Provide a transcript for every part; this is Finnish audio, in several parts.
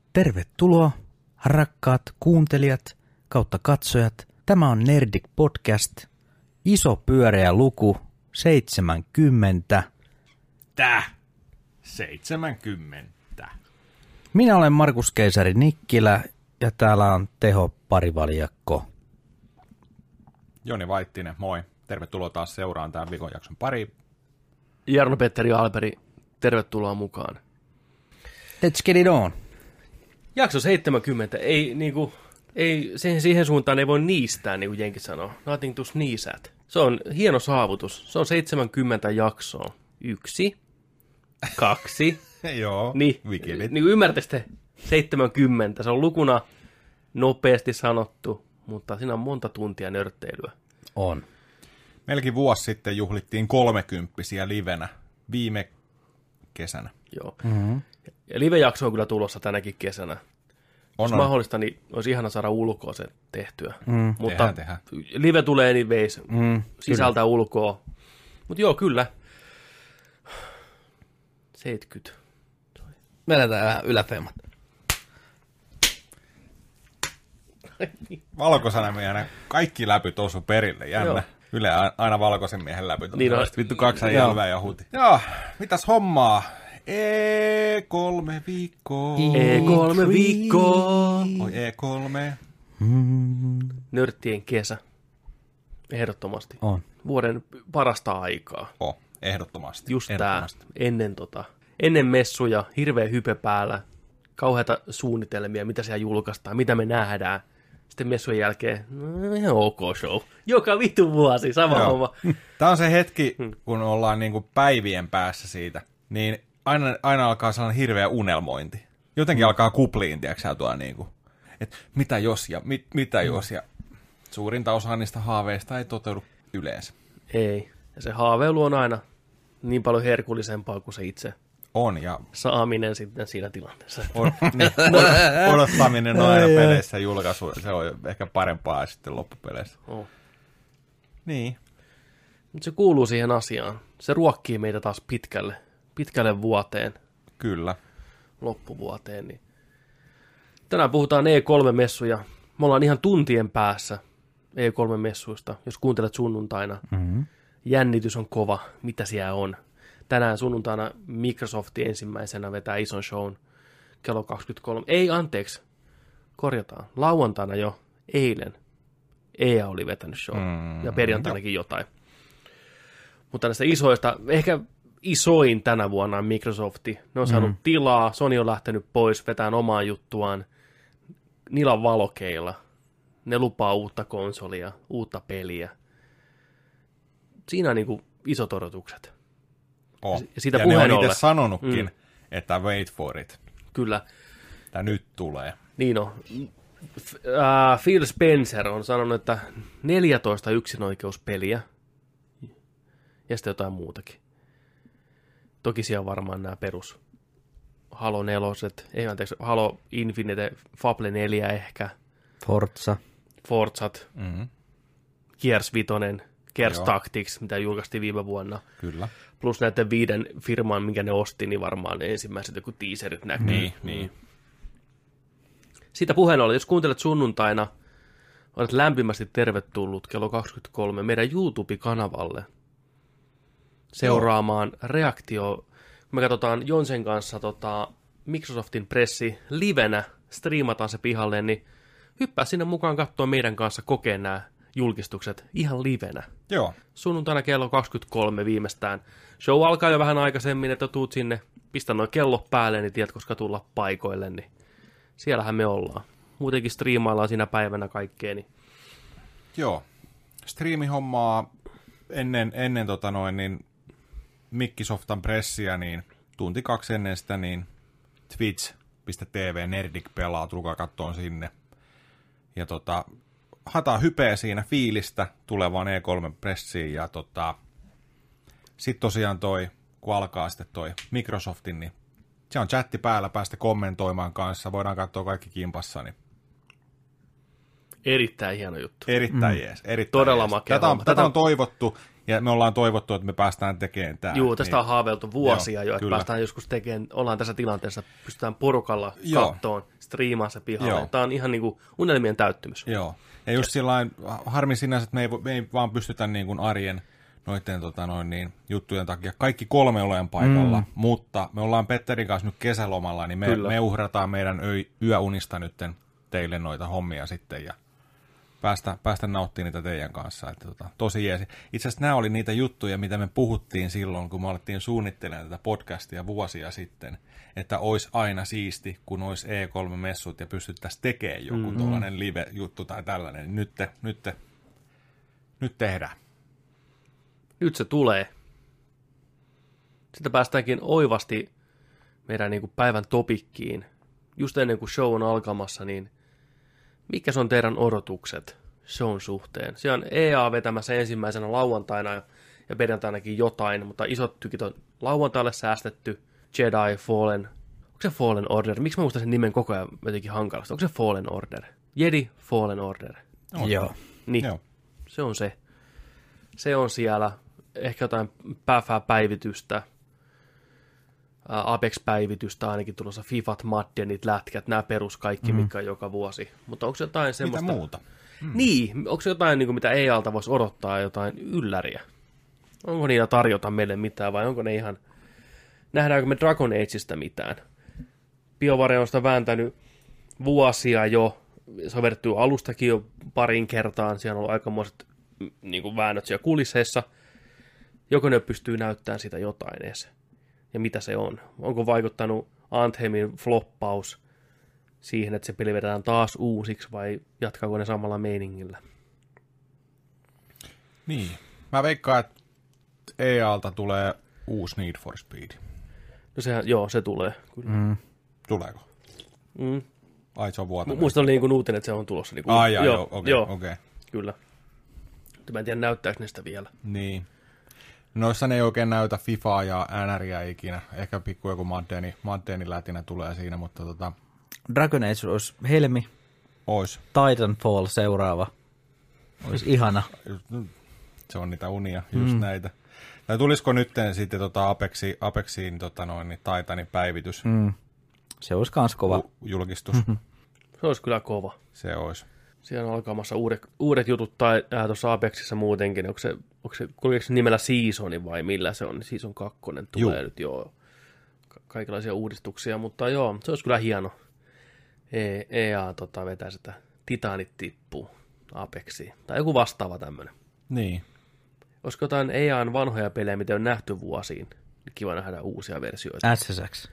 Tervetuloa, rakkaat kuuntelijat kautta katsojat. Tämä on Nerdik Podcast. Iso pyöreä luku 70. 70. Minä olen Markus Keisari Nikkilä ja täällä on Teho Parivaljakko. Joni Vaittinen, moi. Tervetuloa taas seuraan tämän viikon jakson pari. Jarno-Petteri Alperi, tervetuloa mukaan. Let's get it on. Jakso 70, siihen suuntaan ei voi niistää, niin kuin jenki sanoo. Nothing to sneeze at. Se on hieno saavutus. Se on 70 jaksoa. 1, 2. Joo, niin ymmärtäisitte 70. Se on lukuna nopeasti sanottu, mutta siinä on monta tuntia nörtteilyä. On. Melkein vuosi sitten juhlittiin 30-vuotiaita livenä viime kesänä. Joo. Mm-hmm. Ja live-jakso on kyllä tulossa tänäkin kesänä. Jos mahdollista, niin olisi ihana saada ulkoa se tehtyä. Mutta tehdään. Live tulee niin veis sisältä ulkoa. Mutta joo, kyllä. 70. Vedetään vähän yläfeemat. Valkoisena miehenä kaikki läpyt osu perille, jännä. Joo. Yle aina valkoisen miehen läpyt. Niin on. Vittu 2 jälvää ja huti. Joo, mitäs hommaa? E3 viikkoa. E3 viikkoa. Oi E3. Nörttien kesä. Ehdottomasti. On. Vuoden parasta aikaa. Ehdottomasti. Just ennen messuja, hirveä hype päällä, kauheita suunnitelmia, mitä siellä julkaistaan, mitä me nähdään. Sitten messujen jälkeen, ihan ok show. Joka vittu vuosi, sama homma. Tämä on se hetki, kun ollaan niinku päivien päässä siitä, niin aina alkaa sellainen hirveä unelmointi. Jotenkin alkaa kupliin, tiedätkö tuo niinku, että mitä jos ja mitä jos, ja suurinta osa niistä haaveista ei toteudu yleensä. Ei, ja se haaveilu on aina niin paljon herkullisempaa kuin se itse on, ja saaminen sitten siinä tilanteessa. Odottaminen on aina peleissä julkaisu, se on ehkä parempaa sitten loppupeleissä. Niin. Mutta se kuuluu siihen asiaan. Se ruokkii meitä taas pitkälle vuoteen. Kyllä. Loppuvuoteen. Niin. Tänään puhutaan E3-messuja. Me ollaan ihan tuntien päässä E3-messuista, jos kuuntelet sunnuntaina. Mm-hmm. Jännitys on kova, mitä siellä on. Tänään sunnuntaina Microsoft ensimmäisenä vetää ison shown kello 23. Ei, anteeksi, korjataan. Lauantaina jo eilen EA oli vetänyt show ja perjantainakin jotain. Mutta näistä isoista, ehkä isoin tänä vuonna on Microsofti. Ne on saanut tilaa, Sony on lähtenyt pois, vetään omaa juttuaan. Niillä on valokeilla. Ne lupaa uutta konsolia, uutta peliä. Siinä on niin kuin isot odotukset. Ja ne on itse sanonutkin, että wait for it. Kyllä. Tämä nyt tulee. Niin on. Phil Spencer on sanonut, että 14 yksinoikeuspeliä ja sitten jotain muutakin. Toki siellä on varmaan nämä perus Halo 4, Halo Infinite, Fable 4 ehkä. Forzat. Gears 5, Gears Tactics, mitä julkaistiin viime vuonna. Kyllä. Plus näiden 5 firman, minkä ne osti, niin varmaan ensimmäiset joku teaserit näkyy. Niin. Siitä puheen ollen, jos kuuntelet sunnuntaina, olet lämpimästi tervetullut kello 23 meidän YouTube-kanavalle seuraamaan reaktio. Me katsotaan Jonsen kanssa Microsoftin pressi livenä, striimataan se pihalle, niin hyppää sinne mukaan katsoa meidän kanssa kokeen nämä julkistukset ihan livenä. Joo. Sunnuntaina kello 23 viimeistään. Show alkaa jo vähän aikaisemmin, että tuut sinne, pistä noin kello päälle, niin tiedät, koska tulla paikoille, niin siellähän me ollaan. Muutenkin striimaillaan siinä päivänä kaikkea. Niin. Joo. Striimihommaa ennen niin Mikkisoftan pressiä, niin tunti 2 ennen sitä, niin twitch.tv Nerdik pelaa, tulkaa kattoon sinne. Ja hataa hypeä siinä fiilistä tulevaan E3-pressiin, ja sitten tosiaan kun alkaa sitten Microsoftin, niin se on chatti päällä, päästä kommentoimaan kanssa, voidaan katsoa kaikki kimpassa. Niin. Erittäin hieno juttu. Erittäin jees. Erittäin todella jees. makea. Tätä on toivottu, Ja me ollaan toivottu, että me päästään tekemään tämä. Joo, tästä niin, on haaveiltu vuosia jo, että kyllä. päästään joskus tekemään, ollaan tässä tilanteessa, pystytään porukalla Joo. kattoon, striimaan se pihalle. Joo. Tämä on ihan niin kuin unelmien täyttymys. Joo, ja just sillain harmi sinänsä, että me ei vaan pystytä niin kuin arjen noiden juttujen takia kaikki 3 olemaan paikalla, mutta me ollaan Petterin kanssa nyt kesälomalla, niin me uhrataan meidän yöunista nyt teille noita hommia sitten ja päästä nauttimaan niitä teidän kanssa. Että tosi jeesi. Itse asiassa nämä oli niitä juttuja, mitä me puhuttiin silloin, kun me alettiin suunnittelemaan tätä podcastia vuosia sitten, että olisi aina siisti, kun olisi E3-messut ja pystyttäisiin tekemään joku tuollainen live-juttu tai tällainen. Niin nyt tehdään. Nyt se tulee. Sitten päästäänkin oivasti meidän niin kuin päivän topikkiin. Just ennen kuin show on alkamassa, niin mikä on teidän odotukset shown suhteen? Se on EA vetämässä ensimmäisenä lauantaina ja perjantainakin jotain, mutta isot tykit on lauantaille säästetty. Jedi Fallen. Onko se Fallen Order? Miksi mä muistan sen nimen koko ajan jotenkin hankalasta? Onko se Fallen Order? Jedi Fallen Order. Joo. Niin, Joo. se on se. Se on siellä. Ehkä jotain päivitystä. Apex-päivitystä ainakin tulossa, Fifat, Maddenit, lätkät, nämä perus kaikki, mikä on joka vuosi. Mutta onko jotain semmoista... Mitä muuta? Niin, onko jotain, niin kuin, mitä EA:lta voisi odottaa, jotain ylläriä? Onko niillä tarjota meille mitään vai onko ne ihan... Nähdäänkö me Dragon Ageista mitään? BioWare on sitä vääntänyt vuosia jo, se on verrattu alustakin jo parin kertaan, siellä on ollut aikamoiset niin kuin väännöt siellä kulisseissa. Joko ne pystyy näyttämään sitä jotain edes? Ja mitä se on? Onko vaikuttanut Anthemin floppaus siihen, että se peli vedetään taas uusiksi vai jatkaako ne samalla meiningillä? Niin. Mä veikkaan, että EA:lta tulee uusi Need for Speed. No sehän, joo, se tulee. Kyllä. Tuleeko? Ai, se on vuotainen. Muista oli niin kuin uutinen, että se on tulossa. Niin kuin, okei. Kyllä. Mutta mä en tiedä, näyttääkö ne sitä vielä. Niin. Noissa ne ei oikein näytä FIFAa ja NRiä ikinä. Ehkä pikku joku Maddenin lätinä tulee siinä, mutta Dragon Age olisi helmi. Ois. Titanfall seuraava. Olisi ihana. Se on niitä unia, just näitä. Tai tulisiko nyt sitten Apexiin Titanin päivitys? Se olisi kans kova. Julkistus. Se olisi kyllä kova. Se olisi. Siellä on alkamassa uudet jutut tuossa Apexissa muutenkin. Kulkeeko se nimellä Seasoni vai millä se on? Season 2 tulee nyt joo. Kaikenlaisia uudistuksia, mutta joo, se olisi kyllä hieno. EA vetää sitä Titanit tippuu Apexiin. Tai joku vastaava tämmöinen. Niin. Olisiko jotain EA:n vanhoja pelejä, mitä on nähty vuosiin? Kiva nähdä uusia versioita. SSX.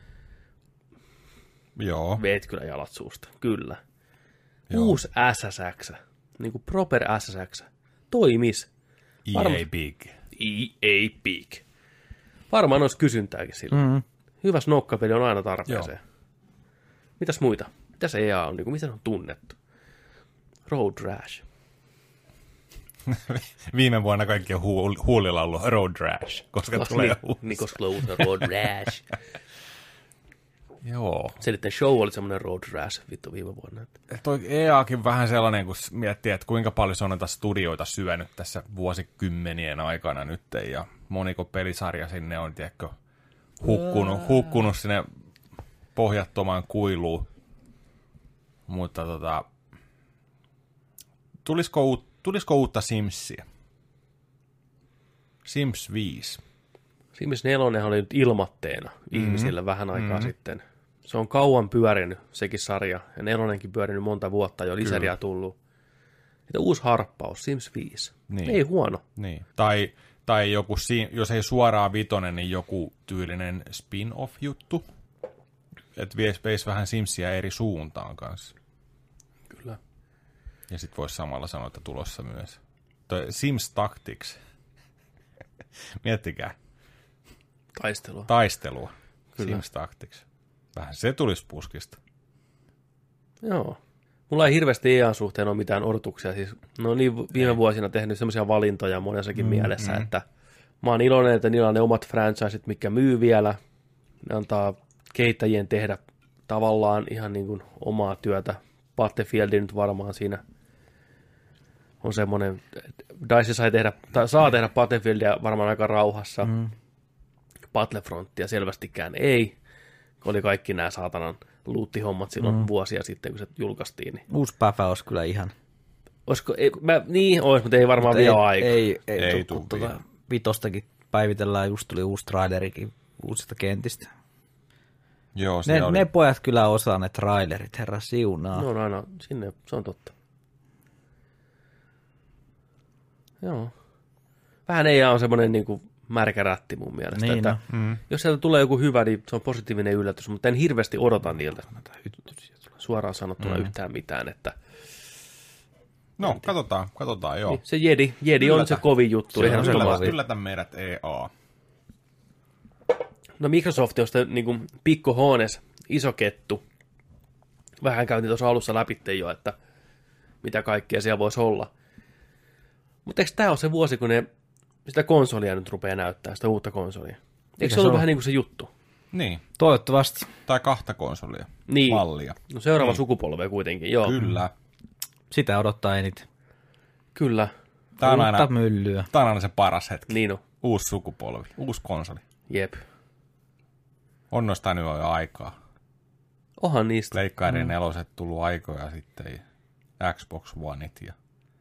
Joo. Veet kyllä jalat suusta. Kyllä. Joo. Uusi SSX. Niin kuin proper SSX. Toimis. EA Big. EA Big. Varmaan olisi kysyntääkin sillä. Hyvä snokkapeli on aina tarpeeseen. Joo. Mitäs muita? Mitäs EA on? Miten on tunnettu? Road Rash. Viime vuonna kaikki on huulilla ollut Road Rash, koska tulee uusi. Koska Road Rash. Joo. Selitten show oli semmoinen Road Rash vittu viime vuonna. Toi EAkin vähän sellainen, kun miettii, että kuinka paljon se on näitä studioita syönyt tässä vuosikymmenien aikana nyt, ja moniko pelisarja sinne on, tiedätkö, hukkunut sinne pohjattomaan kuiluun. Mutta tulisiko uutta Simsia? Sims 5. Sims 4 oli nyt ilmatteena ihmisillä vähän aikaa sitten. Se on kauan pyörinyt, sekin sarja, ja 4 pyörinyt monta vuotta jo, lisäriä tullut. Että uusi harppaus, Sims 5. Niin. Ei huono. Niin. Tai joku, jos ei suoraan vitonen, niin joku tyylinen spin-off-juttu. Että veisi vähän Simsia eri suuntaan kanssa. Kyllä. Ja sitten voisi samalla sanoa, että tulossa myös. Sims Tactics. Miettikää. Taistelua. Kyllä. Sims Tactics. Vähän se tulisi puskista. Joo. Mulla ei hirveästi EA:n suhteen ole mitään odotuksia. Siis, no niin viime vuosina tehnyt semmoisia valintoja monessakin mielessä, että mä oon iloinen, että niillä on ne omat franchiseit, mitkä myy vielä. Ne antaa kehittäjien tehdä tavallaan ihan niin kuin omaa työtä. Battlefieldin nyt varmaan siinä on semmoinen, DICE saa tehdä Battlefieldia varmaan aika rauhassa. Battlefrontia selvästikään ei. Oli kaikki nämä saatanan luuttihommat silloin vuosia sitten, kun se julkaistiin. Niin. Uusi päivä olisi kyllä ihan. Olisiko, niin olisi, mutta ei varmaan vielä ole aika. Ei tuu vielä. Vitostakin päivitellään, just tuli uusi trailerikin uusista kentistä. Joo, ne pojat kyllä osaa ne trailerit, herra siunaa. No aina sinne, se on totta. Joo. Vähän ei ole semmoinen niinku märkä rätti mun mielestä. Niin, että jos sieltä tulee joku hyvä, niin se on positiivinen yllätys, mutta en hirveästi odota niiltä suoraan sanottuna yhtään mitään. Että no, katsotaan joo. Niin, se Jedi on se kovin juttu. Yllätä meidät EA. No Microsoft on sitten niin kuin pikkuhoones, iso kettu. Vähän käytiin tuossa alussa läpi jo, että mitä kaikkea siellä voisi olla. Mutta eikö tämä ole se vuosi, kun ne sitä konsolia nyt rupeaa näyttää, sitä uutta konsolia? Eikö se ollut vähän niin kuin se juttu? Niin. Toivottavasti. Tai 2 konsolia. Niin. Mallia. No seuraava sukupolve kuitenkin, joo. Kyllä. Sitä odottaa eniten. Kyllä. Tämä on Uutta myllyä. Tämä on aina se paras hetki. Niin on. Uusi sukupolvi, uusi konsoli. Jep. On noista nyt jo aikaa. Onhan niistä. Pleikkari 4 tullut aikoja sitten. Xbox Oneit ja...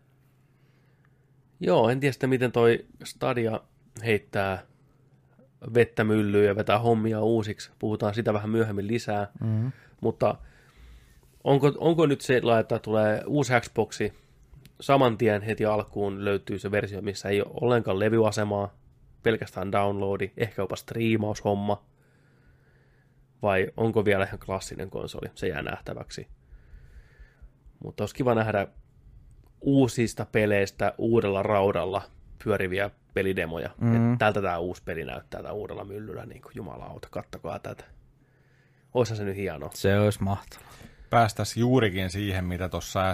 Joo, en tiedä sitä, miten toi Stadia heittää vettä myllyyn ja vetää hommia uusiksi. Puhutaan sitä vähän myöhemmin lisää. Mutta onko nyt se, että tulee uusi Xboxi, saman tien heti alkuun löytyy se versio, missä ei ole ollenkaan levyasemaa, pelkästään downloadi, ehkä jopa striimaushomma, vai onko vielä ihan klassinen konsoli, se jää nähtäväksi. Mutta olisi kiva nähdä uusista peleistä uudella raudalla pyöriviä pelidemoja. Tältä tämä uusi peli näyttää tämä uudella myllyllä, niin kuin jumalauta, kattakaa tätä. Oishan se nyt hienoa. Se olisi mahtavaa. Päästäisiin juurikin siihen, mitä tuossa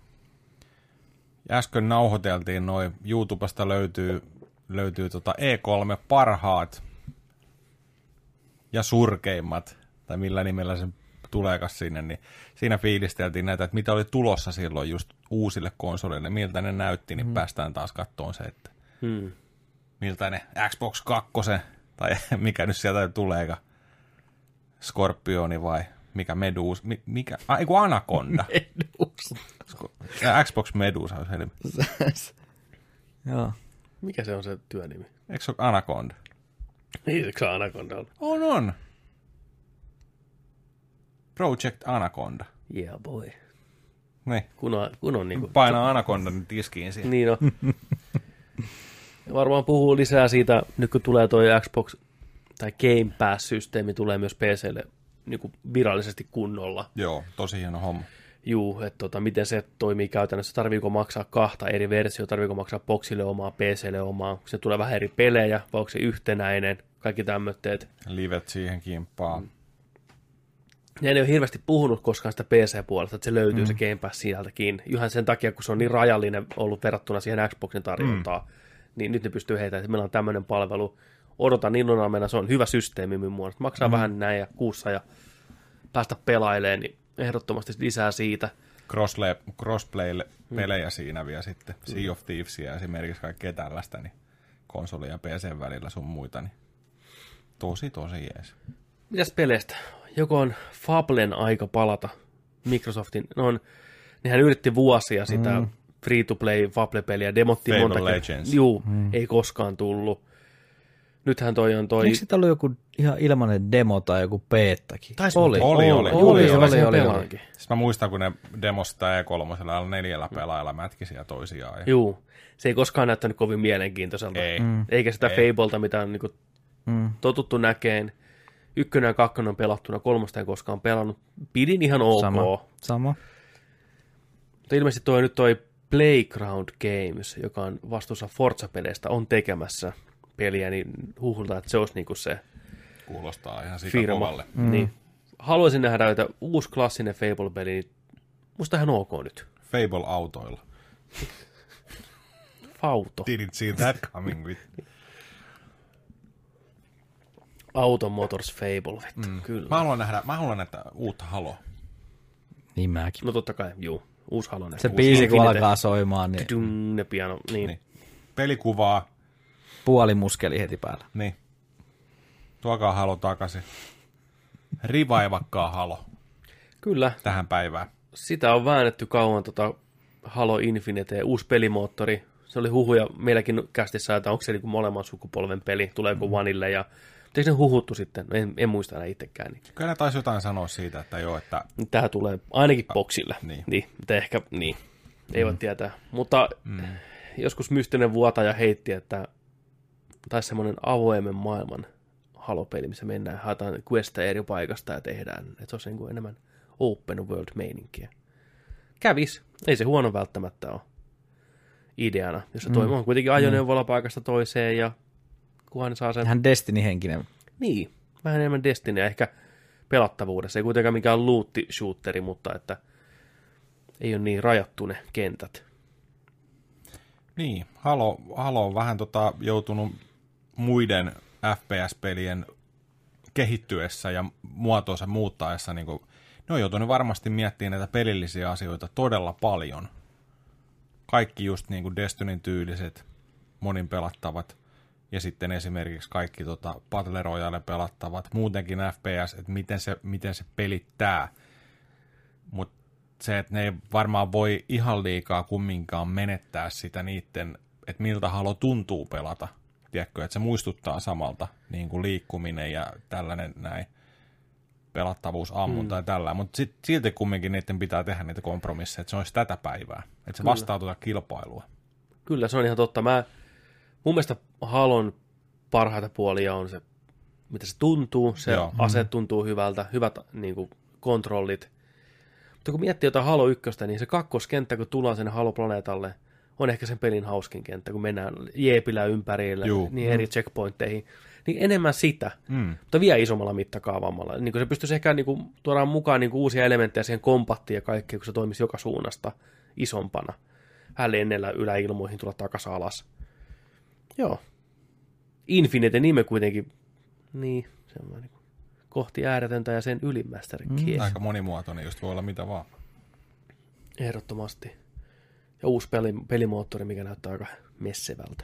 äsken nauhoiteltiin. YouTubesta löytyy E3 parhaat ja surkeimmat, tai millä nimellä se tuleekas sinne, niin siinä fiilisteltiin näitä, että mitä oli tulossa silloin just uusille konsoleille, miltä ne näytti, niin päästään taas kattoon se, että miltä ne Xbox 2, tai mikä nyt sieltä tuleeka, Scorpioni vai mikä Medusa, eiku Anaconda. Xbox Medusa olisi helmi. Joo. Mikä se on se työnimi? Eikö se ole Anaconda? Eikö se Anaconda ole? On. Project Anaconda. Yeah boy. Niin. Kun on niinku... Painaa Anacondan tiskiin siihen. Niin on. Varmaan puhuu lisää siitä, nyt kun tulee toi Xbox tai Game Pass-systeemi, tulee myös PClle niinku virallisesti kunnolla. Joo, tosi hieno homma. Juu, että miten se toimii käytännössä. Tarviiko maksaa 2 eri versiota, tarviiko maksaa Boxille omaa, PClle omaa. Se tulee vähän eri pelejä, vai onko se yhtenäinen, kaikki tämmöitteet. Livet siihen kimppaa. Ja ne ei ole hirveästi puhunut koskaan sitä PC-puolesta, että se löytyy se Game Pass sieltäkin. Ihan sen takia, kun se on niin rajallinen ollut verrattuna siihen Xboxin tarjontaan, niin nyt ne pystyy heitämään, että meillä on tämmöinen palvelu. Odotan innolla mennä, se on hyvä systeemi minun muodostaan. Maksaa vähän näin ja kuussa ja päästä pelailemaan, niin ehdottomasti lisää siitä. Crossplay-pelejä siinä vielä sitten. Sea of Thievesia esimerkiksi kaikkea tällaista, niin konsoli ja PC välillä sun muita, niin tosi jees. Mitäs peleistä? Joko on Fablen aika palata Microsoftin, nehän yritti vuosia sitä free-to-play Fable-peliä, demottiin monta kertaa. Juu, ei koskaan tullut. Nythän toi on toi... Eikö sitä ollut joku ihan ilmainen demo tai joku beettakin? Oli. Siis mä muistan, kun ne demosta E3 4 pelaajalla mätkisi ja toisiaan. Juu, se ei koskaan näyttänyt kovin mielenkiintoiselta. Ei. Eikä sitä Fableta, mitä on niinku totuttu näkeen. 1 ja 2 on pelattuna, 3 en koskaan pelannut. Pidin ihan ok. Sama. Mutta ilmeisesti toi Playground Games, joka on vastuussa Forza-peleistä, on tekemässä peliä, niin huhutaan, että se olisi niinku se kuulostaa ihan firma. Niin. Haluaisin nähdä, että uusi klassinen Fable-peli, niin musta ihan ok nyt. Fable-autoilla. Fauto. Didn't see that coming with. Auto Motors Fable, kyllä. Mä haluan nähdä uutta Haloa. Niin mäkin. No totta kai, juu. uusi Halo. Se biisi kun alkaa soimaan, niin... Ne piano, niin. Pelikuvaa. Puoli muskeli heti päällä. Niin. Tuokaa Halo takaisin. Rivaivakkaa Halo. Kyllä. Tähän päivään. Sitä on väännetty kauan Halo Infinite, uusi pelimoottori. Se oli huhuja meilläkin kästissä, että onko se niin kuin molemman sukupolven peli, tuleeko Vanille ja... Eikö ne huhuttu sitten? En muista enää itsekään. Niin. Kyllä ne taisi jotain sanoa siitä, että joo, että... Tämä tulee ainakin boksille. Niin. Mutta ehkä, ei voi tietää. Mutta joskus mystinen vuotaja heitti, että taisi semmoinen avoimen maailman Halo-peli, missä mennään, haetaan questeja eri paikasta ja tehdään. Että se olisi niin kuin enemmän open world-meininkiä. Kävis. Ei se huono välttämättä ole ideana, jos se toimii. On kuitenkin ajoneuvolla paikasta toiseen ja kunhan saa sen... Ihan Destiny-henkinen. Niin, vähän enemmän Destinyä ehkä pelattavuudessa. Ei kuitenkaan mikään loot-shooteri, mutta että ei ole niin rajattu ne kentät. Niin, Halo on vähän joutunut muiden FPS-pelien kehittyessä ja muotoonsa muuttaessa, niin kuin, ne on joutunut varmasti miettimään näitä pelillisiä asioita todella paljon. Kaikki just niin kuin Destinyn tyyliset, monin pelattavat, ja sitten esimerkiksi kaikki Battle Royale pelattavat, muutenkin FPS, että miten se pelittää. Mutta se, että ne ei varmaan voi ihan liikaa kumminkaan menettää sitä niiden, että miltä Halo tuntuu pelata. Tiedätkö, että se muistuttaa samalta, niin kuin liikkuminen ja tällainen näin, pelattavuus, ammunta ja tällä. Mutta silti kumminkin niiden pitää tehdä niitä kompromisseja, että se olisi tätä päivää. Että se vastaa kilpailua. Kyllä, se on ihan totta. Mun mielestä Halon parhaita puolia on se, mitä se tuntuu, se ase tuntuu hyvältä, hyvät niin kuin, kontrollit. Mutta kun miettii jotain Halo 1, niin se kakkoskenttä, kun tullaan sinne Halo-planeetalle, on ehkä sen pelin hauskin kenttä, kun mennään jeepillä ympärille, niin eri checkpointteihin. Niin enemmän sitä, mutta vielä isommalla mittakaavammalla. Niin se pystyisi ehkä niin kuin, tuodaan mukaan niin kuin, uusia elementtejä siihen kompattiin ja kaikkea, kun se toimisi joka suunnasta isompana. Vähän lennellä yläilmoihin tulla takaisin alas. Joo. Infinite nime kuitenkin, niin, semmoinen niin kohti ääretöntä ja sen ylimmästärikin. Aika monimuotoinen, just voi olla mitä vaan. Ehdottomasti. Ja uusi pelimoottori, mikä näyttää aika messevältä.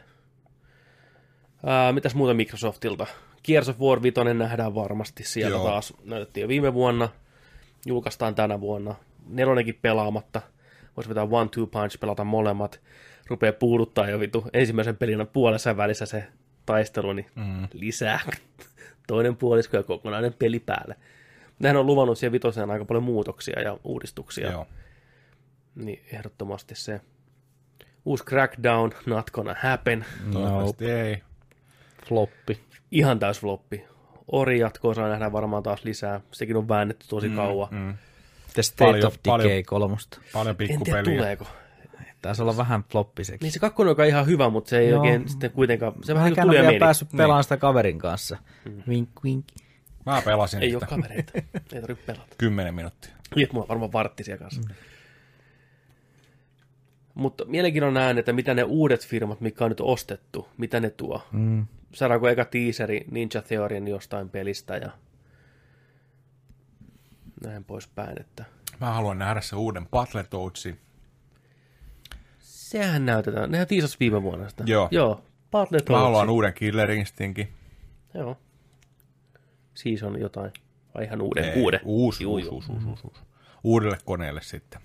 Mitäs muuta Microsoftilta? Gears of War 5 nähdään varmasti. Sieltä taas näytettiin jo viime vuonna. Julkaistaan tänä vuonna. 4 pelaamatta. Voisi vetää 1-2 punch, pelata molemmat. Rupeaa puuduttaa jo ensimmäisen pelin puolessa välissä se taistelu, niin lisää toinen puolisko ja kokonainen peli päälle. Nehän on luvannut siihen 5 aika paljon muutoksia ja uudistuksia. Joo. Niin ehdottomasti se uusi Crackdown, not gonna happen. Toivottavasti ei. Floppi. Ihan täys floppi. Ori jatkoa saa nähdä varmaan taas lisää. Sekin on väännetty tosi kauan. The State of Decay 3. Paljon pikkupeliä. En tiedä tuleeko. Taisi olla vähän floppi sekin. Niin se 2 on ihan hyvä, mutta se ei oikein sitten kuitenkaan... Se vähän tuli ja meni. Päässyt pelaamaan sitä kaverin kanssa. Wink, wink. Mä pelasin ei sitä. Ole kavereita. Ei tarvitse pelata. 10 minuuttia. Nyt mulla on varmaan vartti siellä kanssa. Mutta mielenkiinnolla näen, että mitä ne uudet firmat, mikä on nyt ostettu, mitä ne tuo. Saadaanko eka teaseri Ninja Theorien jostain pelistä ja näin poispäin. Että... Mä haluan nähdä se uuden Battletoadsin. Sehän näytetään. Nehän tiisas viime vuonna sitä. Joo. Battletoadsin. Mä haluan uuden Killer Instinctin. Joo. Siis on jotain. Vai ihan uuden? Uusi. Uudelle koneelle sitten.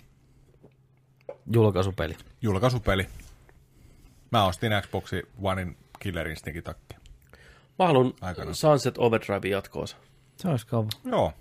Julkaisupeli. Mä ostin Xboxi Onein Killer Instinctin takia. Mä haluan Sunset Overdrive jatkoosa. Se olisi kova. Joo.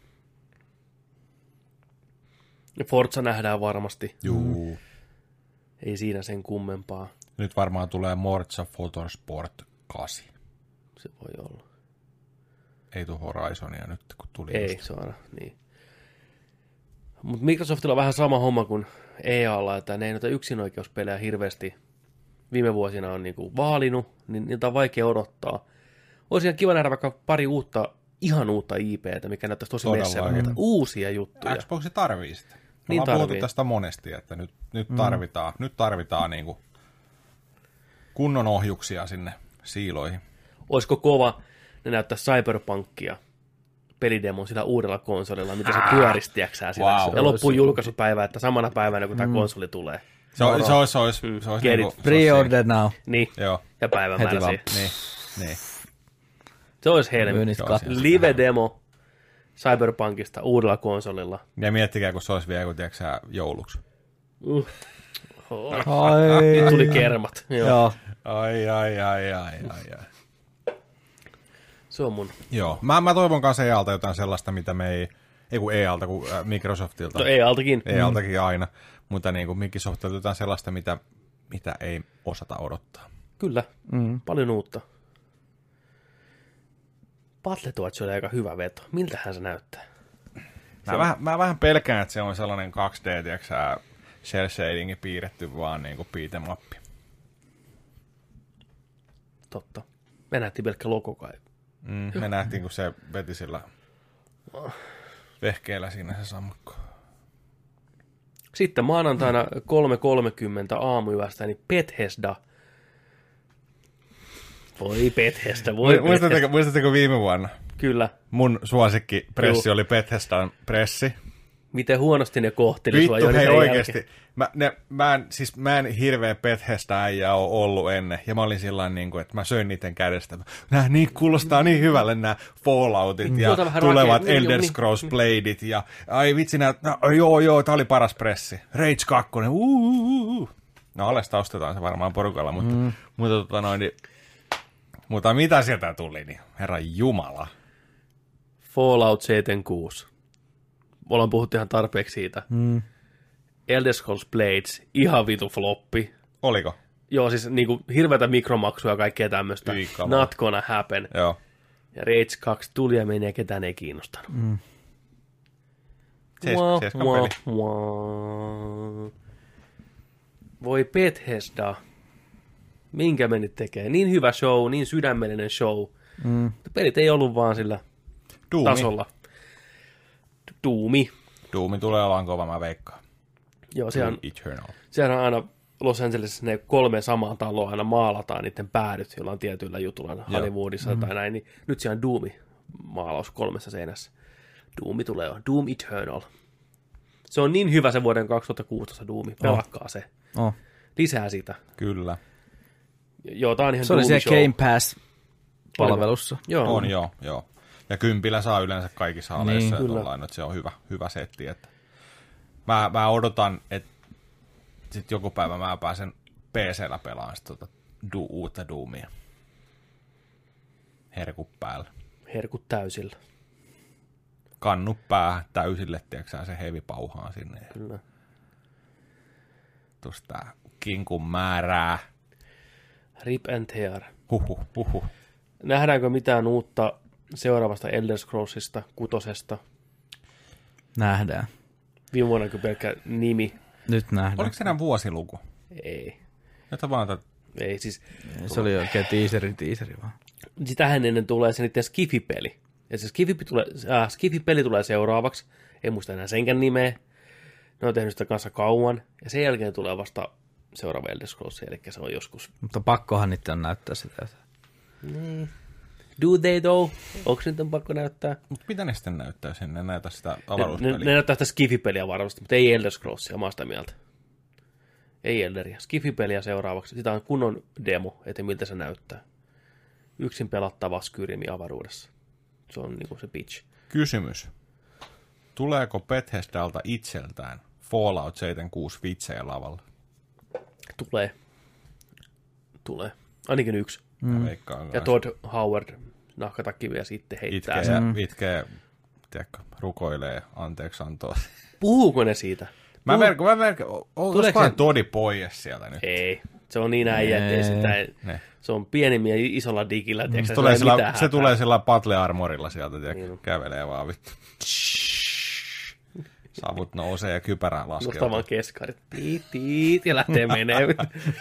Ja Forza nähdään varmasti. Juu. Ei siinä sen kummempaa. Nyt varmaan tulee Forza Motorsport 8. Se voi olla. Ei tule Horizonia nyt, kun tuli. Ei saada, niin. Mutta Microsoftilla on vähän sama homma kuin EA:lla, että ne ei noita yksinoikeuspelejä hirveästi viime vuosina on niinku vaalinut, niin niitä on vaikea odottaa. Olisi ihan kiva nähdä vaikka pari ihan uutta IPtä, mikä näyttäisi tosi messevältä. Uusia juttuja. Xboxi tarvii sitä. Niin ollaan puhuttu tästä monesti, että nyt tarvitaan niinku kunnon ohjuksia sinne siiloihin. Olisiko kova, ne näyttää Cyberpunkia pelidemon sillä uudella konsolilla, mitä se pyörisi, tiiäksää sillä. Wow. Ja loppuun julkaisupäivä, että samana päivänä, kun tämä konsoli tulee. Se olisi Get niinku... it. Pre-order now. Niin, Joo, ja päivämäärä Heti vaan. siihen. niin. Se olisi helmi. Myynnit Live-demo Cyberpunkista uudella konsolilla. Ja miettikää, kun se olisi vielä, kun tiedätkö jouluksi. Ai. Nyt tuli kermat. Joo. Ai. Se on mun. Joo, mä toivon kanssa EA:lta jotain sellaista, mitä me ei kun EA:lta, kun Microsoftilta. No ei altakin. EA:ltakin aina, mutta niin kuin Microsoftilta jotain sellaista, mitä ei osata odottaa. Kyllä, paljon uutta. Battletoads oli aika hyvä veto. Miltähän se näyttää? Mä vähän pelkään, että se on sellainen 2D, tiiäksä, shell shadingi piirretty vaan niin kuin beat 'em up. Totta. Me nähtiin pelkkä logo kai. Me nähtiin, kun se veti sillä vehkeellä siinä se sammakko. Sitten maanantaina 3.30 aamuyöstä, niin Bethesda. Voi Bethesda, voi Bethesda. Muistatteko viime vuonna? Kyllä. Mun suosikki pressi oli Bethesdan pressi. Miten huonosti ne kohteli sua. Vittu, hei oikeesti. Mä en hirveä Bethesda-äijä ole ollut ennen. Ja mä olin sillain, niin kuin, että mä söin niiden kädestä. Nää niin kuulostaa niin hyvälle nämä Falloutit ja tulevat Elder Scrolls Bladeit. Ja ai vitsi, joo, tää oli paras pressi. Rage 2. No Alesta ostetaan se varmaan porukalla, mutta mitä sieltä tuli, niin herran jumala. Fallout 76. Ollaan puhuttu ihan tarpeeksi siitä. Elder Scrolls Blades, ihan vitu floppi. Oliko? Joo, siis niinku hirveätä mikromaksuja ja kaikkea tämmöistä. Not gonna happen. Joo. Ja Rage 2 tuli ja meni ja ketään ei kiinnostanut. Seiskan peli. Voi Bethesda. Minkä menit tekee? Niin hyvä show, niin sydämellinen show. Pelit ei ollut vaan sillä tasolla. Doomi tulee olemaan kova, mä veikkaan. Joo, Eternal. Sehän on aina Los Angelesissa ne 3 samaa taloa aina maalataan niiden päädyt jollain tietyillä jutulla Hollywoodissa tai näin, niin nyt siellä on Doom-maalaus 3 seinässä. Doomi tulee on. Doom Eternal. Se on niin hyvä se vuoden 2016 Doomi. Pelakkaa se. Lisää sitä. Kyllä. Joo, tää on ihan se oli siellä show. Game Pass-palvelussa. Joo. On, joo. Ja kympillä saa yleensä kaikissa aleissa, niin, että se on hyvä setti. Että mä odotan, että sitten joku päivä mä pääsen PC:llä pelaamaan uutta Doomia. Herkut päällä. Herkut täysillä. Kannut päähän täysille, tiedätkö se heavy pauhaan sinne. Kyllä. Tuosta kinkun määrää. Rip and tear. Huhhuh. Nähdäänkö mitään uutta seuraavasta Elder Scrollsista, 6? Nähdään. Viime vuonna kyllä pelkkä nimi. Nyt nähdään. Oliko se enää vuosiluku? Ei. Jota vaan Ei siis. Se oli oikein teaseri vaan. Sitähän ennen tulee se niiden Skifi-peli. Ja se Skifi-peli tulee seuraavaksi. En muista enää senkään nimeä. Ne on tehnyt sitä kanssa kauan. Ja sen jälkeen tulee vasta seuraava Elder Scrolls, eli se on joskus. Mutta pakkohan niitä on näyttää sitä. Niin. Do they though? Onko nyt on pakko näyttää? Mutta mitä ne sitten näyttää sinne? Ne näyttää sitä avaruuspeliä. Ne näyttää sitä Skifi-peliä varmasti, mutta ei Elder Scrollsia, mä oon sitä mieltä. Ei Elderia. Skifi-peliä seuraavaksi. Sitä on kunnon demo, että miltä se näyttää. Yksin pelattava Skyrimi avaruudessa. Se on niinku se pitch. Kysymys. Tuleeko Bethesdalta itseltään Fallout 76 vitsejä lavalla? Tulee. Ainakin yksi. Ja Todd Howard nahkatakki vielä sitten heittää sen. Itkee, tiedätkö, rukoilee anteeksi antoa. Puhuuko ne siitä? Mä olisiko vain Toddi pois sieltä nyt? Ei. Se on niin äijä, se on pienimmin ja isolla digillä. Se tulee sillä Battle Armorilla sieltä, tiedätkö, kävelee vaan vittu. Savut nousee ja kypärää laskeutuu. Nostaa vaan keskarit. Tiit, ja lähtee menemään.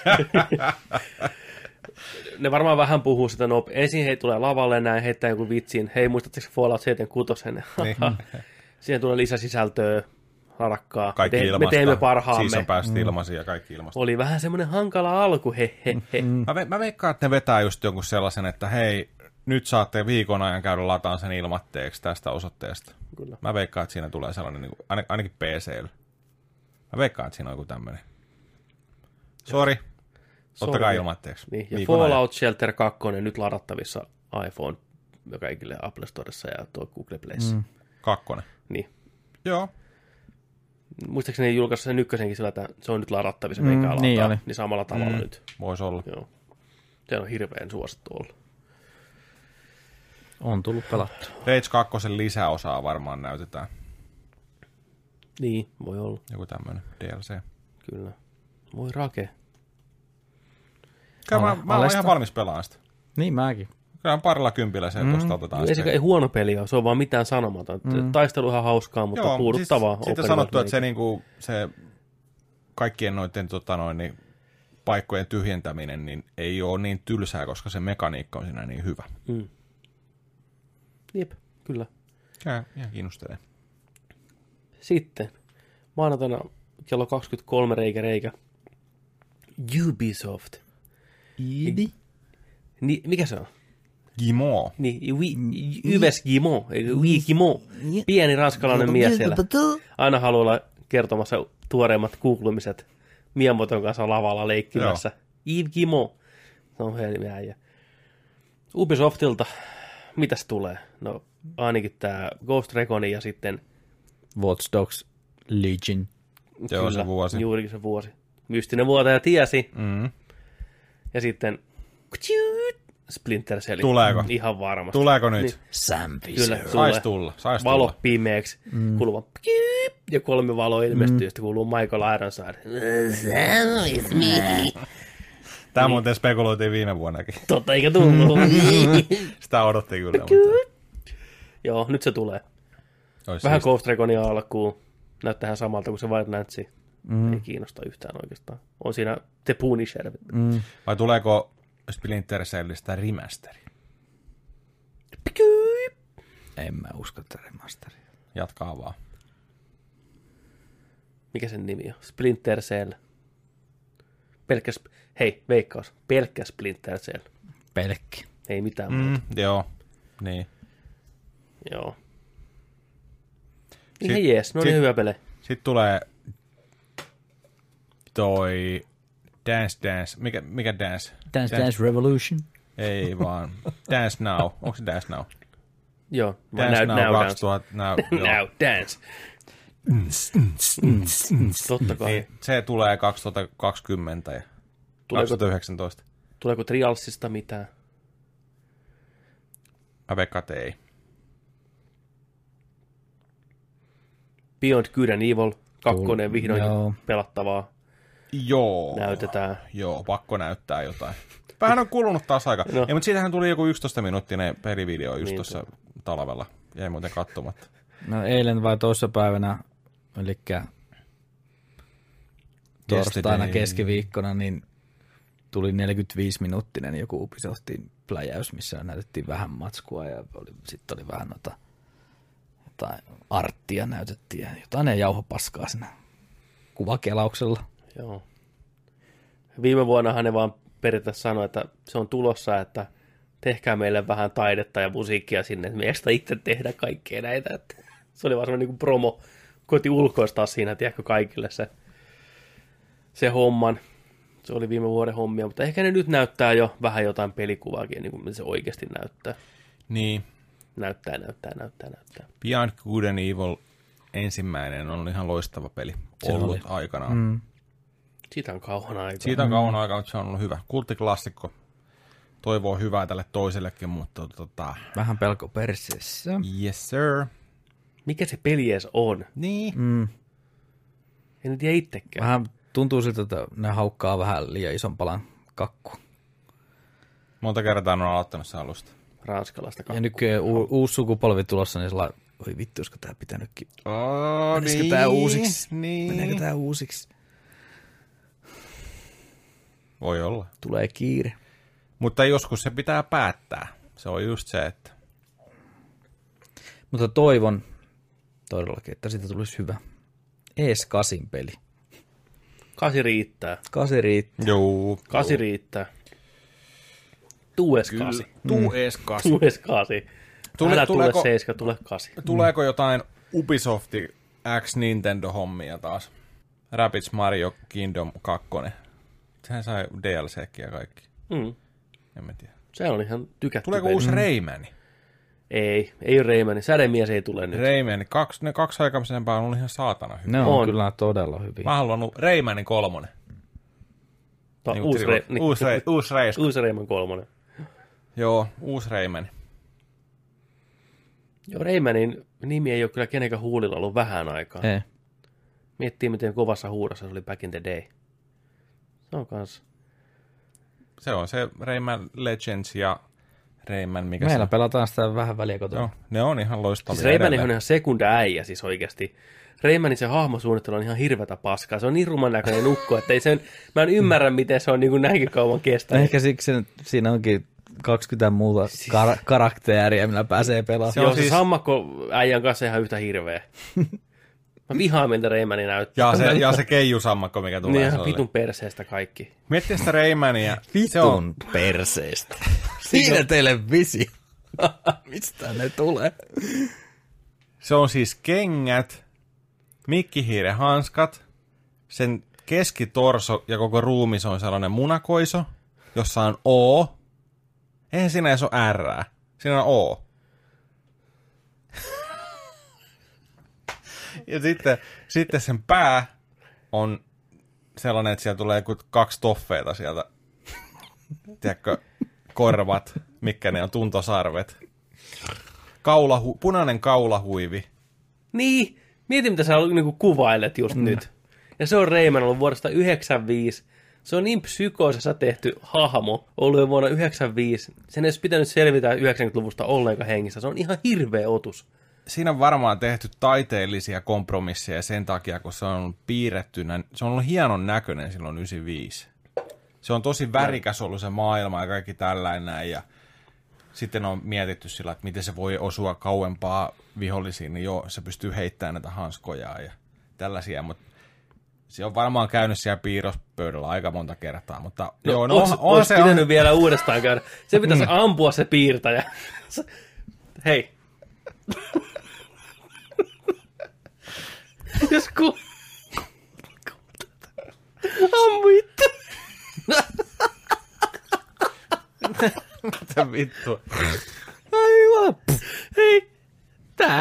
Ne varmaan vähän puhuu sitä ensin he tulee lavalle näin, heittää joku vitsin. Hei, muistatteko Fallout 76? Niin. Siihen tulee lisäsisältöä, harakkaa. Kaikki ilmasta. Me teemme parhaamme. Siis on päästy ilmaisia ja kaikki ilmasta. Oli vähän semmoinen hankala alku, he. Mä veikkaan, että ne vetää just jonkun sellaisen, että hei, nyt saatte viikon ajan käydä lataan sen ilmatteeksi tästä osoitteesta. Kyllä. Mä veikkaan, että siinä tulee sellainen, niin kuin, ainakin PC:llä. Mä veikkaan, että siinä on joku tämmöinen. Sori. Ottakaa ilmatteeksi. Niin. Ja Fallout Shelter 2 nyt ladattavissa iPhone ja kaikille Apple Storessa ja tuo Google Playssa. 2. Niin. Joo. Muistaakseni julkaisi sen ykkösenkin sillä, että se on nyt ladattavissa, meikä lataa, niin samalla tavalla nyt. Voisi olla. Joo. Se on hirveän suosittu ollut. On tullut pelattu. Rage 2 lisäosaa varmaan näytetään. Niin, voi olla. Joku tämmöinen DLC. Kyllä. Voi rake. Kyllä mä oon ihan valmis pelaamaan sitä. Niin mäkin. Kyllä parilla kympillä se tuosta otetaan. Ei se ei huono peli ole, se on vaan mitään sanomaton. Taistelu ihan hauskaa, mutta puuduttavaa. Siis, sitten sanottu, että se kaikkien noiden niin paikkojen tyhjentäminen niin ei ole niin tylsää, koska se mekaniikka on siinä niin hyvä. Jep, kyllä. Ihan kiinnostelee. Sitten maanantaina kello 23 reikä. Ubisoft. Mikä se on? Gimo. Niin, Yves Gimo, Gimo. Pieni ranskalainen mies siellä. Aina haluaa olla kertomassa tuoreimmat googlumiset Miamoton kanssa lavalla leikkimässä. Yves Gimo. Se on helmi äijä. Ubisoftilta, mitäs tulee? No ainakin tää Ghost Recon ja sitten Watch Dogs Legion. Se on se vuosi. Juurikin se vuosi. Mystinen vuotaja tiesi. Ja sitten Splinter Cell. Tuleeko? Ihan varmasti. Tuleeko nyt? Niin. Sam Kyllä, Sais tulla. Valo pimeäksi. Kuuluu ja 3 valoa ilmestyy, ja sitten kuuluu Michael Ironside. Sam is me. Tämä muuten spekuloitiin viime vuonnakin. Totta, eikä tullut. Sitä odottiin kyllä. Mutta... Joo, nyt se tulee. Vähän Ghost Reconia alkuun. Näyttää ihan samalta kuin se Wild Nancy. Ei kiinnosta yhtään oikeastaan. On siinä The Punisher. Vai tuleeko Splinter Cellistä remasteri? En mä usko, että remasteri. Jatkaa vaan. Mikä sen nimi on? Splinter Cell. Hei, veikkaus. Pelkkä Splinter Cell. Pelkki. Ei mitään muuta. Joo, niin. Joo. Ihan jees, ne on hyvä pele. Sitten tulee toi Dance. Mikä Dance? Dance Revolution. Ei vaan. Dance Now. Onko se Dance Now? Joo. Dance Now 2000. Now Dance. Totta kai. Niin, se tulee 2020 ja 2019. Tuleeko Trialsista mitään? Mä veikkaan, että ei. Beyond Good and Evil 2 vihdoin pelattavaa. Joo. Näytetään. Joo, pakko näyttää jotain. Vähän on kulunut taas aika. No. Mutta siitähän tuli joku 11-minuuttinen pelivideo just tuossa talvella. Jäi muuten katsomatta. No eilen vai toissa päivänä, eli torstaina keskiviikkona, niin tuli 45-minuuttinen joku Ubisoftin pläjäys, missä näytettiin vähän matskua ja sitten oli vähän jotain arttia näytettiin ja jotain jauhopaskaa siinä kuvakelauksella. Joo. Viime vuonnahan ne vaan periaatteessa sanoi, että se on tulossa, että tehkää meille vähän taidetta ja musiikkia sinne, että me ei sitä itse tehdä kaikkea näitä. Että se oli vaan semmoinen niin kuin promo, koti ulkoistaa siinä, tiedätkö, kaikille se homman. Se oli viime vuoden hommia, mutta ehkä ne nyt näyttää jo vähän jotain pelikuvaakin, niin kuin se oikeasti näyttää. Niin. Näyttää. Beyond Good and Evil ensimmäinen on ihan loistava peli. Ollut aikanaan. Siitä on kauan aikaa. Siitä on kauan aikaa, mutta se on ollut hyvä. Kulttiklassikko. Toivoo hyvää tälle toisellekin, mutta vähän pelko perseessä. Yes, sir. Mikä se peli edes on? Niin. En tiedä itsekään. Vähän tuntuu siltä, että ne haukkaa vähän liian ison palan kakku. Monta kertaa on aloittanut se alusta. Ranskalaista kakku. Ja nyt uusi sukupolvi tulossa, niin sellainen, oi vittu, olisiko tää pitänytkin. Meneekö Niin. tää uusiksi? Niin. Meneekö tää uusiksi? Voi olla. Tulee kiire. Mutta joskus se pitää päättää. Se on just se, että... Mutta toivon todellakin, että siitä tulisi hyvä. Ees 8 peli. 8 riittää. 8 riittää. Joo. 8 riittää. Tuu ees 8. Tuu ees 8. Tuu ees 8. Älä tule 7, tule 8. Tuleeko jotain Ubisofti X Nintendo-hommia taas? Rabbids Mario Kingdom 2. Sehän sai DLC-kin ja kaikki. En mä tiedä. Se on ihan tykätty. Tuleeko uusi Raymani? Ei ole Raymani. Sädemies ei tule nyt. Raymani. Ne kaksi aikaisempaa on ollut ihan saatana hyvin. Ne on kyllä todella hyviä. Mä haluan Raymani 3. Niin, uusi Rayman 3. Joo, uusi Raymani. Joo, Raymanin nimi ei ole kyllä kenenkään huulilla ollut vähän aikaa. Ei. Miettii, miten kovassa huudossa se oli back in the day. Se on kans. Se on se Rayman Legends ja Rayman, mikä meillä se pelataan sitä vähän väliä kotona. Joo, ne on ihan loistavia. Siis Rayman on ihan sekunda-äijä siis oikeasti. Raymanin se hahmosuunnittelu on ihan hirveätä paskaa. Se on niin ruman näköinen ukko, että ei sen, mä en ymmärrä, miten se on niin kuin näinkin kauan kestänyt. Ehkä siksi siinä onkin 20 muuta karakteria, millä pääsee pelaamaan. Joo, siis sammakko-äijän kanssa ihan yhtä hirveä. Mä vihaan, miltä Raymani näyttää. Ja se keijusammakko, mikä tulee. Niin ihan vitun perseestä kaikki. Miettii sitä Raymania. Vitun perseestä. Siinä teille visi. Mistä ne tulee? Se on siis kengät, mikkihiiren hanskat, sen keskitorso ja koko ruumis on sellainen munakoiso, jossa on O. Eihän siinä edes ole R. Siinä on O. Ja sitten sen pää on sellainen, että siellä tulee 2 toffeita sieltä. Tiedätkö, korvat, mitkä ne on, tuntosarvet. Punainen kaulahuivi. Niin, mieti mitä sä niinku kuvailet just nyt. Ja se on Rayman ollut vuodesta 1995. Se on niin psykoosessa tehty hahmo, ollut jo vuonna 1995. Sen ei olisi pitänyt selvitä 90-luvusta ollenkaan hengissä. Se on ihan hirveä otus. Siinä on varmaan tehty taiteellisia kompromisseja sen takia, kun se on piirrettynä. Se on ollut hienon näköinen silloin 95. Se on tosi värikäs ollut se maailma ja kaikki tällainen. Ja sitten on mietitty sillä, että miten se voi osua kauempaa vihollisiin. Niin joo, se pystyy heittämään näitä hanskoja ja tällaisia. Mutta se on varmaan käynyt siellä piirrospöydällä aika monta kertaa. Mutta joo, on se pitänyt vielä uudestaan käydä. Se pitäisi ampua se piirtäjä. Hei. Jos ammu itse. Mitä vittu? Aivan. Hei. Tää.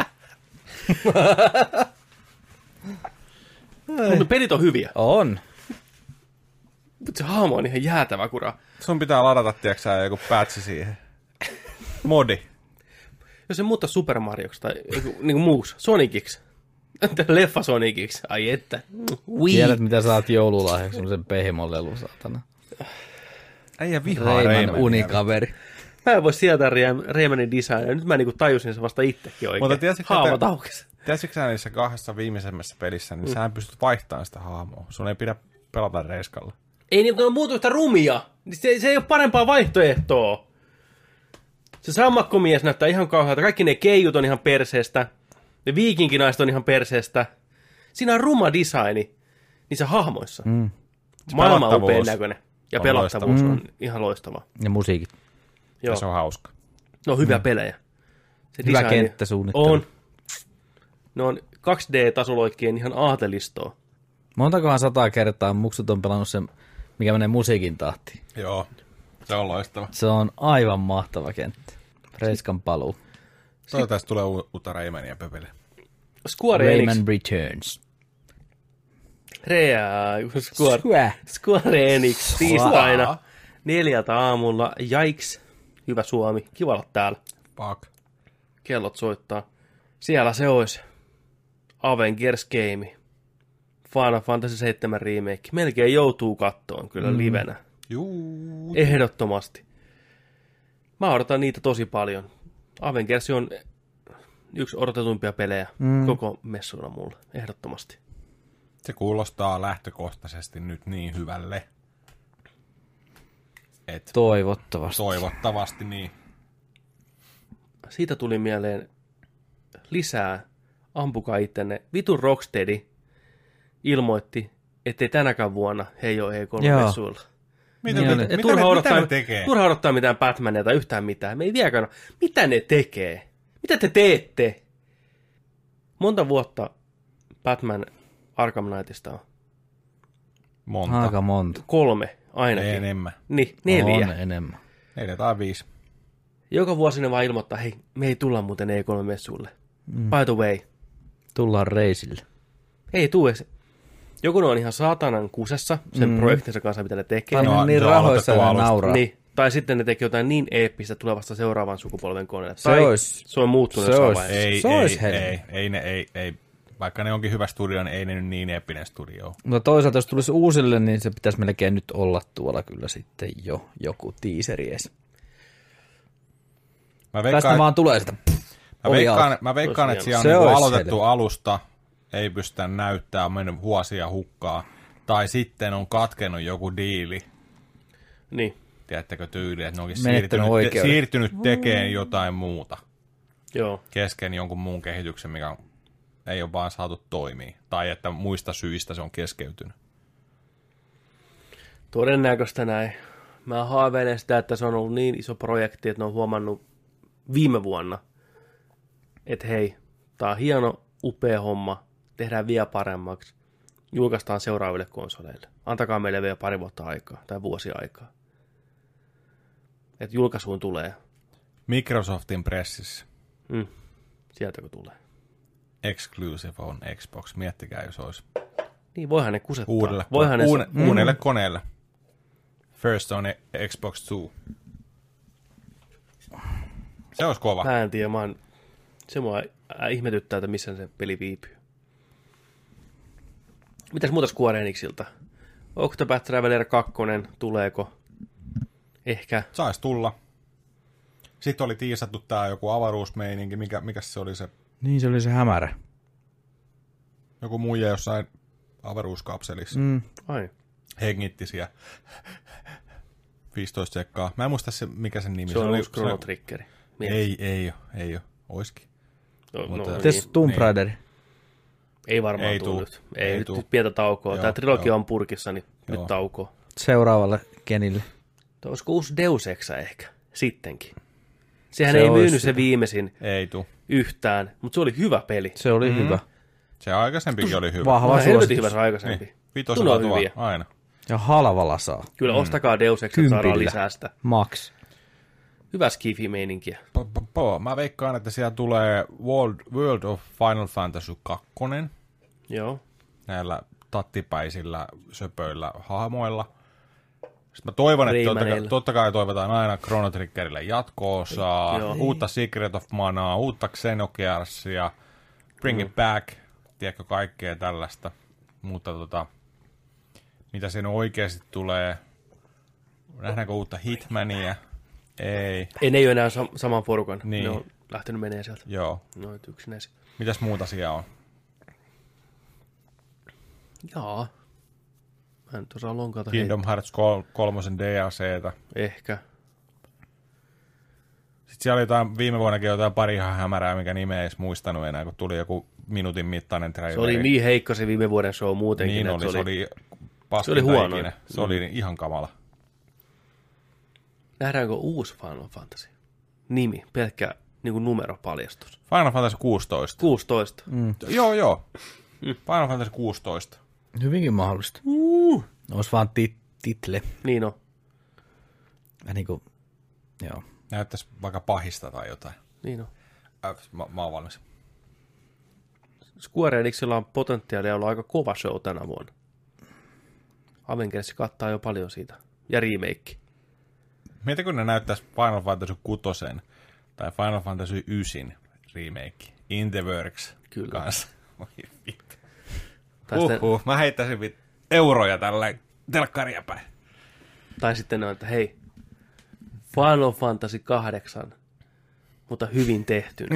Mutta pelit on hyviä. On. Mutta se hahmo on ihan jäätävä kura. Sun pitää ladata, tiiäksä, joku patchi siihen. Modi. Jos se muuttaa Super Marioksi tai niinku muuksi, Soniciksi. Leffa Soniciksi, ai että. Tiedät, mitä saat joululahjaksi, semmoisen pehmolelu, saatana. Äijä vihaa Rayman unikaveri. Mä en voi sieltä Raymanin designia. Nyt mä niinku tajusin se vasta itsekin oikein. Mutta tiedätkö, haavat aukesi. Tiedätkö sä niissä 2 viimeisemmässä pelissä, niin sähän pystyt vaihtamaan sitä hahmoa. Sun ei pidä pelata reiskalla. Ei niin, on muutu yhtä rumia. Se ei ole parempaa vaihtoehtoa. Se sammakkomies näyttää ihan kauhealta. Kaikki ne keijut on ihan perseestä. Ne viikinkinaiset on ihan perseestä. Siinä on ruma designi niissä hahmoissa. Maailman on upean näköinen. Ja pelattavuus on ihan loistava. Ja musiikit. Joo. Ja se on hauska. No hyviä pelejä. Se hyvä designi kenttäsuunnittelu. on. Ne on 2D-tasoloikkien ihan aatelistoa. Montakohan 100 kertaa muksut on pelannut sen, mikä menee musiikin tahtiin. Joo, se on loistava. Se on aivan mahtava kenttä. Reiskan paluu. Toivottavasti tulee uutta Raymania pöpelle. Rayman Returns. Square Enix tiistaina 4 aamulla. Jaiks. Hyvä Suomi. Kiva olla täällä. Fuck. Kellot soittaa. Siellä se olisi. Avengers Game. Final Fantasy 7 remake. Melkein joutuu kattoon kyllä livenä. Juu. Ehdottomasti. Mä odotan niitä tosi paljon. Avengers on yksi odotetuimpia pelejä koko messuilla mulle. Ehdottomasti. Se kuulostaa lähtökohtaisesti nyt niin hyvälle. Toivottavasti. Toivottavasti niin. Siitä tuli mieleen lisää. Ampukaa ittenne. Vitun Rocksteady ilmoitti, ettei tänäkään vuonna he ei ole E3-messuilla. Mitä ne tekee? Turha odottaa mitään Batmania tai yhtään mitään. Me ei vieläkään. Mitä ne tekee? Mitä te teette? Monta vuotta Batman Arkham Knightista on? Monta. Aika monta. 3 ainakin. Enemmän. Niin, 4. On enemmän. 4 tai 5. Joka vuosi ne vaan ilmoittaa, hei, me ei tulla muuten E3-messuille. By the way. Tullaan reisille. Ei tuu edes. Joku ne on ihan saatanan kusessa sen projektinsa kanssa, mitä ne tekee. No, niin rahoissa ne nauraa. Niin. Tai sitten ne tekee jotain niin eeppistä tulevasta seuraavan sukupolven koneelle. Se on muuttunut jossain vaiheessa. Ei. Vaikka ne onkin hyvä studio, niin ei ne nyt niin eeppinen studio. No toisaalta, jos tulisi uusille, niin se pitäisi melkein nyt olla tuolla kyllä sitten jo joku teaseri edes. Tästä vaan tulee sitä. Mä veikkaan, että siellä on aloitettu alusta, ei pystytä näyttää, on mennyt vuosia hukkaa, tai sitten on katkenut joku diili. Niin. Tiedättekö tyyli, että ne onkin siirtynyt tekemään jotain muuta. Joo. Kesken jonkun muun kehityksen, mikä ei ole vaan saatu toimia. Tai että muista syistä se on keskeytynyt. Todennäköistä näin. Mä haaveilen sitä, että se on ollut niin iso projekti, että ne on huomannut viime vuonna, että hei, tää on hieno, upea homma, tehdään vielä paremmaksi, julkaistaan seuraaville konsoleille. Antakaa meille vielä pari vuotta aikaa, tai vuosi aikaa. Että julkaisuun tulee. Microsoftin pressissä. Sieltäkö tulee? Exclusive on Xbox. Miettikää, jos olisi. Niin, voihan ne kusettaa. Uudelle koneelle. First on Xbox 2. Se olisi kova. Mä en tiedä, se mua ihmetyttää, että missä se peli viipyy. Mitäs muuta Square Enixiltä? Octopath Traveler 2, tuleeko? Ehkä. Saisi tulla. Sitten oli tiisattu tää joku avaruusmeininki. Mikä se oli se? Niin, se oli se hämärä. Joku muija jossain avaruuskapselissa. Ai. Hengitti siellä 15 sekkaa. Mä en muista mikä sen nimi. Se on uusi Chrono Triggeri. Ei ole. Oiski. Mites Tomb Raider? Ei varmaan tule nyt. Ei nyt pientä taukoa. Tämä trilogia on purkissa, niin nyt taukoa. Seuraavalle genille. Olisiko uusi Deus Exa ehkä? Sittenkin. Sehän ei myynyt se viimeisin yhtään, mutta se oli hyvä peli. Se oli hyvä. Se aikaisempikin oli hyvä. Vahva suositus. Hyvä se aikaisempi. Niin. 5 tuo aina. Ja halvalla saa. Kyllä, ostakaa Deus Exa, saadaan lisää sitä. Max. Hyvä skifi-meininkiä. Mä veikkaan, että siellä tulee World of Final Fantasy 2. Joo. Näillä tattipäisillä söpöillä hahmoilla. Sitten mä toivon, että totta kai toivotaan aina Chrono Triggerille jatko-osaa, uutta Secret of Manaa, uutta Xenogearsia, Bring It Back, tiedätkö, kaikkea tällaista. Mutta mitä siinä oikeasti tulee, nähdäänkö uutta Hitmania? Ei. Ne ei ole enää saman porukan, niin. Ne on lähtenyt menee sieltä. Joo. No, yksinäisiä. Mitäs muuta siellä on? Jaa. Mä en nyt osaa lonkata. Kingdom Hearts 3 DLCtä. Ehkä. Sitten siellä oli jotain, viime vuonnakin jotain pari ihan hämärää, mikä nimeä ei edes muistanut enää, kun tuli joku minuutin mittainen traileri. Se oli niin heikko se viime vuoden show muutenkin. Niin oli, se oli huono. Se oli ihan kamala. Nähdäänkö uusi Final Fantasy? Nimi, pelkkä niin numeropaljastus. Final Fantasy 16. 16. Joo. Final Fantasy 16. Hyvinkin mahdollista. Olisi vaan title. Niin on. Niin kuin, joo. Näyttäisi vaikka pahista tai jotain. Niin on. Mä oon valmis. Square Enixillä on potentiaalia olla aika kova show tänä vuonna. Avengers kattaa jo paljon siitä. Ja remake. Mietin, kun ne näyttäisi Final Fantasy 6 tai Final Fantasy 9 remake. In the Works. Kyllä. Kanssa. Mä heittäisin euroja tällä telkkaria päin. Tai sitten ne on, että hei, Final Fantasy 8, mutta hyvin tehty.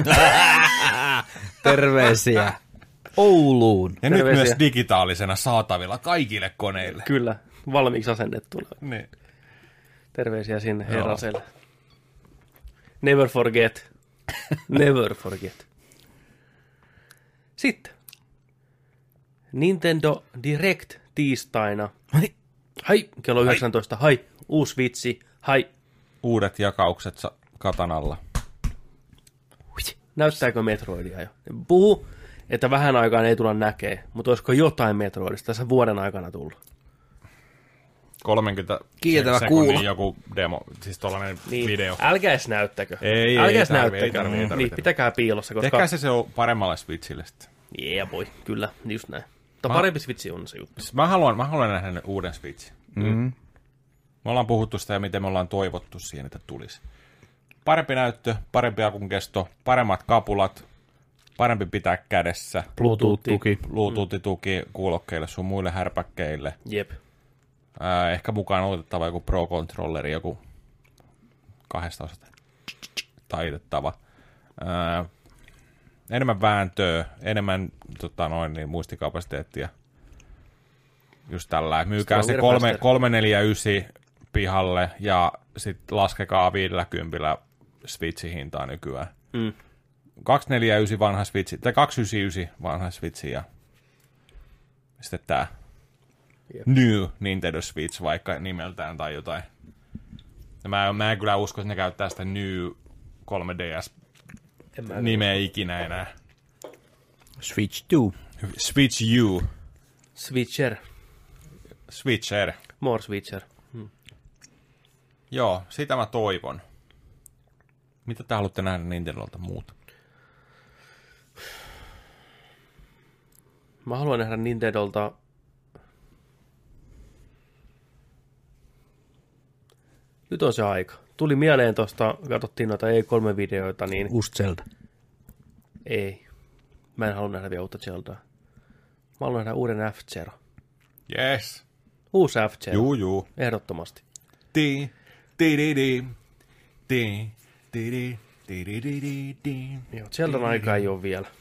Terveisiä Ouluun. Ja terveisiä. Nyt myös digitaalisena saatavilla kaikille koneille. Kyllä, valmiiksi asennettuna. Niin. Terveisiä sinne herraselle. Never forget. Never forget. Sitten. Nintendo Direct tiistaina. Hai, kello 19. Hai, uusi vitsi, hai. Uudet jakaukset katanalla. Näyttääkö Metroidia jo? Puhu, että vähän aikaan ei tulla näkee, mutta olisiko jotain Metroidista tässä vuoden aikana tullut? 30 Kiitävä sekunnin kuulo. joku demo, siis tollainen Niin, video. älkää edes näyttäkö. Ei tarvitse. Niin, pitäkää piilossa, koska... Tehkää se on paremmalle Switchille sitten. Voi, kyllä, just näin. Mutta parempi Switch on se juttu. Mä haluan nähdä uuden Switchin. Mm-hmm. Me ollaan puhuttu sitä ja miten me ollaan toivottu siihen, että tulisi. Parempi näyttö, parempi akun kesto, paremmat kapulat, parempi pitää kädessä. Bluetooth-tuki. Bluetooth-tuki kuulokkeille sun muille härpäkkeille. Jep. Ehkä mukaan otettava joku Pro-controlleri, joku 2 osasta taitettava. Enemmän vääntöä, enemmän muistikapasiteettia. Just tällä. Myykää se 349 pihalle ja sitten laskekaa 50 Switchin hintaa nykyään. 249 vanha Switch, tai 299 vanha Switch ja sitten tää New Nintendo Switch vaikka nimeltään tai jotain. Ja mä en kyllä usko, että ne käyttää sitä New 3DS nimeä ikinä enää. Switch 2. Switch U. Switcher. More Switcher. Joo, sitä mä toivon. Mitä te haluatte nähdä Nintendolta muuta? Mä haluan nähdä Nintendolta... Nyt on se aika. Tuli mieleen tosta, katsottiin noita E3-videoita, niin... Uusi Zelda. Ei. Mä en halua nähdä vielä uutta Zeldaa. Mä haluan nähdä uuden F-Zero. Yes. Uusi F-Zero. Juu. Ehdottomasti. Joo, Zeldan aika ei ole vielä.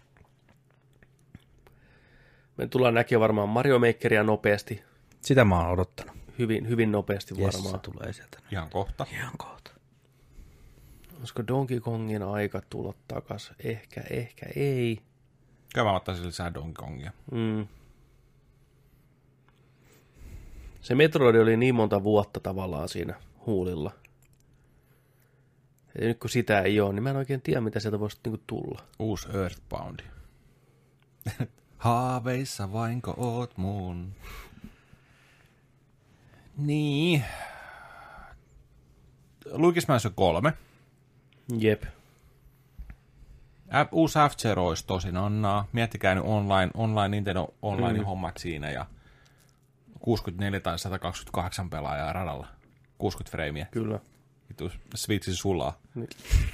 Me tullaan näkemään varmaan Mario Makeria nopeasti. Sitä mä oon odottanut. Hyvin nopeasti Yes, varmaan. se tulee sieltä. Ihan kohta. Olisiko Donkey Kongin aika tulla takas? Ehkä ei. Kyllä mä ottaisin lisää Donkey Kongia. Se Metroid oli niin monta vuotta tavallaan siinä huulilla. Ja nyt kun sitä ei ole, niin mä en oikein tiedä, mitä sieltä voisi niinku tulla. Uusi Earthbound. Haaveissa vainko oot mun? Niin. Luigi's Mansion 3. Jep. Uusi F-Zero olisi tosi annaa. Miettikää nyt online Nintendo online-hommat siinä ja 64 tai 128 pelaajaa radalla. 60 freimiä. Kyllä. Switchi sulaa. Niin.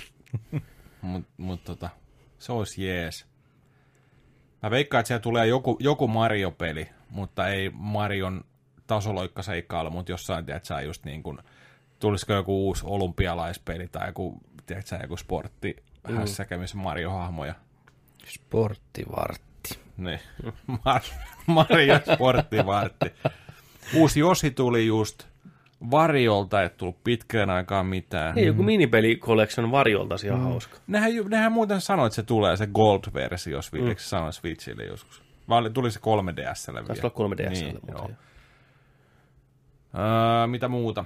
Mut se olisi jees. Mä veikkaan, että siellä tulee joku Mario-peli, mutta ei Marion tasoloikkaseikkailu, mutta jossain, tiedätkö, just niin kuin, tulisiko joku uusi olympialaispeli tai joku sporttihässäkä, missä Mario-hahmoja. Sporttivartti. Niin. Mario sporttivartti. Uusi Yoshi tuli just Variolta, ei tullut pitkään aikaan mitään. Ei, joku minipeli collection Variolta ihan hauska. Nehän muuten sanoi, että se tulee se Gold-versio, eikö se sanoi Switchille joskus? Vai tuli se 3DS:lle vielä? Taisi olla 3DS:lle, niin, mutta joo. Mitä muuta?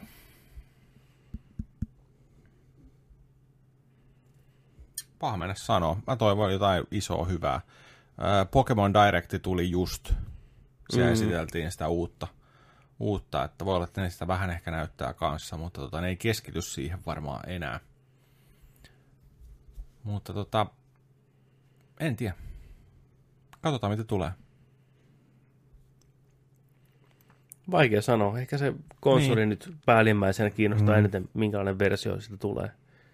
Paha mennä sanoa. Mä toivon jotain isoa hyvää. Pokemon Directi tuli just. Siellä esiteltiin sitä uutta, että voi olla, että ne sitä vähän ehkä näyttää kanssa, mutta ne ei keskity siihen varmaan enää. Mutta en tiedä. Katsotaan, mitä tulee. Vaikea sanoa. Ehkä se konsoli nyt päällimmäisenä kiinnostaa eniten, minkälainen versio siitä tulee.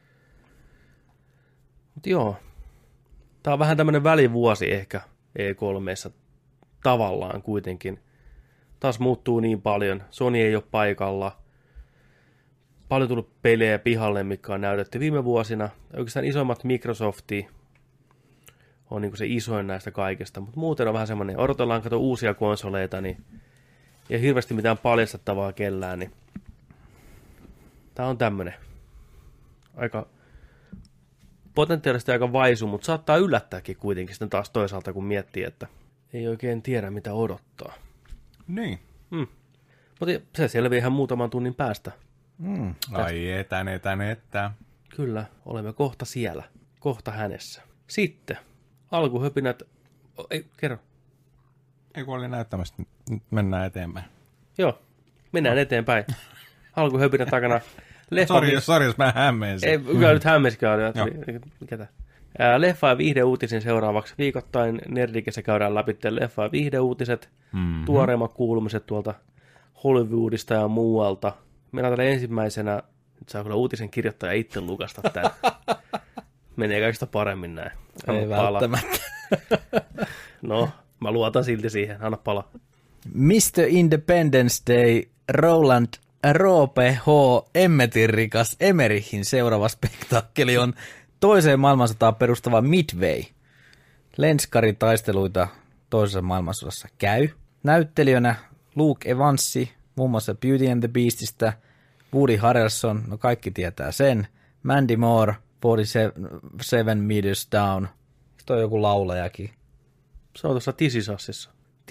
Mutta joo. Tää on vähän tämmönen välivuosi ehkä E3:ssa tavallaan kuitenkin. Taas muuttuu niin paljon. Sony ei ole paikalla. Paljon tullut pelejä pihalle, mikä on näytetty viime vuosina. Oikeastaan isoimmat Microsofti on niin kuin se isoin näistä kaikista, mutta muuten on vähän semmoinen, odotellaan kato uusia konsoleita, niin ei ole hirveästi mitään paljastettavaa kellään, niin tää on tämmönen aika potentiaalisesti aika vaisu, mutta saattaa yllättääkin kuitenkin sitten taas toisaalta, kun miettii, että ei oikein tiedä, mitä odottaa. Niin. Mutta se selviää ihan muutaman tunnin päästä. Ai etän. Kyllä, olemme kohta siellä. Kohta hänessä. Sitten, alkuhöpinät. Ei, kerro. Ei kun oli näyttämässä, nyt mennään eteenpäin. Joo, mennään eteenpäin. Alkuhöpinät takana. Sori, jos mä hämmensin. Ei, kyllä nyt hämmensikään. Mikä tää? Leffa- ja viihdeuutisin seuraavaksi. Viikoittain Nerdikessä käydään läpi leffa- ja viihdeuutiset, tuoreimmat kuulumiset tuolta Hollywoodista ja muualta. Mennään tällä ensimmäisenä, nyt saa kyllä uutisen kirjoittaja itse lukasta tämän. Menee kaikista paremmin näin. Ei välttämättä. No, mä luotan silti siihen. Anna pala. Mr. Independence Day, Roland Roope H. Emmetirikas Emerihin seuraava spektaakkeli on toiseen maailmansotaan perustava Midway. Lenskaritaisteluita toisessa maailmansodassa käy. Näyttelijöinä Luke Evansi, muun muassa Beauty and the Beastistä, Woody Harrelson, no kaikki tietää sen, Mandy Moore, 47 Meters Down, toi on joku laulajakin. Se on tuossa Tisisassissa.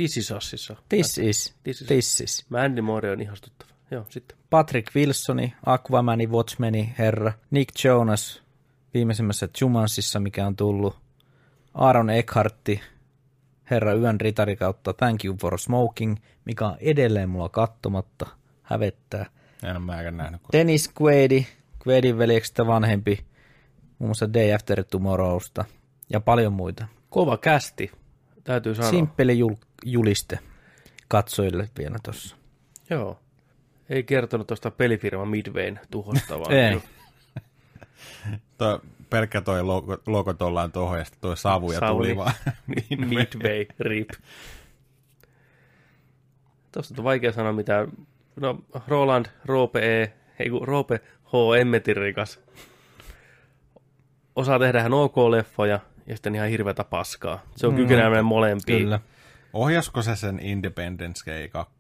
This is. Mandy Moore on ihastuttava. Joo, sitten. Patrick Wilsoni, Aquamani, Watchmeni, herra. Nick Jonas, viimeisimmässä Jumansissa, mikä on tullut. Aaron Eckhartti, herra Yön ritari kautta Thank You for Smoking, mikä on edelleen mulla katsomatta, hävettää. En ole mäkään nähnyt. Dennis Quaid, Quaidin veljeksestä vanhempi, muun muassa Day After Tomorrowsta ja paljon muita. Kova kästi, täytyy sanoa. Simppeli juliste katsojille vielä tossa. Joo. Ei kertonut tuosta pelifirma Midwayn tuhosta, vaan Ei. Pelkkä toi logot ollaan tuohon ja sitten toi savu ja tuli vaan. Midway, rip. Tuosta on vaikea sanoa mitään. No, Roland, Roope H. Emmetirikas. Osaa tehdä ihan OK-leffoja ja sitten ihan hirveätä paskaa. Se on kykenäinen molempia. Kyllä. Ohjasko se sen Independence Day 2?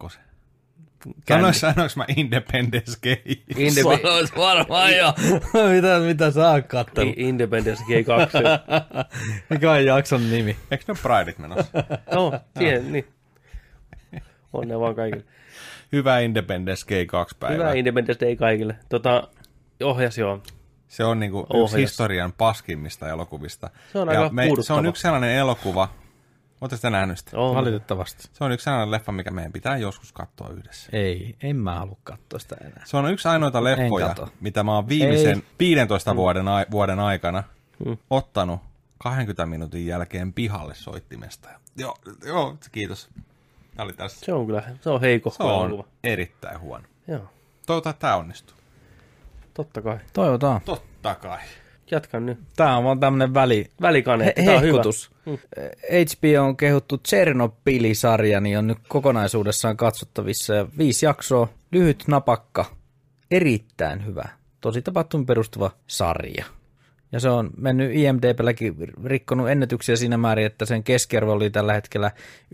Sanoinko mä Independence Day? Sanois varmaan jo. mitä sä oot kattellut? Independence Day 2. Mikä on jakson nimi? Eikö ne ole Prideit menossa? No, siihen, niin. Onnea vaan kaikille. Hyvä Independence Day 2 päivää. Hyvä Independence Day kaikille. Ohjas joo. Se on niinku yksi historian paskimmista elokuvista. Se on aika puuduttava. Se on yksi sellainen elokuva. Oletteko sitä nähnyt sitä? Valitettavasti. Se on yksi sellainen leffa, mikä meidän pitää joskus katsoa yhdessä. En mä halua katsoa sitä enää. Se on yksi ainoita leffoja, mitä mä oon viimeisen 15 vuoden aikana ottanut 20 minuutin jälkeen pihalle soittimesta. Joo, kiitos. Tämä oli tässä. Se on kyllä, se on heikko. Se on erittäin huono. Joo. Toivotaan, että tämä onnistuu. Totta kai. Toivotaan. Totta kai. Jatkan nyt. Tää on vaan tämmönen Välikaneetti, tää on hyvä. HBO on kehuttu Chernobyl-sarja, niin on nyt kokonaisuudessaan katsottavissa. Ja 5 jaksoa, lyhyt, napakka, erittäin hyvä. Tosi tapahtumin perustuva sarja. Ja se on mennyt IMDb:lläkin rikkonut ennätyksiä siinä määrin, että sen keskiarvo oli tällä hetkellä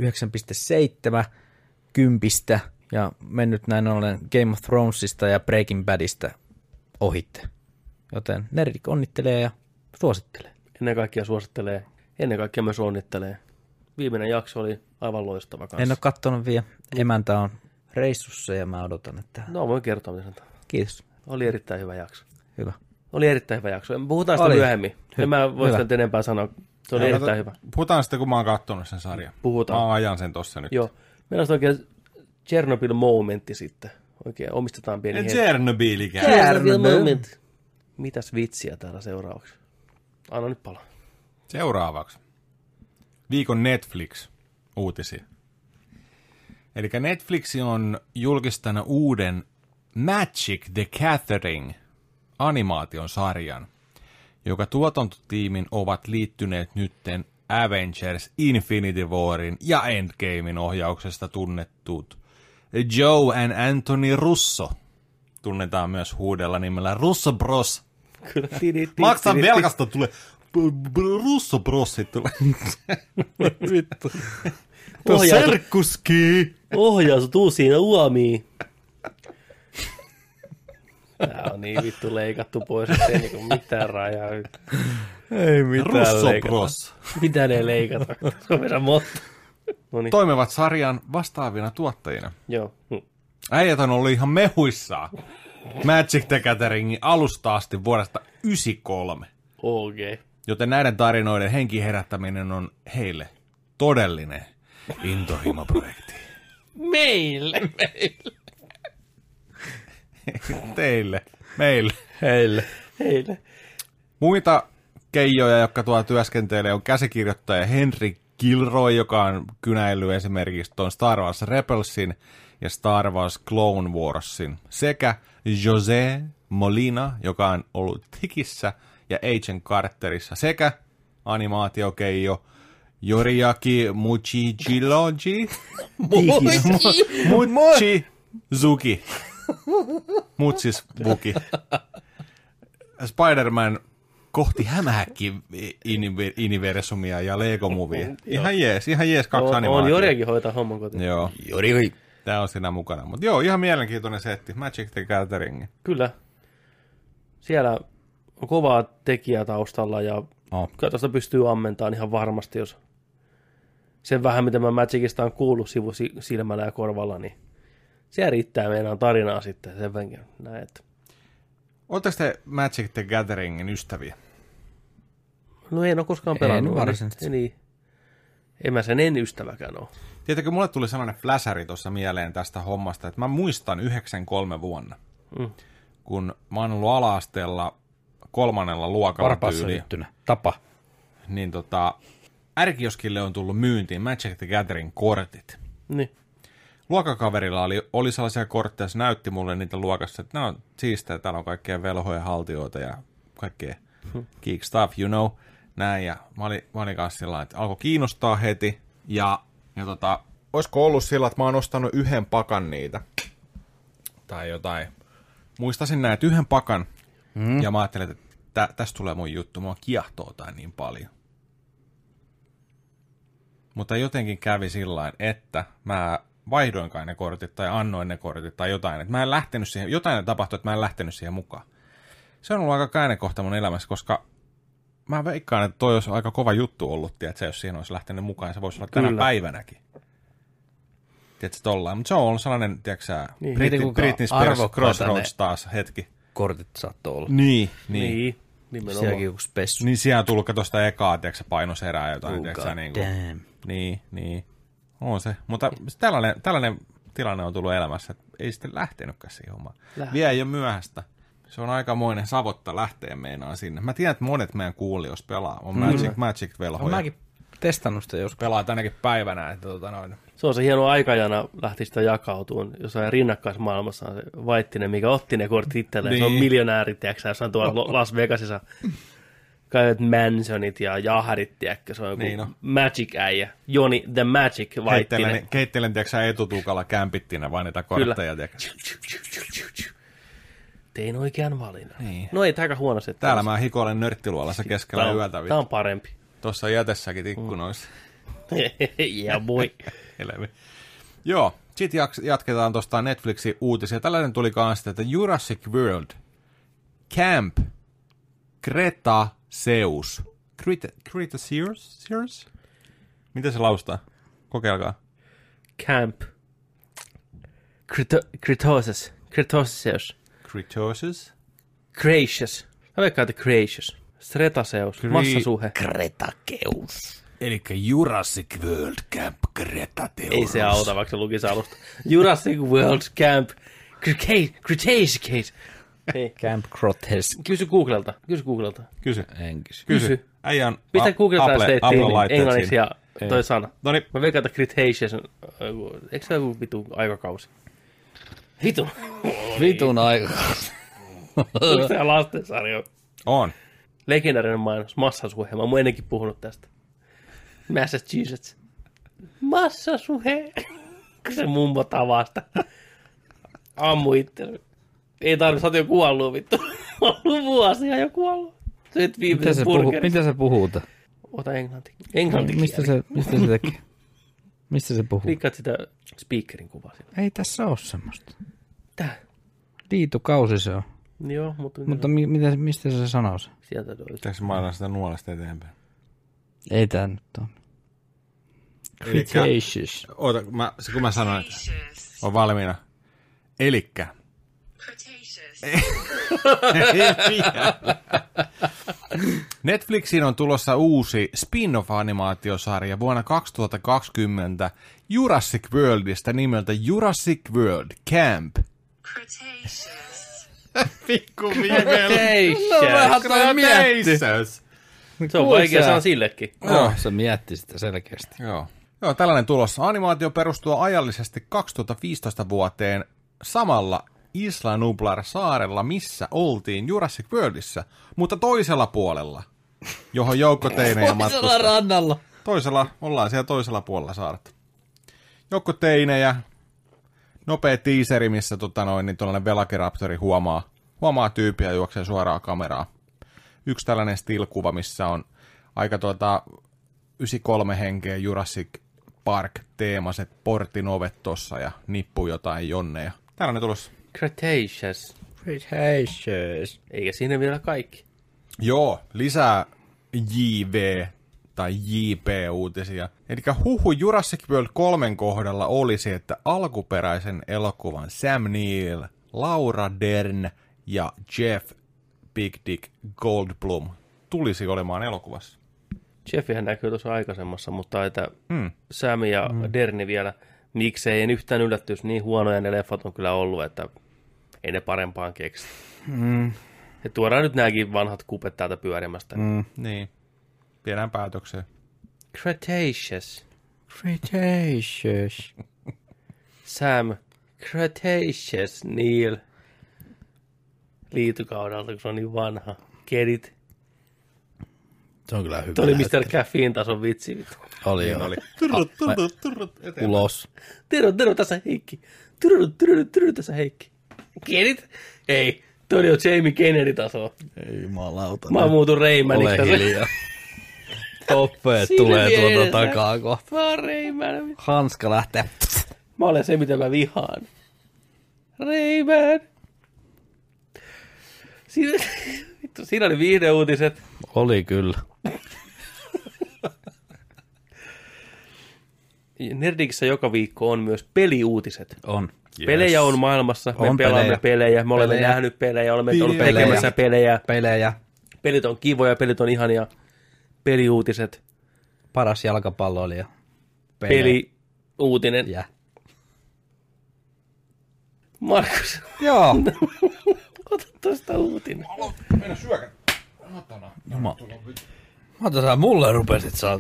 9,7 kympistä ja mennyt näin ollen Game of Thronesista ja Breaking Badista ohitte. Joten Nerdik onnittelee ja suosittelee. Ennen kaikkea suosittelee. Ennen kaikkea myös onnittelee. Viimeinen jakso oli aivan loistava kanssa. En ole katsonut vielä. Emäntä on reissussa ja mä odotan, että... No, voin kertoa, mitä sanotaan. Kiitos. Oli erittäin hyvä jakso. Hyvä. Oli erittäin hyvä jakso. Puhutaan sitä myöhemmin. En mä voi sitä enempää sanoa. Se oli erittäin hyvä. Puhutaan sitten, kun mä oon katsonut sen sarjan. Puhutaan. Mä ajan sen tossa nyt. Joo. Meillä on oikein Chernobyl-momentti sitten. Oikein omistetaan pieni hetki. Chernobyl-moment. Mitäs vitsiä täällä seuraavaksi? Anna nyt palaa. Seuraavaksi. Viikon Netflix-uutisia. Eli Netflix on julkistanut uuden Magic the Gathering animaation sarjan, joka tuotantotiimin ovat liittyneet nytten Avengers Infinity Warin ja Endgamein ohjauksesta tunnettuut Joe and Anthony Russo. Tunnetaan myös huudella nimellä Russo Bros. Maksan velkasta tulee Russo Brosit tulee. Vittu. Serkkuski. Ohjaus, tuu siinä uomiin. Tää on niin vittu leikattu pois, ettei niinku mitään rajaa. Ei mitään Russo leikata. Bros. Mitään ei leikata. Se on meidän motto. Noniin. Toimivat sarjan vastaavina tuottajina. Joo. Äijät on ollut ihan mehuissaan Magic the Gatheringin alusta asti vuodesta 1993. Okei. Joten näiden tarinoiden henki herättäminen on heille todellinen intohimoprojekti. Meille. Teille. Meille. Heille. Muita keijoja, jotka tuolla työskentelee, on käsikirjoittaja Henry Gilroy, joka on kynäillyt esimerkiksi tuon Star Wars Rebelsin ja Star Wars Clone Warsin, sekä José Molina, joka on ollut Tikissä ja Agent Carterissa, sekä animaatiokeijo Yoriaki Muchijiloji. Muchizuki. Mutsisbuki. Spider-Man kohti hämähäkki-universumia ja Lego-movie. Ihan jees, kaksi animaatiota. On Joriakin hoitaa homman kotiin. Joo. Jori. Tää on siinä mukana. Mutta joo, ihan mielenkiintoinen setti. Magic the Gathering. Kyllä. Siellä on kovaa tekijää taustalla ja kyllä tuosta pystyy ammentamaan ihan varmasti, jos sen vähän, mitä mä Magicista on kuullut sivusilmällä ja korvalla, niin siellä riittää meidän tarinaa sitten sen venkin. Näin, että. Oletteko te Magic the Gatheringin ystäviä? No en ole koskaan pelannut. En varsinaisesti. Niin. En mä sen en ystäväkään ole. Tiedätkö, mulle tuli sellainen flasheri tuossa mieleen tästä hommasta, että mä muistan 93 vuonna, kun mä oon ollut ala-asteella 3. luokalla Varpaassa tyyliin. liittynä. Tapa. Niin R-kioskille on tullut myyntiin Magic the Gathering kortit. Niin. Luokakaverilla oli sellaisia kortteja, se näytti mulle niitä luokassa, että nämä on siistejä, täällä on kaikkea velhoja haltioita ja kaikkea geek stuff, you know, näin. Ja mä olin kanssa sillä että alkoi kiinnostaa heti. Ja olisiko ollut sillä, että mä oon ostanut 1 pakan niitä. Tai jotain. Muistasin näin, että 1 pakan. Ja mä ajattelin, että tästä tulee mun juttu, mua kiehtoo tai niin paljon. Mutta jotenkin kävi sillain, että mä vaihdoinkaan ne kortit tai annoin ne kortit tai jotain. Että mä en lähtenyt siihen, jotain tapahtui, että mä en lähtenyt siihen mukaan. Se on ollut aika käännekohta mun elämässä, koska mä veikkaan, että toi olisi aika kova juttu ollut, että jos siihen olisi lähtenyt mukaan, se voisi olla tänä päivänäkin. Tiedätkö tollain, mutta se on ollut sellainen, tiedätkö Niin. Britney Spears Crossroads taas hetki. Kortit saattoi olla. Niin. Nimenomaan. Sielläkin joku spessu. Niin siellä on tullut tuosta ekaa, tiedätkö paiноserää jotain, tiedätkö niin kuin. Niin. On se. Mutta tällainen tilanne on tullut elämässä, että ei sitten lähtenytkään siihen hommaan. Vielä ei ole myöhäistä. Se on aikamoinen savotta lähteä meinaan sinne. Mä tiedän, että monet meidän kuulijoista pelaa. On Magic-velhoja. Mäkin testannut sitä joskus. Pelaa tänäkin päivänä. Että Se on se hieno aikajana lähti sitä jakautumaan. Jossain rinnakkaismaailmassa on se Vaittinen, mikä otti ne kortit itselleen. Niin. Se on miljonääri, tiedätkö, jos on tuolla Las Vegasissa. Kaiket mansionit ja jahdit, tiedätkö, se on joku Magic-äijä. Joni the Magic Vaittinen. Keittelen, tiedätkö, etutukalla kämpittinä vaan niitä kortteja, tiedätkö. Tein oikean valinnan. Niin. No ei, tämä aika huono se. Täällä mä hikoilen nörttiluolassa keskellä yötä. Tämä on parempi. Tuossa jätessäkin ikkunoissa. Yeah, boy. Joo, sitten jatketaan tuosta Netflixin uutisia. Tällainen tuli kanssa, että Jurassic World Camp Cretaceous. Cretaceous? Miten se laustaa? Kokeilkaa. Camp Cretaceous. Cretaceous? Cretaceous. Mä veikkaan, että Cretaceous. Cretaceous. Massasuhe. Cretaceous. Elikkä Jurassic World Camp Cretaceous. Ei se auta, vaikka se lukisi alusta. Jurassic World Camp Cretaceous. Hei. Camp Cretaceous. Kysy Googlelta. Kysy. En kysy. Kysy. Äijän Pistä Google-translateen englanniksi ja Ei. toi sana. Noniin. Mä veikkaan, että Cretaceous on, eikö se ole joku vitu aikakausi? Vitun aika. Onko tämä lastensarja? On. Legendaarinen mainos, massasuhe. Mä oon ennenkin puhunut tästä. Massachusetts. Massasuhe. Se mummo tavasta. Ammu itse. Ei tarvitse, sä oot jo kuollut, vittu. Ollut vuosia jo kuollut. Syöt viimeisen burgerin. Mitä se puhuta? Ota englanti. Mistä se teki? Mistä se puhuu? Klikkaat sitä speakerin kuvaa. Ei tässä ole semmoista. Tää. Liitukausi se on. Joo, mutta mistä se sanoo se? Sieltä löytyy. Pitäisikö mä aina sitä nuolesta eteenpäin? Ei tää nyt ole. Cretaceous. Oota, kun mä sanon, että on valmiina. Elikkä. Netflixiin on tulossa uusi spin-off-animaatiosarja vuonna 2020 Jurassic Worldista nimeltä Jurassic World Camp. Pikku Cretaceous. Se on vaikea sanoa sillekin. Joo, se mietti sitä selkeästi. Joo, tällainen tulossa. Animaatio perustuu ajallisesti 2015 vuoteen samalla Isla Nublar saarella, missä oltiin Jurassic Worldissa, mutta toisella puolella, johon joukkoteinejä matkustaa. Toisella rannalla. Ollaan siellä toisella puolella saarta. Joukkoteinejä, nopea teaseri, missä niin tuollainen Velociraptori huomaa tyyppiä ja juoksee suoraan kameraa. Yksi tällainen still-kuva, missä on aika 93 henkeä Jurassic Park-teemaiset portin ovet tossa ja nippuu jotain jonneja. Tällainen tulossa. Cretaceous. Eikä siinä vielä kaikki. Joo, lisää JV tai JP-uutisia. Eli huhu Jurassic World 3 kohdalla olisi, että alkuperäisen elokuvan Sam Neill, Laura Dern ja Jeff Big Dick Goldblum tulisi olemaan elokuvassa. Jeffihän näkyy tuossa aikaisemmassa, mutta että Sam ja Derni vielä, miksei en yhtään yllättyisi, niin huonoja ne leffat on kyllä ollut, että ei ne parempaan keksi. Ja tuodaan nyt nämäkin vanhat kupet täältä pyörimästä. Niin, viedään päätökseen. Cretaceous. Sam Cretaceous Neil. Liitokaudelta, kun se on niin vanha. Get it? Se on kyllä hyvä. Tuo oli Mr. Caffeine tason vitsi. Oli. Ulos. Tero tässä Heikki. Tyrry tässä Heikki. Get it? Ei, toi oli jo Jamie Kennedy taso. Ei jumalauta. Mä muutun Reimaniksi. Ole hiljaa. Toppeet tulee tuolta takaa kohta. Mä oon Reiman. Hanska lähtee. Mä olen se, mitä mä vihaan. Reiman. Siinä oli viihdeuutiset. Oli kyllä. Nerdikissä joka viikko on myös peliuutiset. On. Yes. Pelejä on maailmassa, me pelaamme pelejä, me olemme nähnyt pelejä, olemme olleet tekemässä pelejä. Pelit on kivoja, pelit on ihania. Peliuutiset. Paras jalkapalloilija. Peliuutinen. Ja. Markus. Joo. Ota tuosta uutinen. Mennä syökä. Mä otan mulle rupesit saa.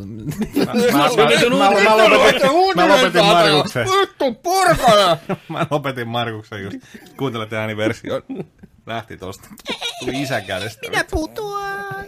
Mä lopetin Markuksen. Vittu porkana! Mä lopetin Markuksen just. Kuuntelet ääniversioon. Lähti tosta. Tuli isän kädestä. Minä putoan.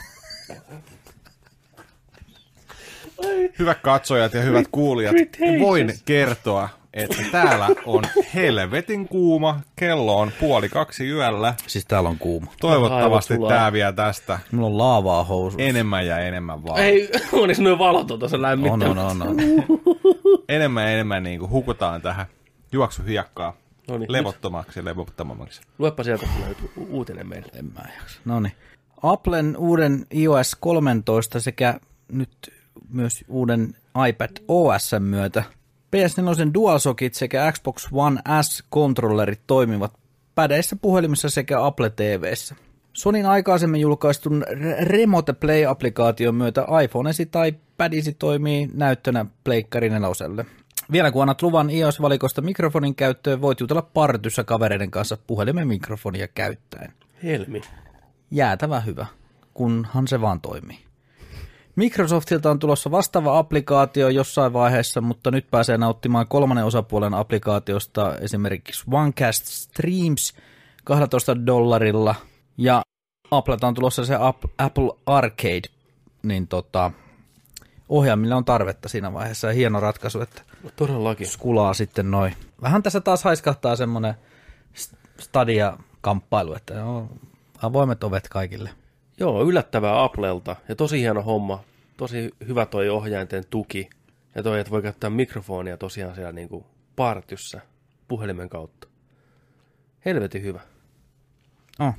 Hyvät katsojat ja hyvät kuulijat, voin kertoa, että täällä on helvetin kuuma. Kello on 1:30 yöllä. Siis täällä on kuuma. Toivottavasti tää vie tästä. Mulla on laavaa housuissa. Enemmän ja enemmän vaan. Ei, onneksi noin valot on tuossa lämmittänyt. On. Enemmän ja enemmän niin kuin hukutaan tähän juoksuhiekkaa. Noniin, levottomaksi ja levottomammaksi. Luepa sieltä, kun löytyy uutinen meille. En mä jaksa. Noniin. Applen uuden iOS 13 sekä nyt myös uuden iPad OS:n myötä PS4 DualShockit sekä Xbox One S-kontrollerit toimivat pädeissä, puhelimissa sekä Apple TV:ssä. Sonyn aikaisemmin julkaistun Remote Play-applikaation myötä iPhonesi tai padisi toimii näyttönä Pleikkari 4:lle. Vielä kun annat luvan iOS-valikosta mikrofonin käyttöön, voit jutella partyssa kavereiden kanssa puhelimen mikrofonia käyttäen. Helmi. Jäätävä hyvä, kunhan se vaan toimii. Microsoftilta on tulossa vastaava applikaatio jossain vaiheessa, mutta nyt pääsee nauttimaan kolmannen osapuolen applikaatiosta, esimerkiksi OneCast Streams $12. Ja Applelta on tulossa se Apple Arcade, niin ohjaamille on tarvetta siinä vaiheessa. Ja hieno ratkaisu, että todellakin skulaa sitten noin. Vähän tässä taas haiskahtaa semmoinen Stadia-kamppailu, että avoimet ovet kaikille. Joo, yllättävää Applelta ja tosi hieno homma. Tosi hyvä toi ohjainten tuki. Ja toi, että voi käyttää mikrofonia tosiaan siellä niinku partyssä puhelimen kautta. Helvetin hyvä. Oh.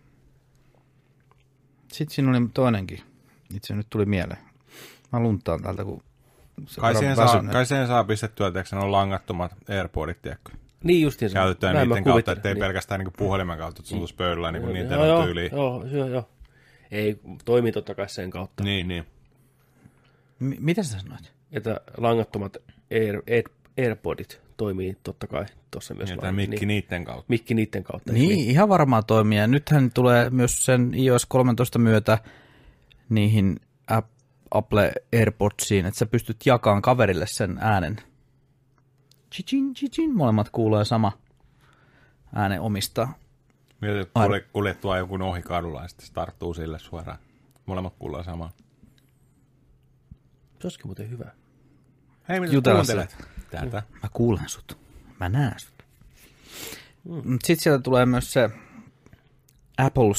Sitten siinä oli toinenkin. Itse nyt tuli mieleen. Mä luntaan täältä, kun Kai siihen saa pistettyä, että ne on langattomat AirPodit, tiedätkö? Niin justiinsa. käytettyä Näin mä niiden kautta, kuvittelen, ettei niin. pelkästään niin puhelimen kautta, että tuntuisi pöydällä niin Joo, tyyliin. Joo. Ei, toimii totta kai sen kautta. Niin. Mitä sä sanoit? Että langattomat AirPodit toimii totta kai tuossa myös. Ja tämä mikki niiden kautta. Mikki niiden kautta. Niin, ihan varmaan toimii. Ja nythän tulee myös sen iOS 13 myötä niihin Apple AirPodsiin, että sä pystyt jakamaan kaverille sen äänen. Chichin, molemmat kuulee sama äänen omistaa. Mietit, kuljettua joku ohi kadulla ja sitten se tarttuu sille suoraan. Molemmat kuulee samaa. Se olisikin muuten hyvä. Hei, mitä Jutella kuuntelet? Täältä. Mä kuulen sut. Mä näen sut. Sitten sieltä tulee myös se Apple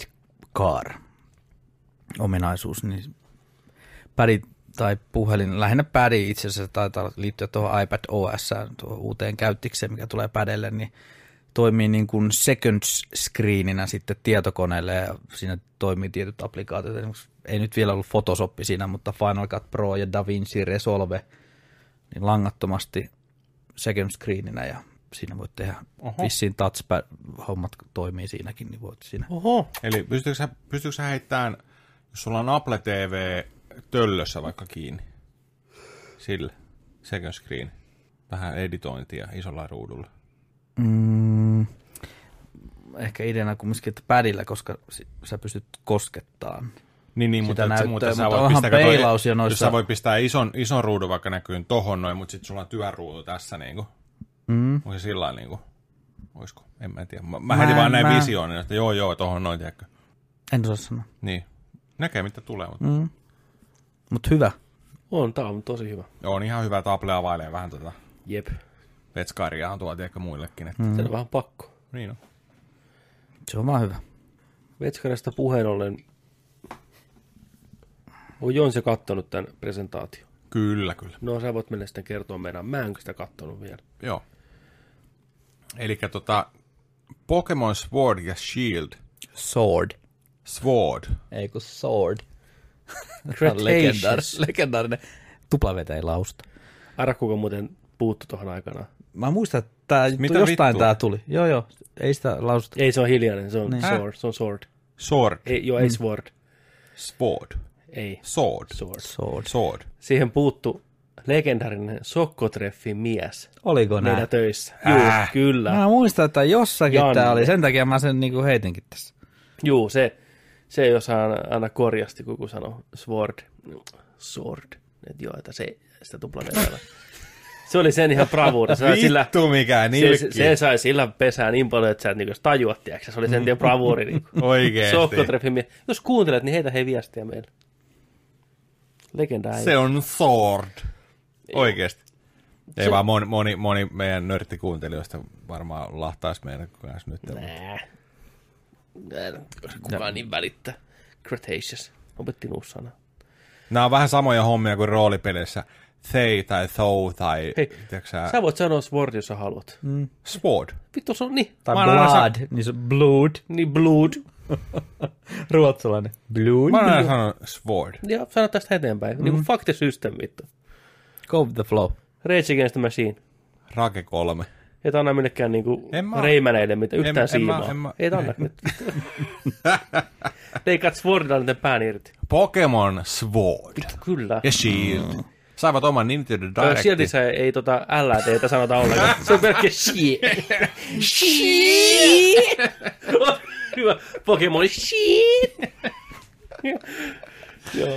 Sidecar-ominaisuus, niin pädi tai puhelin, lähinnä pädi itse asiassa taitaa liittyä tuohon iPad OS:ään, tuohon uuteen käyttikseen, mikä tulee pädelle, niin toimii niin kuin second screeninä sitten tietokoneelle ja siinä toimii tietyt applikaatiot. Esimerkiksi ei nyt vielä ollut Photoshop siinä, mutta Final Cut Pro ja DaVinci Resolve niin langattomasti second screeninä ja siinä voit tehdä vissiin touchpad-hommat toimii siinäkin, niin voit siinä. Oho. Eli pystyykö sä heittämään, jos sulla on Apple TV töllössä vaikka kiinni, sille second screen, vähän editointia isolla ruudulla? Ehkä ideana kumminkin, että padilla, koska sä pystyt koskettaan. Niin, mutta näyttöä, sä mutta voit onhan pistää, peilaus jo noissa. jos sä voit pistää ison ruudun vaikka näkyyn tohon noin, mutta sitten sulla on työruutu tässä niinku. Onko se sillä lailla niinku, oisko? En mä tiedä. Mä heitin vaan näin visioon, että joo, tohon noin, tiedäkö. En osaa sanoa. Niin. Näkee mitä tulee, mutta. Mut hyvä. Tää on tosi hyvä. Joo, on ihan hyvä, että Apple availee vähän Jep. vetskaria on tuolla tiedäkö muillekin. Että. Se on vähän pakko. Niin on. Se on vaan hyvä. Vetskarista puheen ollen, on Jonse kattonut tämän presentaation. Kyllä. No sä voit mennä sitten kertoa meidän. Mä en sitä kattonut vielä. Joo. Elikkä Pokemon Sword ja Shield. Sword. Ei kun Sword. Cretaceous. Legendaarinen tuplaveteiläusta. Arra kuka muuten puuttu tuohon aikanaan. Mä muistan, että tää, Mitä jostain vittua? tää tuli. Joo, ei sitä lausuta. Ei, se on hiljainen. Se on Niin. sword. Se on sword. Sword. Ei sword. Sword. Ei. Sword. Sword. Siihen puuttu legendaarinen sokkotreffin mies. Oliko Meidän näin? töissä. Juu, kyllä. Mä muistan, että jossakin Janne. tää oli. Sen takia mä sen niinku heitinkin tässä. Juu, se jos aina korjasti, kun sanoi sword. Että joo, että se sitä tuplavetellä. Se oli sen ihan bravuuri. Vittu mikä nilkki. Se sai sillä pesää niin paljon, että sä et niinku tajuat, tiedätkö? Se oli sen tien bravuuri. Niinku. Oikeesti. Sokkotreffin mies. Jos kuuntelet, niin heitä he viestiä meille. Legendaa. Se on Sword. Oikeesti. Ei vaan moni meidän nörttikuuntelijoista varmaan lahtaisi meidän kanssa nyt. Kukaan niin välittää. Cretaceous. Opettiin uusi sana. Nämä on vähän samoja hommia kuin roolipeleissä. They tai thou tai... Hei, sä voit sanoa sword, jos sä haluat. Sword. Vittu, se on niin. Tai Mä oon aina blood, niin se on blood. Niin blood. Ruotsalainen. Blood. Mä oon aina sanonut sword. Ja sano tästä eteenpäin. Niin kuin fuck the system, vittu. Go with the flow. Rage Against the Machine. Rake 3. Et anna millekään niinku En mä- reimäneille mitä yhtään en siimaa. mä- Et anna. Leikaat Swordilla niiden pään irti. Pokemon Sword. Kyllä. Ja Shield. Saivat oman Nintendo Directin. Sieltä ei LTtä sanota ollenkaan. Se on pelkkä shit. Shit! Hyvä. Pokemon shit! Joo.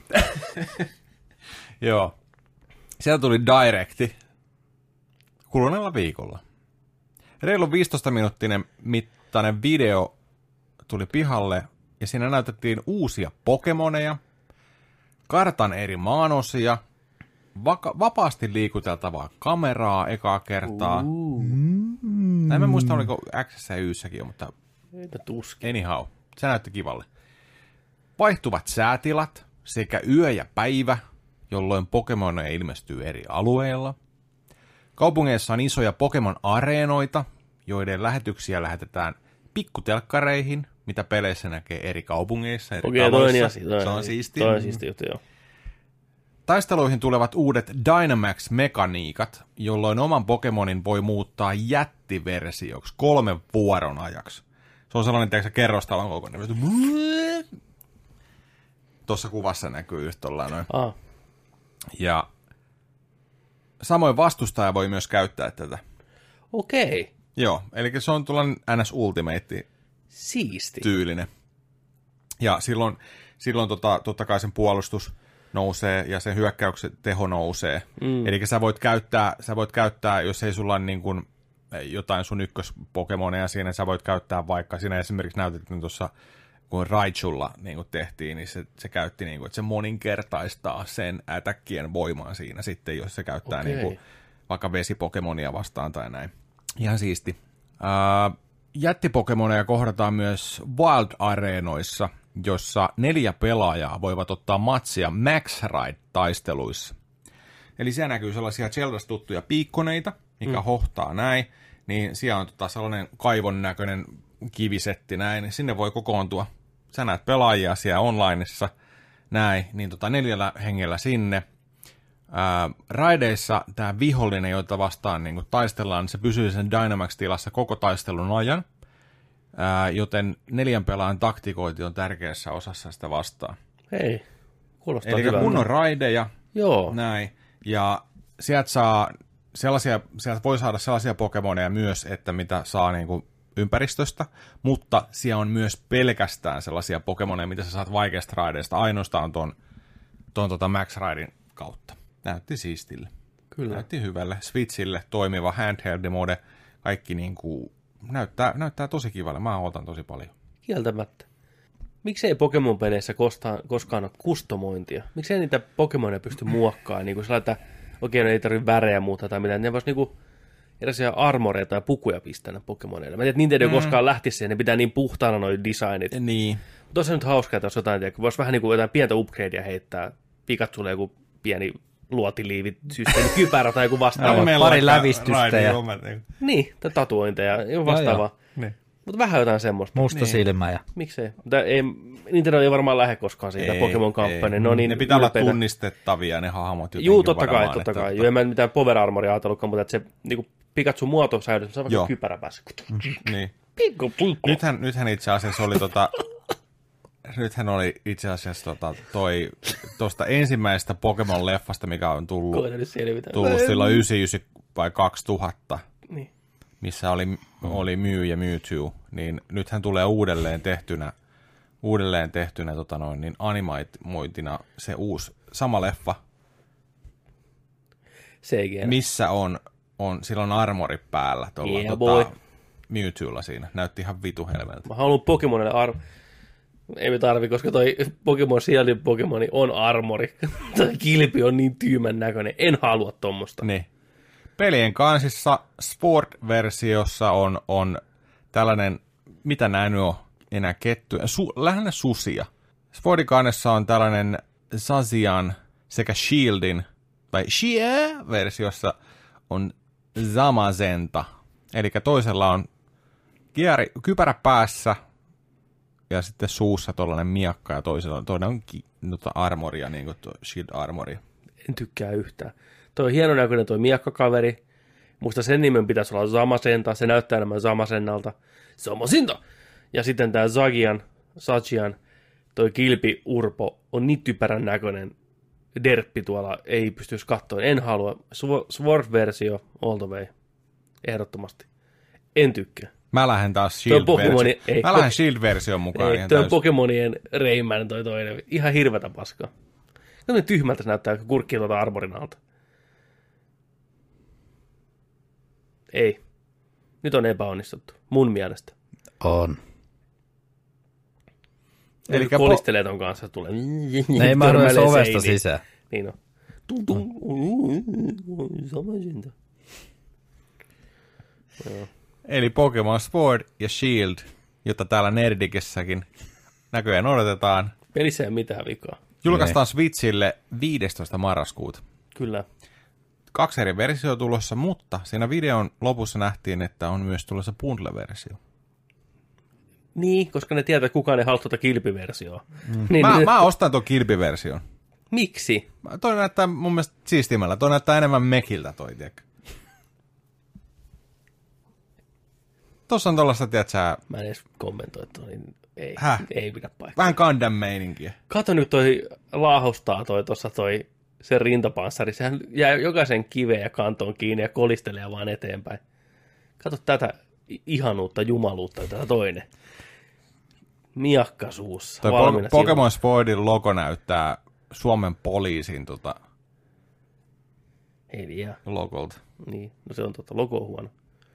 Joo. Sieltä tuli Directi kuluneella viikolla. Reilu 15 minuuttinen mittainen video tuli pihalle ja siinä näytettiin uusia Pokemoneja, kartan eri maanosia, vapaasti liikuteltavaa kameraa ekaa kertaa. En mä muista, oliko X ja Y:ssäkin jo, mutta Eipä tuskin. anyhow, se näytti kivalle. Vaihtuvat säätilat sekä yö ja päivä, jolloin Pokemoneja ilmestyy eri alueilla. Kaupungeissa on isoja Pokemon-areenoita, joiden lähetyksiä lähetetään pikkutelkkareihin, mitä peleissä näkee eri kaupungeissa, eri Okei, taloissa. toinen asia. Se on siistiä. Toinen siisti juttu, joo. Taisteluihin tulevat uudet Dynamax-mekaniikat, jolloin oman Pokemonin voi muuttaa jättiversioksi 3 vuoron ajaksi. Se on sellainen, tiedätkö, kerrostalon kokoinen. Tuossa kuvassa näkyy just tollain. Ja samoin vastustaja voi myös käyttää tätä. Okei. Joo, eli se on tuollainen NS Ultimate Siisti. tyylinen. Ja silloin totta kai sen puolustus nousee ja sen hyökkäyksen teho nousee. Eli sä voit käyttää, jos ei sulla ole niin kuin jotain sun ykköspokemoneja siinä, sä voit käyttää vaikka, siinä esimerkiksi näytettiin tuossa, kun Raichulla niin kuin tehtiin, niin se käytti, niin kuin, että se moninkertaistaa sen ätäkkien voimaa siinä sitten, jos se käyttää niin kuin, vaikka vesipokemonia vastaan tai näin. Ihan siisti. Jättipokemoneja kohdataan myös Wild-areenoissa, jossa 4 pelaajaa voivat ottaa matsia Max Ride-taisteluissa. Eli siellä näkyy sellaisia Zeldas-tuttuja piikkoneita, mikä hohtaa näin, niin siellä on sellainen kaivon näköinen kivisetti näin, niin sinne voi kokoontua. Sä näet pelaajia siellä onlineissa, näin, niin 4 hengellä sinne. Raideissa tämä vihollinen, jota vastaan niin taistellaan, niin se pysyy sen Dynamax-tilassa koko taistelun ajan, joten 4 pelaajan taktikointi on tärkeässä osassa sitä vastaan. Hei, kuulostaa eli hyvältä. kunnon raideja, Joo. näin, ja sieltä voi saada sellaisia Pokemoneja myös, että mitä saa niin kuin ympäristöstä, mutta siellä on myös pelkästään sellaisia Pokemoneja, mitä sä saat vaikeasta raideista, ainoastaan ton Max Raidin kautta. Näytti siistille. Kyllä. Näytti hyvälle. Switchille toimiva handheld-mode. Kaikki niinku näyttää tosi kivalle. Mä otan tosi paljon. Kieltämättä. Miksei Pokemon-peleissä koskaan ole kustomointia? Miksei niitä Pokemoneja pysty muokkaamaan? Niin sellainen, että okei, no ei tarvitse värejä muuta tai mitään. Ne vois niinku erilaisia armoreita ja pukuja pistää Pokemoneille. Mä tiedän, että Nintendo koskaan lähtisi siihen. Ne pitää niin puhtaana noi designit. Niin. Mutta on nyt hauskaa, että jos jotain, vois vähän niinku jotain pientä upgradea heittää. Pikachulle joku pieni luotiliivisysteemi, kypärä tai joku vastaava. Pari lävistystä. Niin, tai tatuointeja, joku vastaava. Niin. Mutta vähän jotain semmoista. Musta silmä. Ja... Miksei? Nintendo ei varmaan lähde koskaan siitä Pokemon-kampanjaa. No niin, ne pitää olla tunnistettavia ne hahmot jotenkin. Juu, totta kai. Joo, en mä mitään Power Armoria ajatellutkaan, mutta että se niinku Pikachun muoto säilyy, se on vaikka kypärä päässä. Niin. Pikku. Nythän itse asiassa oli Nythän oli itse asiassa tuosta ensimmäisestä Pokemon-leffasta, mikä on tullut silloin 99 vai 2000, niin. Missä oli Mew ja Mewtwo, niin nythän tulee uudelleen tehtynä niin animoitina se uusi sama leffa, missä on sillä on armori päällä tuolla Mewtwolla siinä. Näytti ihan vitu helmeltä. Mä haluan Pokemonille ei me tarvi, koska toi Pokemon Shieldin Pokemoni on armori. Toi kilpi on niin tyymän näköinen. En halua tommosta. Niin. Pelien kansissa Sport-versiossa on tällainen, mitä näin on enää kettuja, lähinnä susia. Sportin kannessa on tällainen Zazian sekä Shieldin, tai Shie-versiossa on Zamazenta. Eli toisella on kypärä päässä, ja sitten suussa tollainen miakka, ja toinen on armoria, niin kuin tuo shield-armoria. En tykkää yhtään. Toi on hieno näköinen toi miakkakaveri. Musta sen nimen pitäisi olla Zamazenta. Se näyttää enemmän Zamazennalta. Zamazenta! Ja sitten tää Zagian, toi kilpiurpo on niin typerän näköinen derppi tuolla. Ei pystyisi katsoa. En halua. Sword-versio all the way. Ehdottomasti. En tykkää. Mä lähden taas Shield-version mukaan. Ei, tuo Pokemonien Rayman toi toinen. Ihan hirvetä paskaa. Tämmöinen tyhmältä se näyttää, kun kurkkii tuota armorin alta. Ei. Nyt on epäonnistuttu. Mun mielestä. On. Eli kolistelee ton kanssa. Tulee. Ei mahdollista ovesta sisään. Niin on. Zamazenta. Joo. Eli Pokemon Sword ja Shield, jota täällä Nerdikessäkin näköjään odotetaan. Pelissä ei mitään vikaa. Julkaistaan Switchille 15. marraskuuta. Kyllä. 2 eri versio tulossa, mutta siinä videon lopussa nähtiin, että on myös tulossa bundle-versio. Niin, koska ne tietää, kukaan ei halua tuota kilpiversioa. Niin, mä ostan tuon kilpiversion. Miksi? Toi näyttää mun mielestä siistimällä. Toi näyttää enemmän Mekiltä toi, tiedätkö? Tossa on tollaista, tiedätkö? Mä en edes kommentoi, että ei, ei pidä paikkaa. Vähän Gundam meininkiä. Kato nyt toi laahustaa toi se rintapanssari. Sehän jää jokaisen kiveen ja kantoon kiinni ja kolistelee vaan eteenpäin. Kato tätä ihanuutta, jumaluutta, tätä toinen. Miakka suussa. Toi Pokemon Spoilin logo näyttää Suomen poliisin logolta. Niin, no se on logo huono.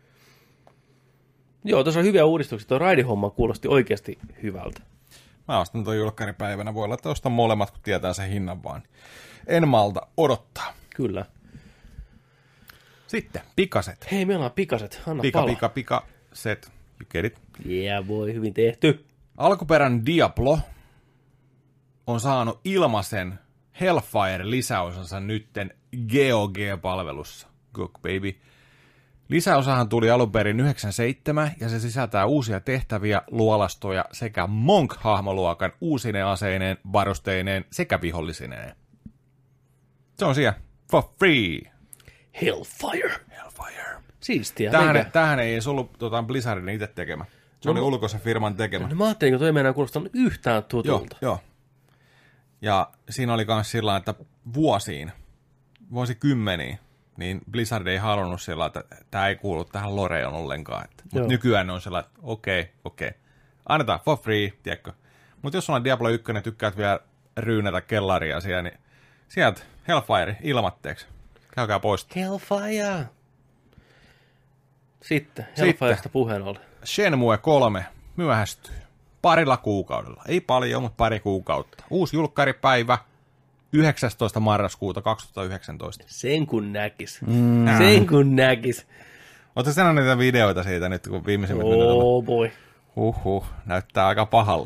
Joo, tuossa on hyviä uudistuksia. Tuo raidihomma kuulosti oikeasti hyvältä. Mä ostan tuon julkkaripäivänä. Voi olla, että ostan molemmat, kun tietää sen hinnan vaan. En malta odottaa. Kyllä. Sitten, pikaset. Hei, meillä on pikaset. Anna palaa. Pikaset. You get it? Yeah, voi, hyvin tehty. Alkuperän Diablo on saanut ilmaisen Hellfire-lisäosansa nytten GOG-palvelussa. GOG, baby. Lisäosahan tuli alun perin 97 ja se sisältää uusia tehtäviä, luolastoja sekä Monk-hahmoluokan uusine aseineen, varusteineen sekä vihollisineen. Se on siellä for free. Hellfire. Siistiä. Tämähän ei edes ollut Blizzardin itse tekemä. Se oli ulkoisen firman tekemä. No mä ajattelin, että toi meinaa kuulostaa yhtään tutulta. Joo. Ja siinä oli myös sillä että vuosikymmeniin, niin Blizzard ei halunnut sillä, että tämä ei kuulu tähän Loreen ollenkaan. Mutta nykyään on sellainen, että okei. Annetaan for free, tiedätkö. Mutta jos on Diablo 1 ja tykkäät vielä ryynätä kellaria siellä, niin sieltä Hellfire ilmatteeksi. Käykää pois. Hellfire! Sitten, Hellfiresta puheen ollen. Shenmue 3 myöhästyy. Parilla kuukaudella. Ei paljon, mutta pari kuukautta. Uusi julkkaripäivä 19. marraskuuta 2019. Sen kun näkis. Sen kun näkis. Oletko sinä niitä videoita siitä nyt, kun viimeisimmät minuutit? Oh boy. Näyttää aika pahalle.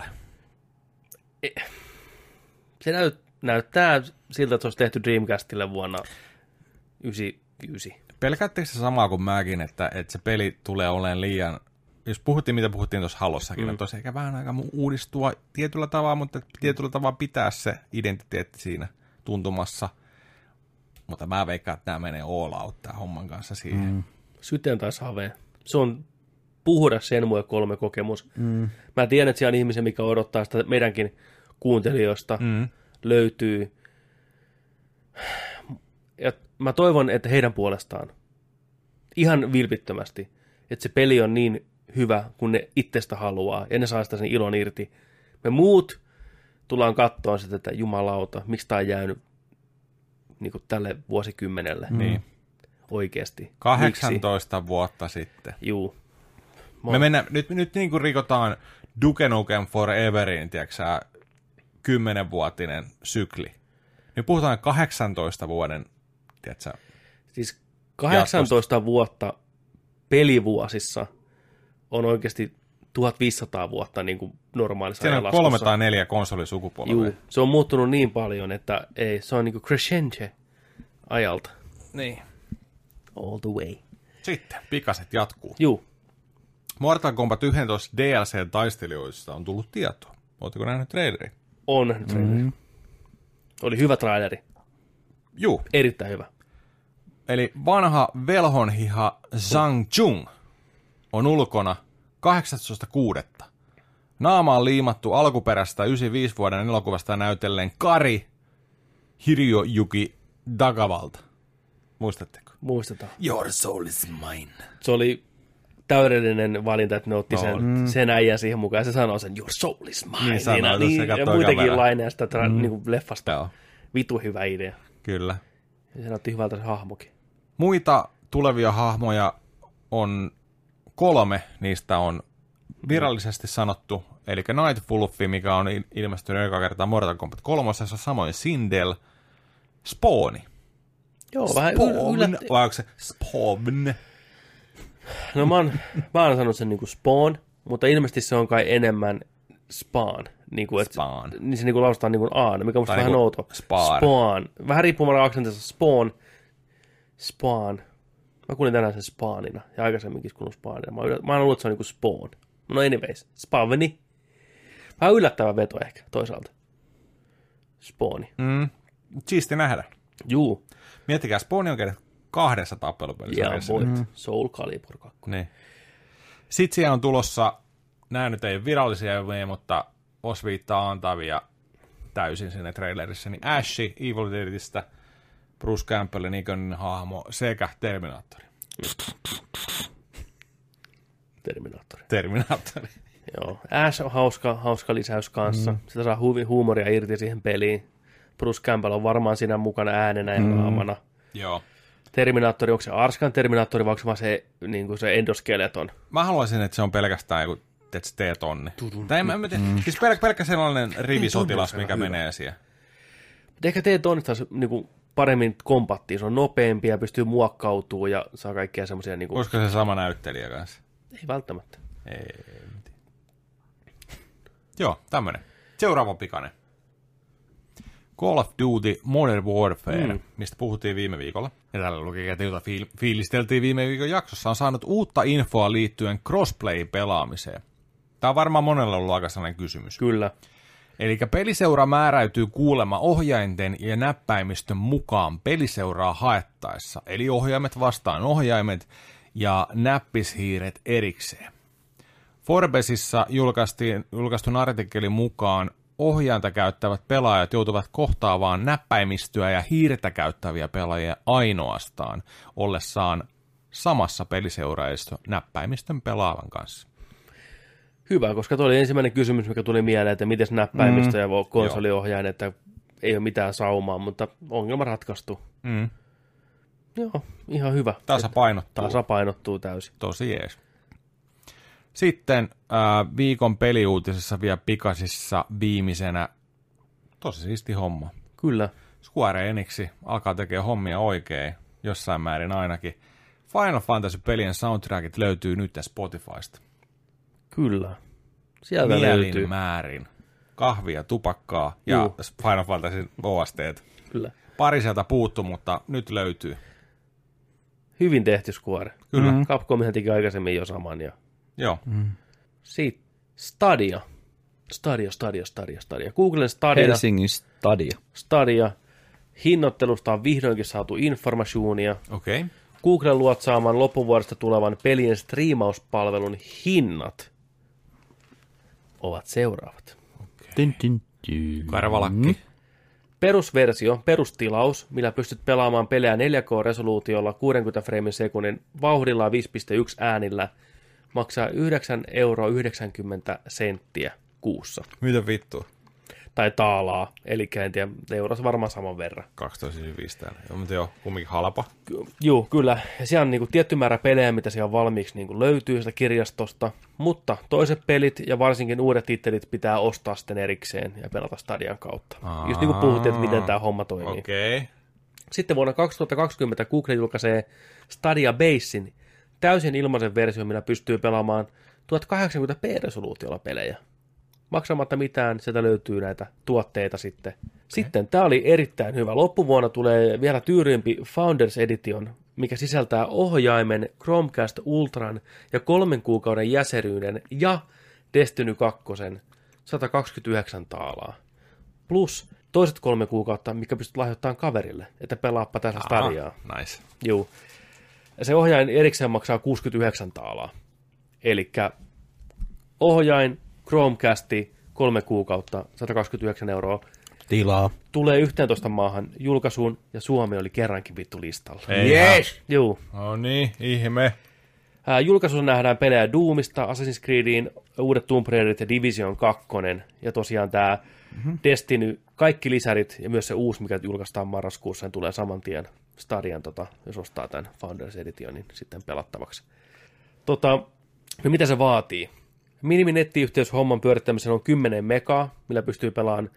Se näyttää siltä, että se olisi tehty Dreamcastille vuonna 1999. Pelkäättekö se samaa kuin mäkin, että se peli tulee olemaan liian... Jos mitä puhuttiin tuossa Hallossakin, että olisi ehkä vähän aika uudistua tietyllä tavalla, mutta tietyllä tavalla pitää se identiteetti siinä tuntumassa. Mutta mä veikkaan, että tämä menee all out tämän homman kanssa siihen. Syteen tai saveen. Se on puhdas Shenmue 3 kokemus. Mä tiedän, että siellä on ihmisiä, mikä odottaa sitä meidänkin kuuntelijoista löytyy. Ja mä toivon, että heidän puolestaan ihan vilpittömästi, että se peli on niin hyvä, kun ne itsestä haluaa, ja ne saa sitä sen ilon irti. Me muut tullaan katsoa sitä, että jumalauta, miksi tämä on jäänyt niin kuin tälle vuosikymmenelle. Niin. Oikeasti. 18 miksi? Vuotta sitten. Juu. Me mennään, nyt niin kuin rikotaan Duke Nukem Foreverin, tiedätkö 10-vuotinen sykli. Nyt puhutaan 18 vuoden, tiedätkö? Siis 18 vuotta pelivuosissa on oikeasti 1500 vuotta niin kuin normaalissa ajanlaskussa. Siinä on 3 tai 4 konsolisukupolvea. Juu, se on muuttunut niin paljon, että ei, se on niin kuin crescendo ajalta. Niin. All the way. Sitten, pikaset jatkuu. Juu. Mortal Kombat 11 DLC-taistelijoista on tullut tietoa. Oletteko nähnyt traileria? On nähnyt traileri. Oli hyvä traileri. Juu. Erittäin hyvä. Eli vanha velhonhiha Zhang Jung on ulkona 18.6. Naama on liimattu alkuperäistä 95 vuoden elokuvasta näytelleen Kari Hiroyuki Dagavalta. Muistatteko? Muistetaan. Your soul is mine. Se oli täydellinen valinta, että ne otti sen äijän siihen mukaan. Se sanoi sen, your soul is mine. Niin sanoi, niin, ja muitakin laineja sitä niin kuin leffasta. Joo. Vitu hyvä idea. Kyllä. Ja se näytti hyvältä se hahmokin. Muita tulevia hahmoja on 3, niistä on virallisesti sanottu, eli Nightwolf, mikä on ilmestynyt joka kertaa Mortal Kombat 3, samoin Sindel, Spawni. Joo, vähän vai onko se Spawn? No mä oon sanonut sen niinku Spawn, mutta ilmeisesti se on kai enemmän Spawn. Niinku, Spawn. Niin se niinku lausutaan niinku A, mikä musta vähän outo. Spawn. Vähän riippumalla aksentissa Spawn. Mä kuulin tänään sen Spawnina, ja aikaisemminkin kuulun Spawnina. Mä oon luullut, että se on niinku Spawn. No anyways, Spawni. Vähän yllättävä veto ehkä, toisaalta. Spawni. Siisti nähdä. Juu. Miettikää, Spawni on käynyt 2 tappelupelissä. Soul Calibur 2. Niin. Sitten siellä on tulossa, nämä nyt ei ole virallisia, mutta osviittaa antavia täysin sinne trailerissa, niin Ashi Evil Deadistä, Bruce Campbellin ikonin hahmo sekä Terminaattori. Terminaattori. Joo, Ash on hauska lisäys kanssa. Sitä saa huumoria irti siihen peliin. Bruce Campbell on varmaan siinä mukana äänenä ja naamana. Joo. Terminaattori, onko se Arskan Terminaattori vai onko vaan se, niin kuin se endoskeleton? Mä haluaisin, että se on pelkästään joku T-tonni. Tai en mä tiedä. Siis pelkkä sellainen rivisotilas, mikä menee siihen. Mutta ehkä T-tonnista niin paremmin kompattiin. Se on nopeampi ja pystyy muokkautumaan ja saa kaikkea semmoisia... Niin olisiko se sama näyttelijä kanssa? Ei välttämättä. Ei. Joo, tämmönen. Seuraava pikainen. Call of Duty Modern Warfare, mistä puhuttiin viime viikolla. Ja tällä lukikäteen, jota fiilisteltiin viime viikon jaksossa, on saanut uutta infoa liittyen crossplay-pelaamiseen. Tämä on varmaan monella ollut aika sellainen kysymys. Kyllä. Eli peliseura määräytyy kuulemma ohjainten ja näppäimistön mukaan peliseuraa haettaessa. Eli ohjaimet vastaan ohjaimet ja näppishiiret erikseen. Forbesissa julkaistun artikkelin mukaan ohjainta käyttävät pelaajat joutuvat kohtaamaan näppäimistöä ja hiirtä käyttäviä pelaajia ainoastaan ollessaan samassa peliseuraajassa näppäimistön pelaavan kanssa. Hyvä, koska tuo oli ensimmäinen kysymys, mikä tuli mieleen, että miten näppäimistö ja konsoliohjain, että ei ole mitään saumaa, mutta ongelma ratkaistu. Joo, ihan hyvä. Tasapainottuu täysin. Tosi jees. Sitten viikon peliuutisessa vielä pikaisissa viimeisenä, tosi siisti homma. Kyllä. Square Enix alkaa tekemään hommia oikein, jossain määrin ainakin. Final Fantasy-pelien soundtrackit löytyy nyt Spotifysta. Kyllä. Sieltä löytyy. Määrin. Kahvia, tupakkaa ja Final Fantasy OST:t. Kyllä. Pari sieltä puuttu, mutta nyt löytyy. Hyvin tehty Square. Kyllä. Capcomihan teki aikaisemmin jo saman. Joo. Sitten Stadia. Googlen Stadia. Helsingin Stadia. Stadia. Hinnoittelusta on vihdoinkin saatu informatioonia. Okei. Googlen luotsaaman loppuvuodesta tulevan pelien striimauspalvelun hinnat ovat seuraavat. Karvalakki. Perusversio, perustilaus, millä pystyt pelaamaan pelejä 4K-resoluutiolla 60 freemin sekunnin vauhdilla 5.1 äänillä, maksaa 9,90 € kuussa. Mitä vittua? Tai taalaa, eli en tiedä, eurossa varmaan saman verran. 12,95 täällä. Mutta joo, kumminkin halpa. Joo, kyllä. Ja siellä on niin kuin tietty määrä pelejä, mitä siellä valmiiksi niin kuin löytyy sitä kirjastosta, mutta toiset pelit ja varsinkin uudet tittelit pitää ostaa sitten erikseen ja pelata Stadian kautta. Just niin kuin puhuttiin, että miten tämä homma toimii. Okei. Sitten vuonna 2020 Google julkaisee Stadia Basin täysin ilmaisen version, millä pystyy pelaamaan 1080p-resoluutiolla pelejä. Maksamatta mitään, sieltä löytyy näitä tuotteita sitten. Okay. Sitten tämä oli erittäin hyvä. Loppuvuonna tulee vielä tyyryympi Founders Edition, mikä sisältää ohjaimen, Chromecast Ultran ja 3 kuukauden jäsenyyden ja Destiny 2 129 taalaa. Plus toiset 3 kuukautta, mikä pystyt lahjoittamaan kaverille, että pelaappa tässä Stadiaa. Nice. Joo. Ja se ohjain erikseen maksaa 69 taalaa. Elikkä ohjain, Chromecasti, 3 kuukautta, 129 €. Tilaa. Tulee 11 maahan julkaisuun, ja Suomi oli kerrankin vittu listalla. Yes! Joo. No niin, ihme. Julkaisussa nähdään pelejä Doomista, Assassin's Creediin, uudet Tomb Raiderit ja Division 2, ja tosiaan tämä Destiny, kaikki lisärit, ja myös se uusi, mikä julkaistaan marraskuussa, niin tulee saman tien Stadian, jos ostaa tämän Founders Editionin sitten pelattavaksi. No mitä se vaatii? Miniminettiyhteys homman pyörittämiseen on 10 megaa, millä pystyy pelaamaan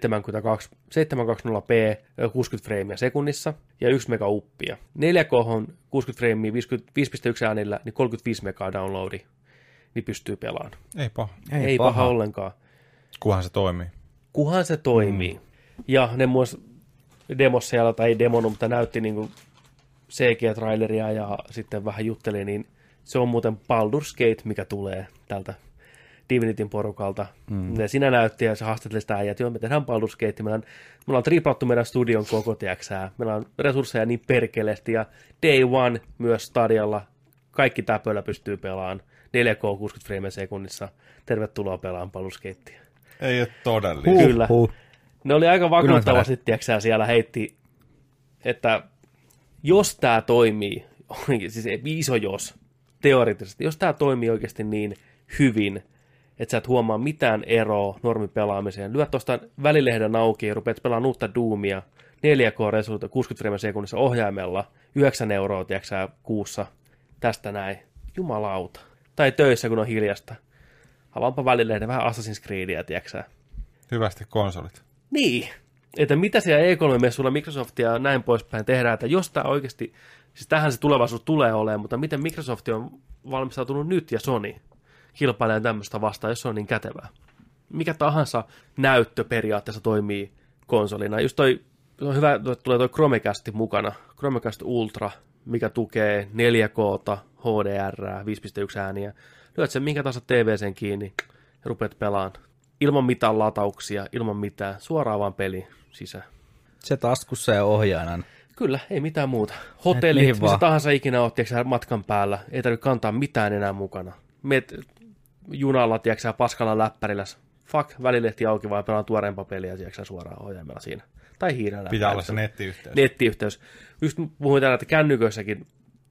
720p 60 freimiä sekunnissa ja 1 mega uppia. 4K on 60 freimiä 5.1 äänillä, niin 35 megaa downloadi, niin pystyy pelaamaan. Ei paha ollenkaan. Kunhan se toimii. Ja ne myös demossa siellä, tai ei demonut, mutta näytti niin CG-traileria ja sitten vähän jutteli, niin se on muuten Baldur's Gate, mikä tulee tältä Divinityn porukalta. Ne siinä näytti ja se haastatteli sitä äijät, joo, me tehdään Baldur's Gate, me ollaan triplattu meidän studion koko, tiiäksää. Meillä on resursseja niin perkeleesti ja Day One myös stadialla. Kaikki täpöillä pystyy pelaamaan 4K 60 frame sekunnissa. Tervetuloa pelaamaan Baldur's Gatea. Ei ole todellista. Kyllä. Ne oli aika vakuuttavasti, tiiäksää, siellä heitti, että jos tämä toimii, siis iso jos, teoreettisesti, jos tämä toimii oikeasti niin hyvin, että sä et huomaa mitään eroa normipelaamiseen, lyöt tuosta välilehden auki ja rupeat pelaamaan uutta Doomia, 4K-resoluutio 60 frame sekunnissa ohjaimella, 9 euroa, tiiäksää, kuussa, tästä näin, jumalauta. Tai töissä, kun on hiljasta. Avaanpa välilehden vähän Assassin's Creedia, tiiäksää. Hyvästi konsolit. Niin, että mitä siellä E3-messuilla Microsoftia ja näin poispäin tehdään, että jos tämä oikeasti, siis tähän se tulevaisuus tulee olemaan, mutta miten Microsoft on valmistautunut nyt ja Sony kilpailemaan tämmöistä vastaan, jos se on niin kätevää. Mikä tahansa näyttö periaatteessa toimii konsolina. Just se on hyvä, että tulee toi Chromecast mukana, Chromecast Ultra, mikä tukee 4K, HDR, 5.1 ääniä. Lyöt sen minkä tahansa TV:sen kiinni ja rupeat pelaamaan. Ilman mitään latauksia, ilman mitään, suoraan vaan peli sisään. Se taskussa ja ohjaanan. Kyllä, ei mitään muuta. Hotellit, missä vaan. tahansa ikinä oot, tiiäksä, matkan päällä, ei tarvitse kantaa mitään enää mukana. Meet junalla, tiiäksä, paskalla läppärillä, välilehti auki, vai pelaan tuoreempaa peliä, tiiäksä, suoraan ohjaimella siinä. Tai hiirellä. Pitää olla se nettiyhteys. Nettiyhteys. Just puhuin täällä, että kännyköissäkin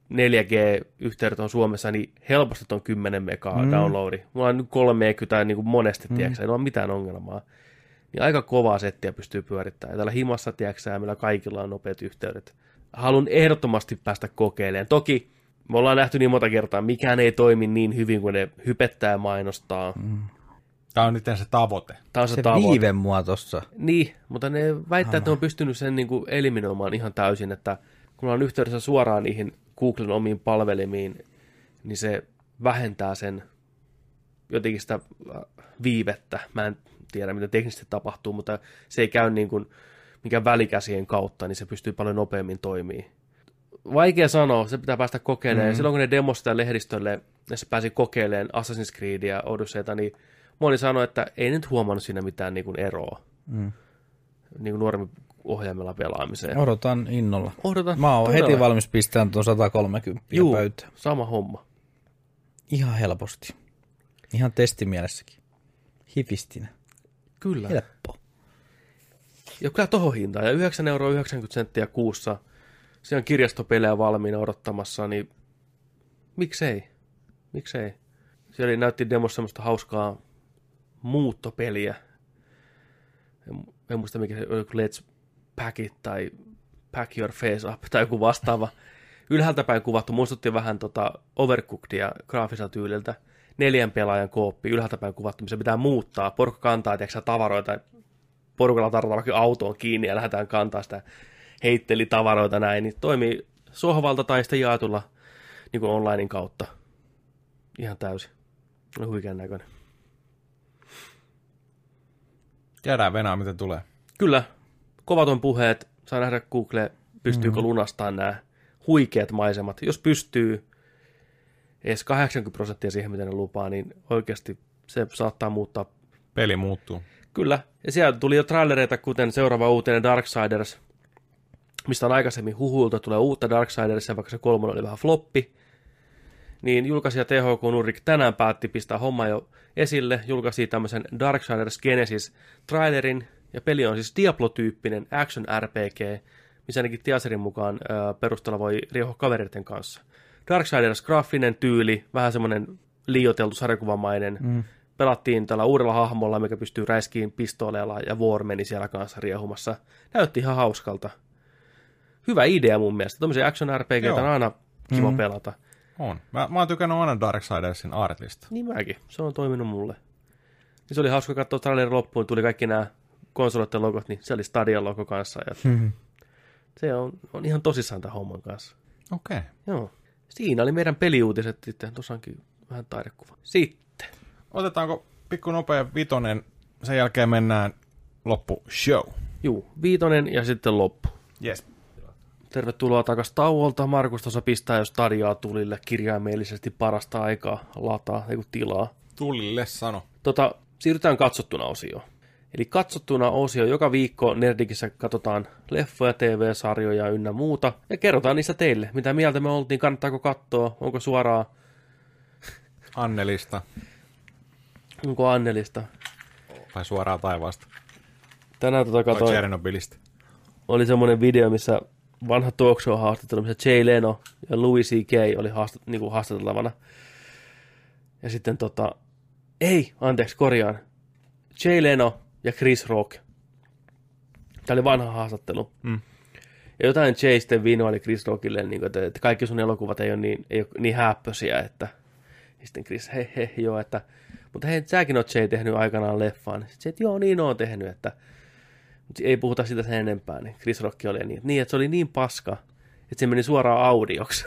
4G-yhteydet on Suomessa, niin helposti on 10 megaa downloadi. Mulla on 30 tai niin kuin monesti, tiiäksä, ei ole mitään ongelmaa. Niin aika kovaa settiä pystyy pyörittämään. Ja täällä himassa, tiiäksä, meillä kaikilla on nopeat yhteydet. Haluan ehdottomasti päästä kokeilemaan. Toki me ollaan nähty niin monta kertaa, mikään ei toimi niin hyvin kuin ne hypettää ja mainostaa. Tämä on nyt se tavoite. Tämä on Se tavoite. viive mua tossa. Niin, mutta ne väittää, että ne on pystynyt sen niin kuin eliminoimaan ihan täysin, että kun on yhteydessä suoraan niihin Googlen omiin palvelimiin, niin se vähentää sen jotenkin sitä viivettä. Mä en tiedä, mitä teknisesti tapahtuu, mutta se ei käy niin kuin mikään välikäsien kautta, niin se pystyy paljon nopeammin toimimaan. Vaikea sanoa, se pitää päästä kokeilemaan. Silloin kun ne demosi sitä lehdistölle, ja se pääsi kokeilemaan Assassin's Creedia, Odysseyta, niin moni sanoi, että ei nyt huomannut siinä mitään niin kuin eroa niin kuin nuoremmin ohjaimella pelaamiseen. Odotan innolla. Odotan. Mä oon todella. heti valmis pistämään tuon 130 pöytään. Sama homma. Ihan helposti. Ihan testimielessäkin. Hifistinä. Kyllä. Helppo. Ja kyllä tohon hintaan. Ja 9,90 € kuussa. Siellä on kirjastopelejä valmiina odottamassa, niin miksei? Miksei? Siellä näytti demossa semmoista hauskaa muuttopeliä. En muista mikä se oli, Let's Pack It tai Pack Your Face Up tai joku vastaava. Ylhäältä päin kuvattu, muistutti vähän Overcookedia graafisella tyyliltä. 4 pelaajan kooppi, ylhäältä päin kuvattu, missä pitää muuttaa. Porukka kantaa, tiedätkö, tavaroita, porukalla tarvitaan vaikka autoon kiinni ja lähdetään kantaa sitä heitteli tavaroita näin, niin toimii sohvalta tai sitten jaetulla niin kuin onlinein kautta. Ihan täysin. On huikean näköinen. Jäädään venää, miten tulee. Kyllä, kovat on puheet. Saa nähdä Google, pystyykö lunastamaan nämä huikeat maisemat. Jos pystyy edes 80% siihen, mitä ne lupaa, niin oikeasti se saattaa muuttaa. Peli muuttuu. Kyllä, ja siellä tuli jo trailereita, kuten seuraava uutinen Darksiders, mistä on aikaisemmin huhuiltu, tulee uutta Darksidersia, vaikka se 3 oli vähän floppi. Niin julkaisija THQ Nordic tänään päätti pistää homma jo esille, julkaisi tämmöisen Darksiders Genesis trailerin, ja peli on siis Diablo-tyyppinen action RPG, missä ainakin teaserin mukaan perusteella voi riehoa kavereiden kanssa. Darksiders graafinen tyyli, vähän semmoinen liioiteltu sarjakuvamainen. Pelattiin tällä uudella hahmolla, mikä pystyy räiskiin pistooleilla, ja War meni siellä kanssa riehumassa. Näytti ihan hauskalta. Hyvä idea mun mielestä. Tuommoisia action RPG:tä on aina kiva pelata. On. Mä oon tykännyt aina Darksidersin artista. Niin mäkin. Se on toiminut mulle. Niin se oli hauska katsoa trailerin loppuun. Tuli kaikki nämä konsolitten logot, niin se oli Stadian logo kanssa. Ja se on ihan tosissaan tämän homman kanssa. Okei. Joo. Siinä oli meidän peliuutiset sitten. Tuossaankin vähän taidekuva. Sitten. Otetaanko pikku nopea vitonen, sen jälkeen mennään loppu show. Juu, 5 ja sitten loppu. Yes. Tervetuloa takaisin tauolta. Markus tuossa pistää jo Stadiaa tulille kirjaimellisesti parasta aikaa lataa, ei kun tilaa. Tulille sano. Siirrytään katsottuna osioon. Eli katsottuna osio, joka viikko Nerdikissä katsotaan leffoja, TV-sarjoja ynnä muuta, ja kerrotaan niistä teille. Mitä mieltä me oltiin, kannattaako katsoa, onko suoraan... Annelista. Onko Annelista? Vai suoraan taivaasta. Tänään vai Chernobylistä. Oli semmoinen video, missä vanha talk show haastattelu, missä Jay Leno ja Louis C.K. oli haastateltavana. Ja sitten korjaan. Jay Leno ja Chris Rock. Tämä oli vanha haastattelu. Ja jotain Jay sitten vinoili Chris Rockille, niin kuin, että kaikki sun elokuvat ei ole niin häppöisiä, että ja sitten Chris, joo, että mutta hei, säkin oot Jay tehnyt aikanaan leffaan. Sitten että joo, niin oon tehnyt, että mutta ei puhuta siitä sen enempää. Niin Chris Rock oli niin, että se oli niin paska, että se meni suoraan audioksi.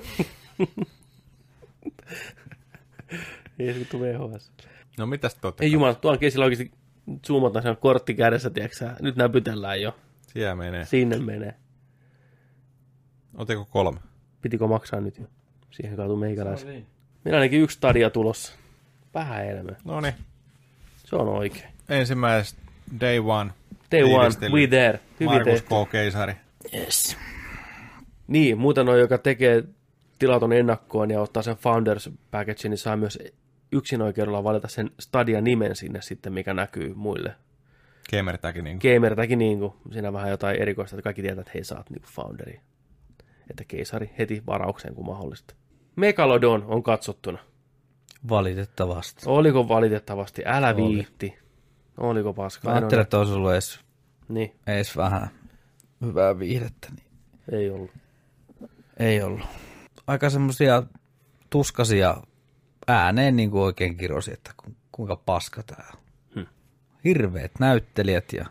Ei se vittu VHS. No mitäs te ootte? Ei jumala, tuolla keisillä oikeasti zoomataan, se on kortti kädessä, tiedätkö. Nyt näpytellään jo. Siellä menee. Sinne menee. Ooteko 3? Pitikö maksaa nyt jo? Siihen kaatui meikäläisen. Niin. Meillä on ainakin 1 stadia tulossa. Vähän enemmän. Noniin. Se on oikein. Ensimmäisestä Day One. Day One, we there. Hyvin Markus tehty. K. Keisari. Yes. Niin, muuten on, joka tekee tilaton ennakkoon ja ottaa sen Founders Package, niin saa myös yksinoikeudella valita sen Stadia nimen sinne sitten, mikä näkyy muille. Gamertäkin niin. Gamertäkin niin kuin. Siinä vähän jotain erikoista, että kaikki tietää, että hei, saat niin kuin Founderi. Että Keisari heti varaukseen, kun mahdollista. Megalodon on katsottuna. Valitettavasti. Oliko valitettavasti? Älä viitti. Oliko paskaa? Mä ajattelin, että olisi ollut niin. edes vähän hyvää viihdettä. Niin ei ollut. Ei ollut. Aika semmoisia tuskasia ääneen niin kuin oikein kirosi, että kuinka paska tää on. Hirveät näyttelijät ja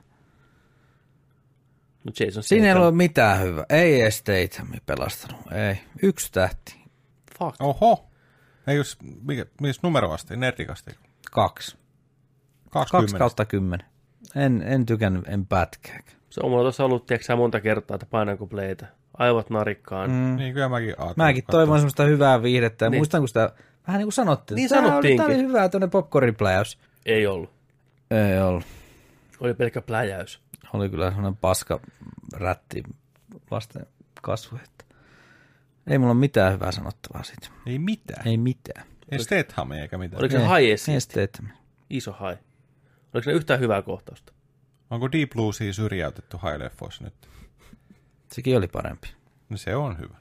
no Jason siinä ei ole mitään hyvää. Ei edes Stathami pelastanut. Ei. 1 tähti. Fuck. Oho. Ei jos, mikä numeroasti, nerdikasti? 2. 2/10. En tykännyt, en pätkääkään. Se on mulla tuossa ollut, tiedätkö monta kertaa, että painanko playtä. Aivot narikkaan. Niin kyllä mäkin toivon semmoista hyvää viihdettä. Ja niin. Muistan, kun sitä vähän niin kuin sanottiin. Niin sanottiinkin. Tämä oli hyvää tuonne popcorn-pläjäys. Ei ollut. Ei ollut. Oli pelkkä pläjäys. Oli kyllä semmoinen paska rätti lasten kasvu. Ei mulla ole mitään hyvää sanottavaa siitä. Ei mitään? Ei mitään. Ei Statham eikä mitään. Oliko se high assist? Ei Statham. Iso high. Oliko se yhtään hyvää kohtausta? Onko Deep Bluesia syrjäytetty high-leffoissa nyt? Sekin oli parempi. No se on hyvä.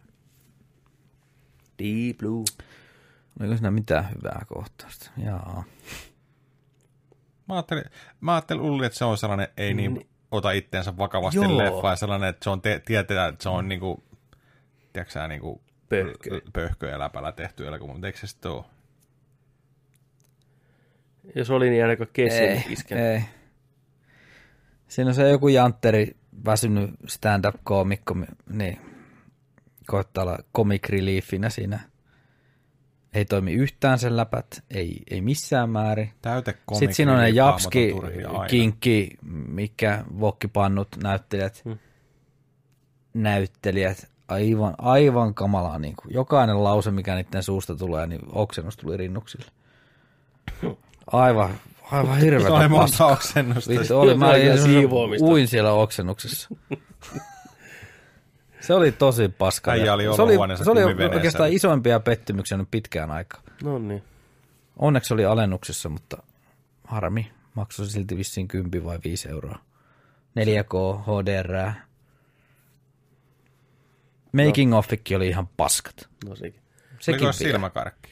Deep Blue. Oliko siinä mitään hyvää kohtausta? Jaa. Mä ajattelin, että se on sellainen, ei niin ota itteensä vakavasti leffa, ja sellainen, että se on tietää, että se on niinku, tiedätkö niinku pöhkö ja läpällä tehty elokuva, mutta eikö se sitten ole? Jos oli niin ainakaan Kessin iskenyt. Ei. Siinä on se joku jantteri, väsynyt stand-up-koomikko, niin koittaa olla comic reliefinä siinä. Ei toimi yhtään sen läpät, ei missään määrin. Sitten siinä on ne Japski, Kinkki, mikä vokkipannut näyttelijät. Aivan kamalaa. Niin kuin jokainen lause, mikä niiden suusta tulee, niin oksennus tuli rinnuksille. Aivan hirveätä. Aivan oksennusta. Mä uin siellä oksennuksessa. Se oli tosi paska. Se oli oikeastaan isoimpia pettymyksiä nyt pitkään aikaa. No niin. Onneksi oli alennuksessa, mutta harmi. Maksoi silti vissiin 10 vai 5 euroa. 4K, HDR. Making offikki oli ihan paskat. No sekin. Oliko silmäkarkki?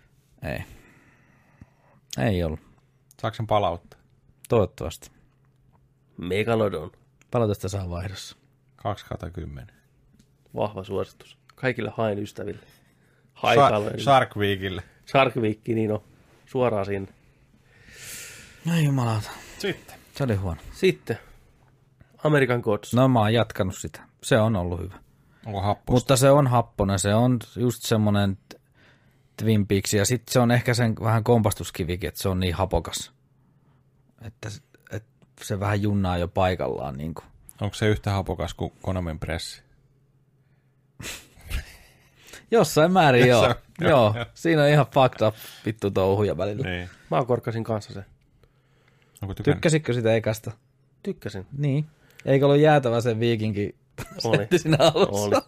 Ei ollut. Saako sen palauttaa? Toivottavasti. Megalodon. Palautusta saa vaihdossa. 2/10. Vahva suositus. Kaikille hain ystäville. Shark Weekille. Shark Week, niin on. Suoraan sinne. Ai jumalauta. Sitten. Se oli huono. Sitten. American Gods. No mä oon jatkanut sitä. Se on ollut hyvä. Onko happosta? Mutta se on happonen. Se on just semmoinen Twin Peaks. Ja sitten se on ehkä sen vähän kompastuskivikin, että se on niin hapokas. Että se vähän junnaa jo paikallaan. Niin kuin. Onko se yhtä hapokas kuin Konamin pressi? Jossain määrin joo. Joo. Siinä on ihan fucked up vittu touhuja välillä. Niin. Mä korkkasin kanssa sen. Onko tykännyt? Tykkäsitkö sitä ekasta? Tykkäsin. Niin. Eikö ollut jäätävä sen viikinkin Oli. setti siinä alussa? Oli.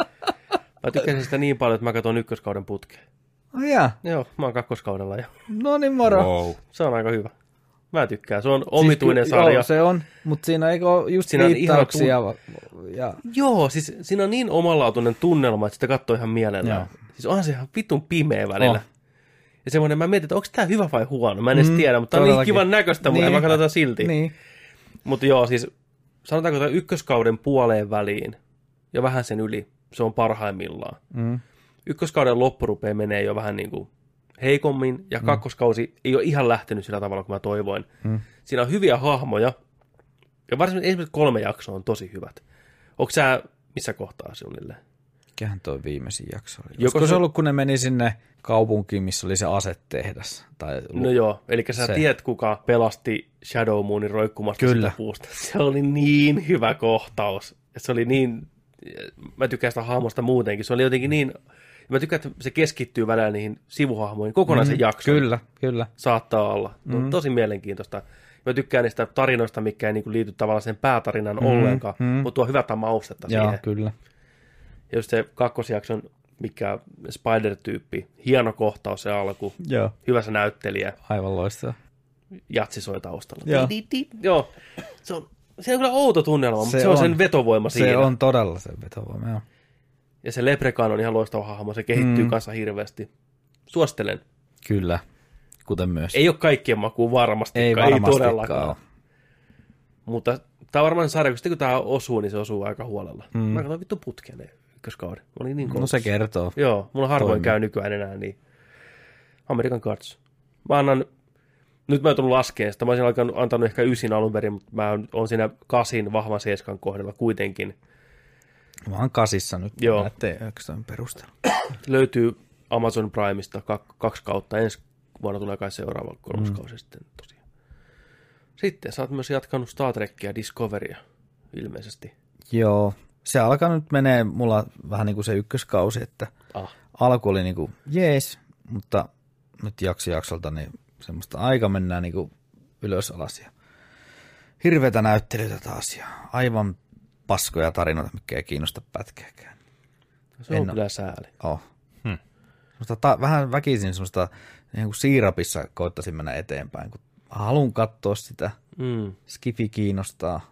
Mä tykkäsin sitä niin paljon, että mä katson ykköskauden putkeen. Oh, jaa. Joo, mä oon kakkoskaudella jo. No niin, moro. Wow. Se on aika hyvä. Mä tykkään. Se on omituinen Siis, sarja. Joo, se on, mutta siinä eikö ole just Siinä on viittauksia. Ja... Joo, siis siinä on niin omanlaatuinen tunnelma, että sitä katsoo ihan mielellään. Joo. Siis onhan se ihan vitun pimeä välillä. Oh. Ja semmoinen, mä mietin, että onko tää hyvä vai huono. Mä en edes tiedä, mutta tää on niin todellakin. kivan näköistä, mutta mä katsotaan silti. Niin. Mutta joo, siis sanotaanko tämän ykköskauden puoleen väliin ja vähän sen yli, se on parhaimmillaan. Ykköskauden loppu rupeaa menee jo vähän niin kuin heikommin, ja kakkoskausi ei ole ihan lähtenyt sillä tavalla, kuin mä toivoin. Siinä on hyviä hahmoja, ja varsinkin ensimmäiset 3 jaksoa on tosi hyvät. Onko sä missä kohtaa suunnilleen? Mikähän toi viimeisin jakso oli? Joko Olisiko se se- ollut, kun ne meni sinne kaupunkiin, missä oli se asetehdas? Tai... No joo, eli sä Se. tiedät, kuka pelasti Shadow Moonin roikkumasta Kyllä. sitä puusta. Se oli niin hyvä kohtaus. Se oli niin, mä tykkään sitä hahmosta muutenkin. Se oli jotenkin niin, mä tykkään, että se keskittyy välillä niihin sivuhahmoihin. Kokonaisen jakson Kyllä. saattaa olla. Tosi mielenkiintoista. Mä tykkään niistä tarinoista, mikä ei niinku liity tavallaan sen päätarinan ollenkaan, mutta tuo hyvää maustetta Joo, siihen. kyllä. Ja just se kakkosjakson, mikä Spider-tyyppi, hieno kohtaus se alku, Joo. hyvä se näyttelijä. Aivan loistava. Jatsi soi taustalla. Joo. Joo. Se on kyllä outo tunnelma, mutta se on on sen vetovoima siinä. Se on todella sen vetovoima, joo. Ja se Leprechaun on ihan loistava hahmo, se kehittyy kanssa hirveästi. Suosittelen. Kyllä, kuten myös. Ei ole kaikkien makuun varmastikaan, Ei ei varmastikaan todellakaan. ole. Mutta tämä on varmaan sarja, kun sitten kun tämä osuu, niin se osuu aika huolella. Mä katsoin vittu putkeen ne ykköskauden. Oli niin No koulussa. se kertoo. Joo, mulla harvoin Toimii. käy nykyään enää niin. American Gods. Nyt mä oon tullut laskeen sitä. Mä olisin antanut ehkä 9 alun perin, mutta mä oon siinä 8 vahvan 7 kohdalla kuitenkin. Mä oon kasissa nyt. Joo. Näette ykkösen perusteella. Löytyy Amazon Primeista 2 kautta. Ensi vuonna tulee kai seuraava 3. kausi sitten tosiaan. Sitten sä oot myös jatkanut Star Trekkia ja Discoverya ilmeisesti. Joo. Se alkaa nyt menee mulla vähän niin kuin se ykköskausi, että alku oli niin kuin jees, mutta nyt jaksolta niin semmoista aika mennään niin kuin ylös alas ja hirveätä näyttelytä taas ja aivan paskoja tarinoita, mikä ei kiinnosta pätkääkään. Se on kyllä sääli. Vähän väkisin semmoista niin kuin siirapissa koittaisin mennä eteenpäin, kun haluan katsoa sitä. Skifi kiinnostaa.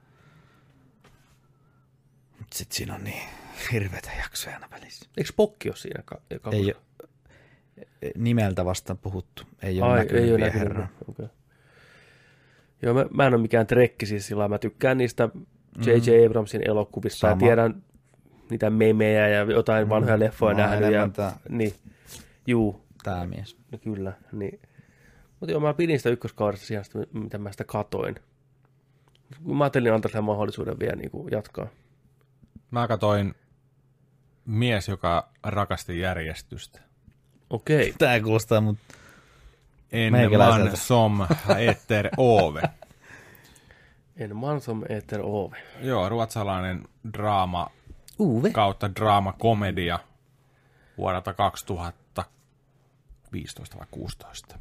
Mutta sitten siinä on niin hirveätä jaksoja aina välissä. Eikö Pokki ole siinä? Ei ole nimeltä vasta puhuttu. Ei ole näkynyt ei ole vielä näkynyt. herran. Okay. Joo, mä en ole mikään trekki siis sillä lailla. Mä tykkään niistä J.J. Abramsin elokuvista. Sama. Ja tiedän niitä memejä ja jotain vanhoja leffoja Mä oon nähnyt. Ja, enemmän niin, juu, Tää mies. no kyllä. Niin. Mutta joo, mä pidin sitä ykköskaudesta sijasta, mitä mä sitä katoin. Mä ajattelin antaa sen mahdollisuuden vielä niin kuin jatkaa. Mä katoin mies, joka rakasti järjestystä. Okei. Tää kuulostaa, mutta En Meikäläiseltä. man som etter ove. En man som äter ove. Joo, ruotsalainen draama Uwe. kautta draamakomedia vuodelta 2015 vai 16.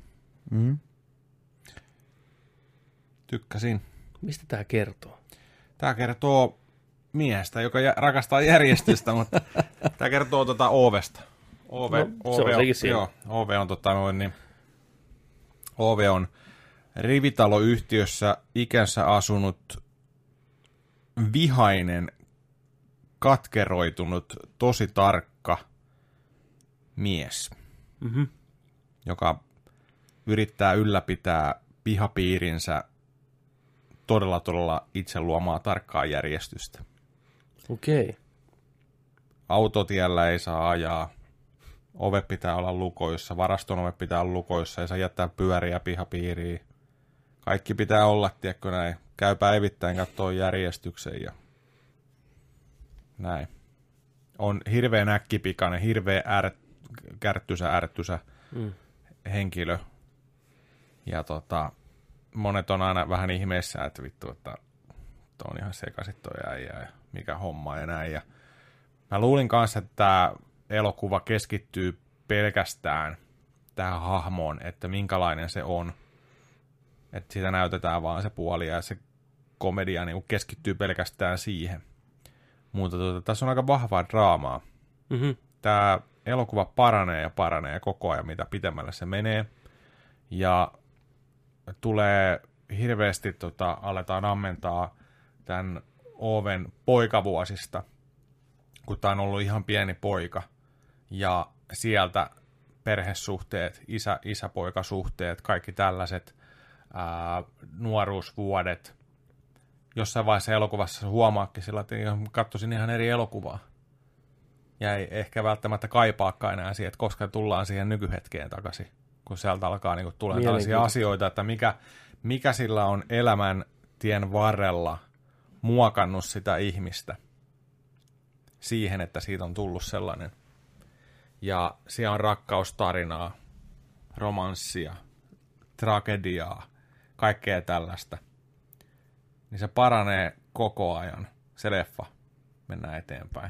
Tykkäsin. Mistä tää kertoo? Tämä kertoo miehestä, joka rakastaa järjestystä, mutta tämä kertoo Ovesta. No, se on sekin siinä. Joo, Ove on, Ove on rivitaloyhtiössä ikänsä asunut vihainen, katkeroitunut, tosi tarkka mies, joka yrittää ylläpitää pihapiirinsä todella itse luomaa tarkkaa järjestystä. Okei. Autotiellä ei saa ajaa, ove pitää olla lukoissa, varaston ove pitää olla lukoissa, ei saa jättää pyöriä pihapiiriin. Kaikki pitää olla, tiedätkö näin. Käy päivittäin kattoo järjestyksen ja näin. On hirveän äkkipikainen, hirveän ärtysä henkilö. Ja monet on aina vähän ihmeessä, että vittu, että on ihan sekaisin toi äijä ja mikä homma ja näin. Ja mä luulin kanssa, että tämä elokuva keskittyy pelkästään tähän hahmoon, että minkälainen se on. Että siitä näytetään vaan se puoli ja se komedia niin keskittyy pelkästään siihen. Mutta tässä on aika vahvaa draamaa. Mm-hmm. Tämä elokuva paranee ja paranee koko ajan, mitä pitemmälle se menee. Ja tulee hirveästi, aletaan ammentaa tämän Oven poikavuosista, kun tämä on ollut ihan pieni poika. Ja sieltä perhesuhteet, isä-poikasuhteet, kaikki tällaiset nuoruusvuodet. Jossain vaiheessa elokuvassa huomaakin sillä, että katsoisin ihan eri elokuvaa. Ja ei ehkä välttämättä kaipaakaan enää siihen, että koska tullaan siihen nykyhetkeen takaisin, kun sieltä alkaa niin tulla tällaisia asioita, että mikä sillä on elämän tien varrella muokannut sitä ihmistä siihen, että siitä on tullut sellainen. Ja siellä on rakkaustarinaa, romanssia, tragediaa, kaikkea tällaista. Niin se paranee koko ajan, se leffa, mennään eteenpäin.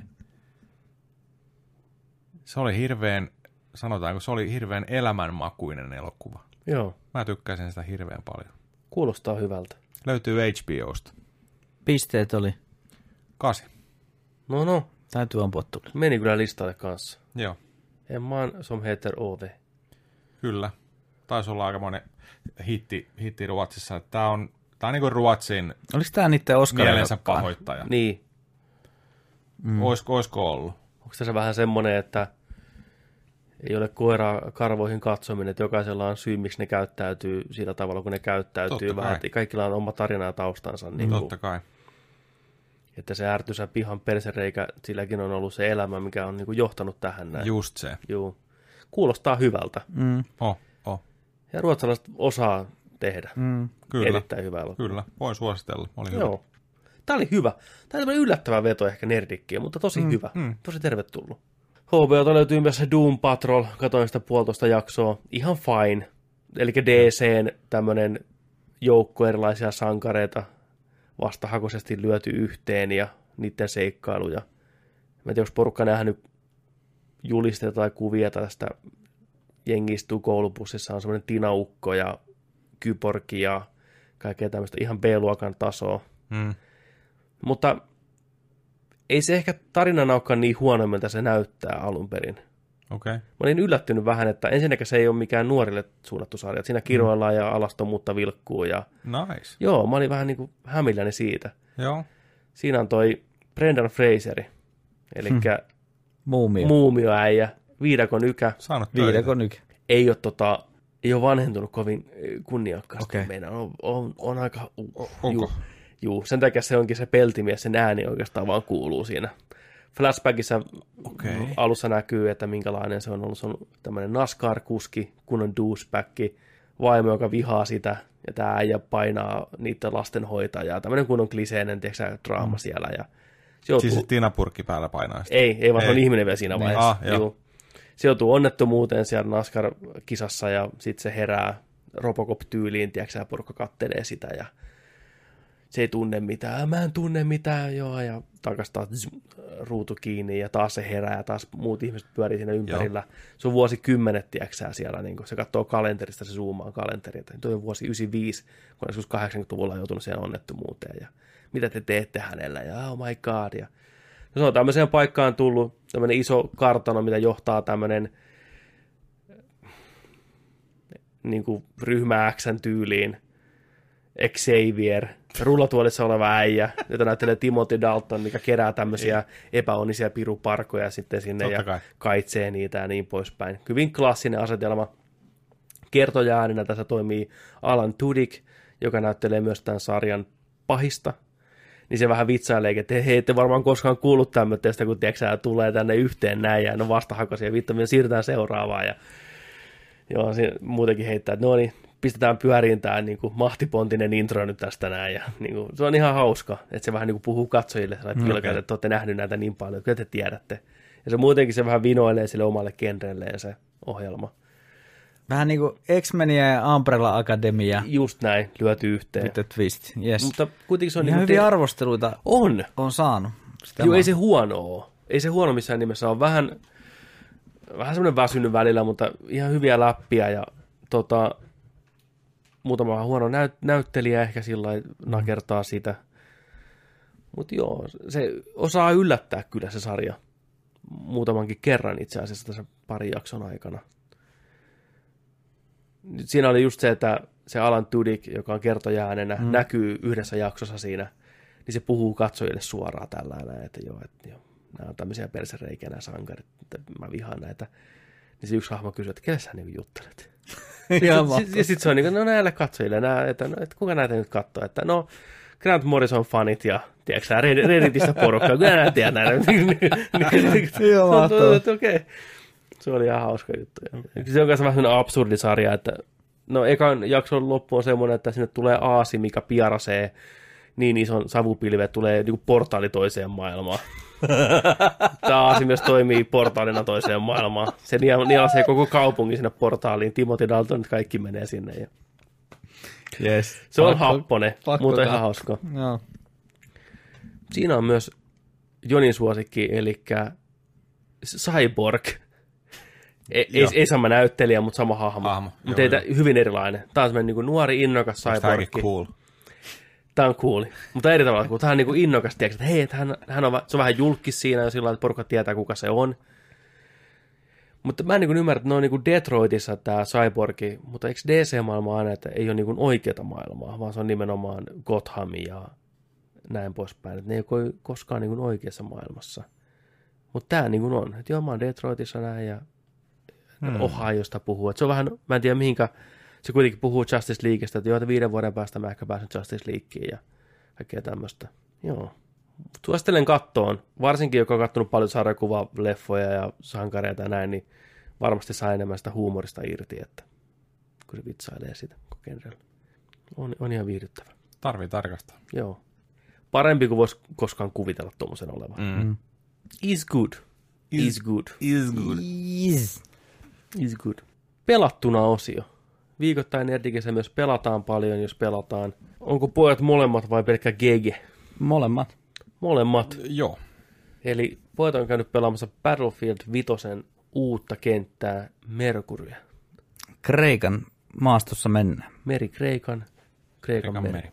Se oli hirveän elämänmakuinen elokuva. Joo. Mä tykkäsin sitä hirveän paljon. Kuulostaa hyvältä. Löytyy HBOsta. Pisteet oli. 8. No. Täytyy ampua tuli. Meni kyllä listalle kanssa. Joo. En man som heter OV. Kyllä. Taisi olla aika monen hitti Ruotsissa. Tää on niinku Ruotsin oliko tää niiden mielensä pahoittaja. Niin. Oisko ollut? Onko tässä vähän semmoinen, että ei ole koiraa karvoihin katsominen, että jokaisella on syy, miksi ne käyttäytyy sillä tavalla, kun ne käyttäytyy. Totta vähän, kai. että kaikilla on oma tarina ja taustansa. Niin Totta kai. Että se ärtysä pihan persereikä, silläkin on ollut se elämä, mikä on niin kuin johtanut tähän näin. Just se. Juu. Kuulostaa hyvältä. Oh. Ja ruotsalaiset osaa tehdä. Kyllä. Erittäin hyvä elokuva. Kyllä, voin suositella. Oli hyvä. Joo. Tämä oli hyvä. Tämä oli yllättävä veto ehkä nerdikkiä, mutta tosi hyvä. Tosi tervetullut. HBO:ta löytyy myös Doom Patrol. Katoin sitä 1,5 jaksoa. Ihan fine. Eli DC:n tämmöinen joukko erilaisia sankareita vastahakoisesti lyöty yhteen ja niiden seikkailuja. Mä en tiedä, onko porukka nähnyt julisteita tai kuvia tästä jengi istuu koulubussissa, on semmoinen tinaukko ja kyborgi ja kaikkea tämmöistä ihan B-luokan tasoa. Mutta ei se ehkä tarinana olekaan niin huono, miltä se näyttää alun perin. Okei. Mä olin yllättynyt vähän, että ensinnäkin se ei ole mikään nuorille suunnattu sarja. Siinä kiroillaan ja alastomuutta vilkkuu. Ja... Nice. Joo, mä olin vähän niin kuin hämilläni siitä. Joo. Siinä on toi Brendan Fraseri, eli muumioäijä, viidakon ykä. Saanut töitä. Viidakon ykä. Ei ole vanhentunut kovin kunniakkaasti. Okei. Meidän on aika... Onko? Juu, sen takia se onkin se peltimies, sen ääni oikeastaan vaan kuuluu siinä. Flashbackissa alussa näkyy, että minkälainen se on ollut. Se on tämmöinen NASCAR-kuski, kunnon douchebag, vaimo, joka vihaa sitä, ja tämä äijä painaa niitä lastenhoitajaa. Tämmöinen kunnon kliseinen, tiedätkö draama siellä. Ja se joutuu... Siis tinapurkki päällä painaa sitä. Ei vaan se on ihminen vielä siinä vaiheessa. Joo. Se joutuu onnettomuuteen siellä NASCAR-kisassa, ja sitten se herää Robocop-tyyliin, tiedätkö, ja porukka kattelee sitä, ja se ei tunne mitään, mä en tunne mitään, joo, ja takas taas ruutu kiinni, ja taas se herää, ja taas muut ihmiset pyörii siinä ympärillä. Joo. Se on vuosikymmenet, tiedätkö siellä, niin kun se katsoo kalenterista, se zoomaa kalenteria, että tuo on vuosi 95, kun joskus 80-luvulla on joutunut siihen onnettomuuteen, ja mitä te teette hänellä, ja oh my god, ja no, se on tämmöiseen paikkaan tullut tämmöinen iso kartano, mitä johtaa tämmöinen niin kuin ryhmä X:n tyyliin, Xavier, rullatuolissa oleva äijä, jota näyttelee Timothy Dalton, mikä kerää tämmöisiä epäonnisia piruparkoja sitten sinne ja kaitsee niitä ja niin poispäin. Hyvin klassinen asetelma. Kertoja-ääninä tässä toimii Alan Tudyk, joka näyttelee myös tämän sarjan pahista. Niin se vähän vitsailee, että he ette varmaan koskaan kuullut tämmöistä, kun tiedätkö, tulee tänne yhteen näin ja no vastahakoisia, vittu, me siirrytään seuraavaan. Ja joo, muutenkin heittää, että no niin, pistetään pyöriin tämä niin kuin mahtipontinen intro nyt tästä näin. Ja, niin kuin, se on ihan hauska, että se vähän niin kuin puhuu katsojille, pilkaat, että olette nähnyt näitä niin paljon, että te tiedätte. Ja se muutenkin se vähän vinoilee sille omalle genrelleen se ohjelma. Vähän niin kuin X-Menia ja Umbrella Academia. Just näin, lyöty yhteen. With a twist, yes. Mutta kuitenkin se on ihan niin hyviä arvosteluita on saanut. Joo, ei se huono ole. Ei se huono missään nimessä ole. Vähän vähän semmoinen väsynyt välillä, mutta ihan hyviä läppiä ja muutama huono näyttelijä ehkä sillä nakertaa sitä. Mutta joo, se osaa yllättää kyllä se sarja muutamankin kerran itse asiassa tässä pari jakson aikana. Siinä oli just se, että se Alan Tudyk, joka on kertoja-äänenä, näkyy yhdessä jaksossa siinä, niin se puhuu katsojille suoraan tällainen, että joo, nämä on tämmöisiä persereikiä, nämä sankarit, että mä vihaan näitä. Niin se yksi hahmo kysyy, että kelle sä niin juttelet? Ja sitten se on niin kuin, no näille katsojille, että kuka näitä nyt katsoo, että no Grant Morrison fanit ja tiedätkö sä, Redditistä porukkaa, kun enää tiedä näitä. Okei. Se oli ihan hauska juttu. Se on myös vähän sellainen absurdi sarja, että no ekan jakson loppu on semmoinen, että sinne tulee aasi, mikä pierasee niin ison savupilve, tulee niin kuin portaali toiseen maailmaan. Tämä aasi myös toimii portaalina toiseen maailmaan. Se nielasee koko kaupungin sinne portaaliin. Timothy Dalton, kaikki menee sinne. Ja... Yes. Se on happonen, mutta ihan hauska. No. Siinä on myös Jonin suosikki, eli Cyborg. Ei sama näyttelijä, mutta sama hahmo. Mutta hyvin erilainen. Tämä on semmoinen niin nuori, innokas cyborg. Cool. Tämä on cool. Mutta eri tavalla, kun tämä on niin kuin innokas, tiedätkö, että hei, että se on vähän julkis siinä jo sillä, että porukka tietää, kuka se on. Mutta mä en niin ymmärrä, että ne on niin kuin Detroitissa tämä cyborgi, mutta eikö DC-maailma aina, että ei ole niin oikeata maailmaa, vaan se on nimenomaan Gotham ja näin poispäin. Että ne ei ole koskaan niin oikeassa maailmassa. Mutta tämä niin on, että joo, mä oon Detroitissa näin ja Ohiosta puhuu. Että se on vähän, mä en tiedä mihinkä, se kuitenkin puhuu Justice Leagueista, että joo, 5 vuoden päästä mä ehkä pääsen Justice Leagueen ja kaikkea tämmöistä. Joo. Suosittelen kattoon, varsinkin joka on katsonut paljon sarjakuvaa, leffoja ja sankareita ja näin, niin varmasti saa enemmän sitä huumorista irti, että kun se vitsailee sitä genrellä. On ihan viihdyttävä. Tarvii tarkastaa. Joo. Parempi kuin voisi koskaan kuvitella tuommoisen olevan. Is good. Is good. Is good. Is good. Pelattuna osio. Viikoittain Nerdikissä myös pelataan paljon, jos pelataan. Onko pojat molemmat vai pelkkä GG? Molemmat. Joo. Eli pojat on käynyt pelaamassa Battlefield 5 uutta kenttää Merkurya. Kreikan maastossa mennään. Kreikan meri.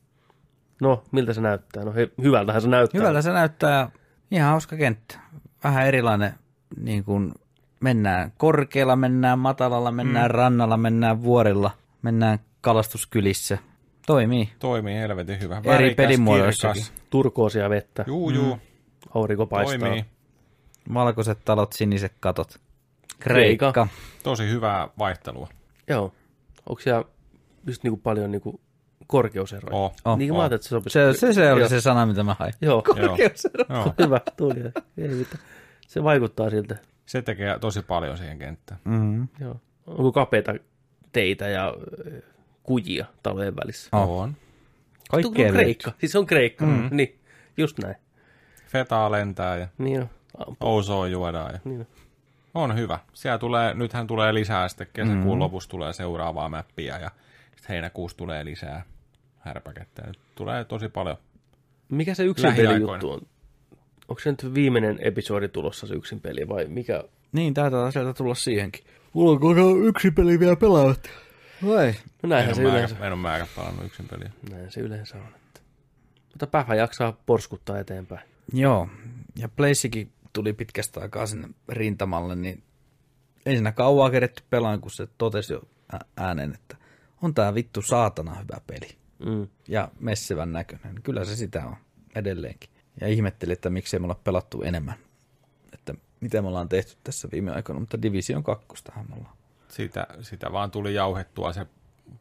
No, miltä se näyttää? No hyvältähän se näyttää. Hyvältä se näyttää. Ihan hauska kenttä. Vähän erilainen, niin kuin mennään korkealla, mennään matalalla, mennään rannalla, mennään vuorilla, mennään kalastuskylissä. Toimii helvetin hyvä. Eri pelimuodoissakin. Turkoosia vettä. Juu. Aurinko paistaa. Toimii. Valkoiset talot, siniset katot. Kreikka. Tosi hyvää vaihtelua. Joo. Onko siellä just niinku paljon niinku korkeuseroja? Niin mä ajattelin, että se sopisi. Se oli se sana, mitä mä hain. Joo. Korkeuseroja. Joo. Hyvä, tuli. Ei mitään. Se vaikuttaa siltä. Se tekee tosi paljon siihen kenttään. Mm-hmm. Joo. Onko kapeita teitä ja kujia talojen välissä? On. Kaikkea Kreikka. Siis se on Kreikka. Niin, just näin. Fetaa lentää ja niin ousoa juodaan. Ja... Niin on hyvä. Siellä nythän tulee lisää, sitten kesäkuun lopussa tulee seuraavaa mäppiä ja sitten heinäkuussa tulee lisää härpäkettä. Tulee tosi paljon. Mikä se yksin pelijuttu on? Onko se nyt viimeinen episodi tulossa se yksin peli vai mikä? Niin, taitaa sieltä tulla siihenkin. Mulla on koko yksin peli vielä pelaamatta. Vai? No näinhän se yleensä. En ole määrä pelannut yksin peliä. Näin se yleensä on. Mutta päivä jaksaa porskuttaa eteenpäin. Joo, ja Playsikin tuli pitkästä aikaa sinne rintamalle, niin ei siinä kauaa keretty pelaan, kun se totesi jo äänen, että on tää vittu saatana hyvä peli. Ja messivän näköinen. Kyllä se sitä on edelleenkin. Ja ihmettelin, että miksei me olla pelattu enemmän. Että mitä me ollaan tehty tässä viime aikoina, mutta Division 2 me ollaan. Sitä vaan tuli jauhettua se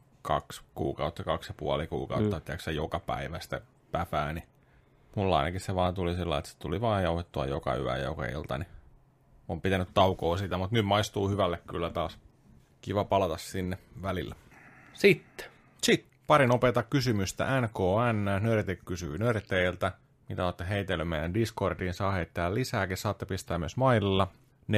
2 kuukautta, 2,5 kuukautta, tiedätkö joka päivä sitä päfää, niin mulla ainakin se vaan tuli sillä, että se tuli vaan jauhettua joka yö ja joka ilta, niin on pitänyt taukoa sitä, mutta nyt maistuu hyvälle kyllä taas. Kiva palata sinne välillä. Sitten. Pari nopeata kysymystä. NKN, Nördet kysyy Nörteiltä. Mitä olette heitellyt meidän Discordiin, saa heittää lisääkin. Saatte pistää myös maililla.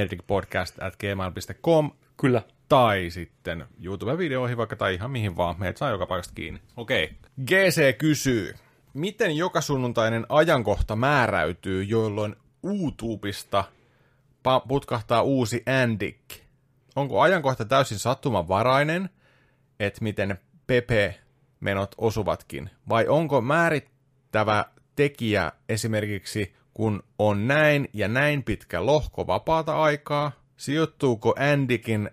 nerdicpodcast@gmail.com. Kyllä. Tai sitten YouTube-videoihin vaikka tai ihan mihin vaan. Meitä saa joka paikasta kiinni. Okei. GC kysyy. Miten joka sunnuntainen ajankohta määräytyy, jolloin YouTubesta putkahtaa uusi Andic. Onko ajankohta täysin sattumanvarainen, että miten Pepe-menot osuvatkin? Vai onko määrittävä tekijä esimerkiksi, kun on näin ja näin pitkä lohko vapaata aikaa? Sijoittuuko Andicin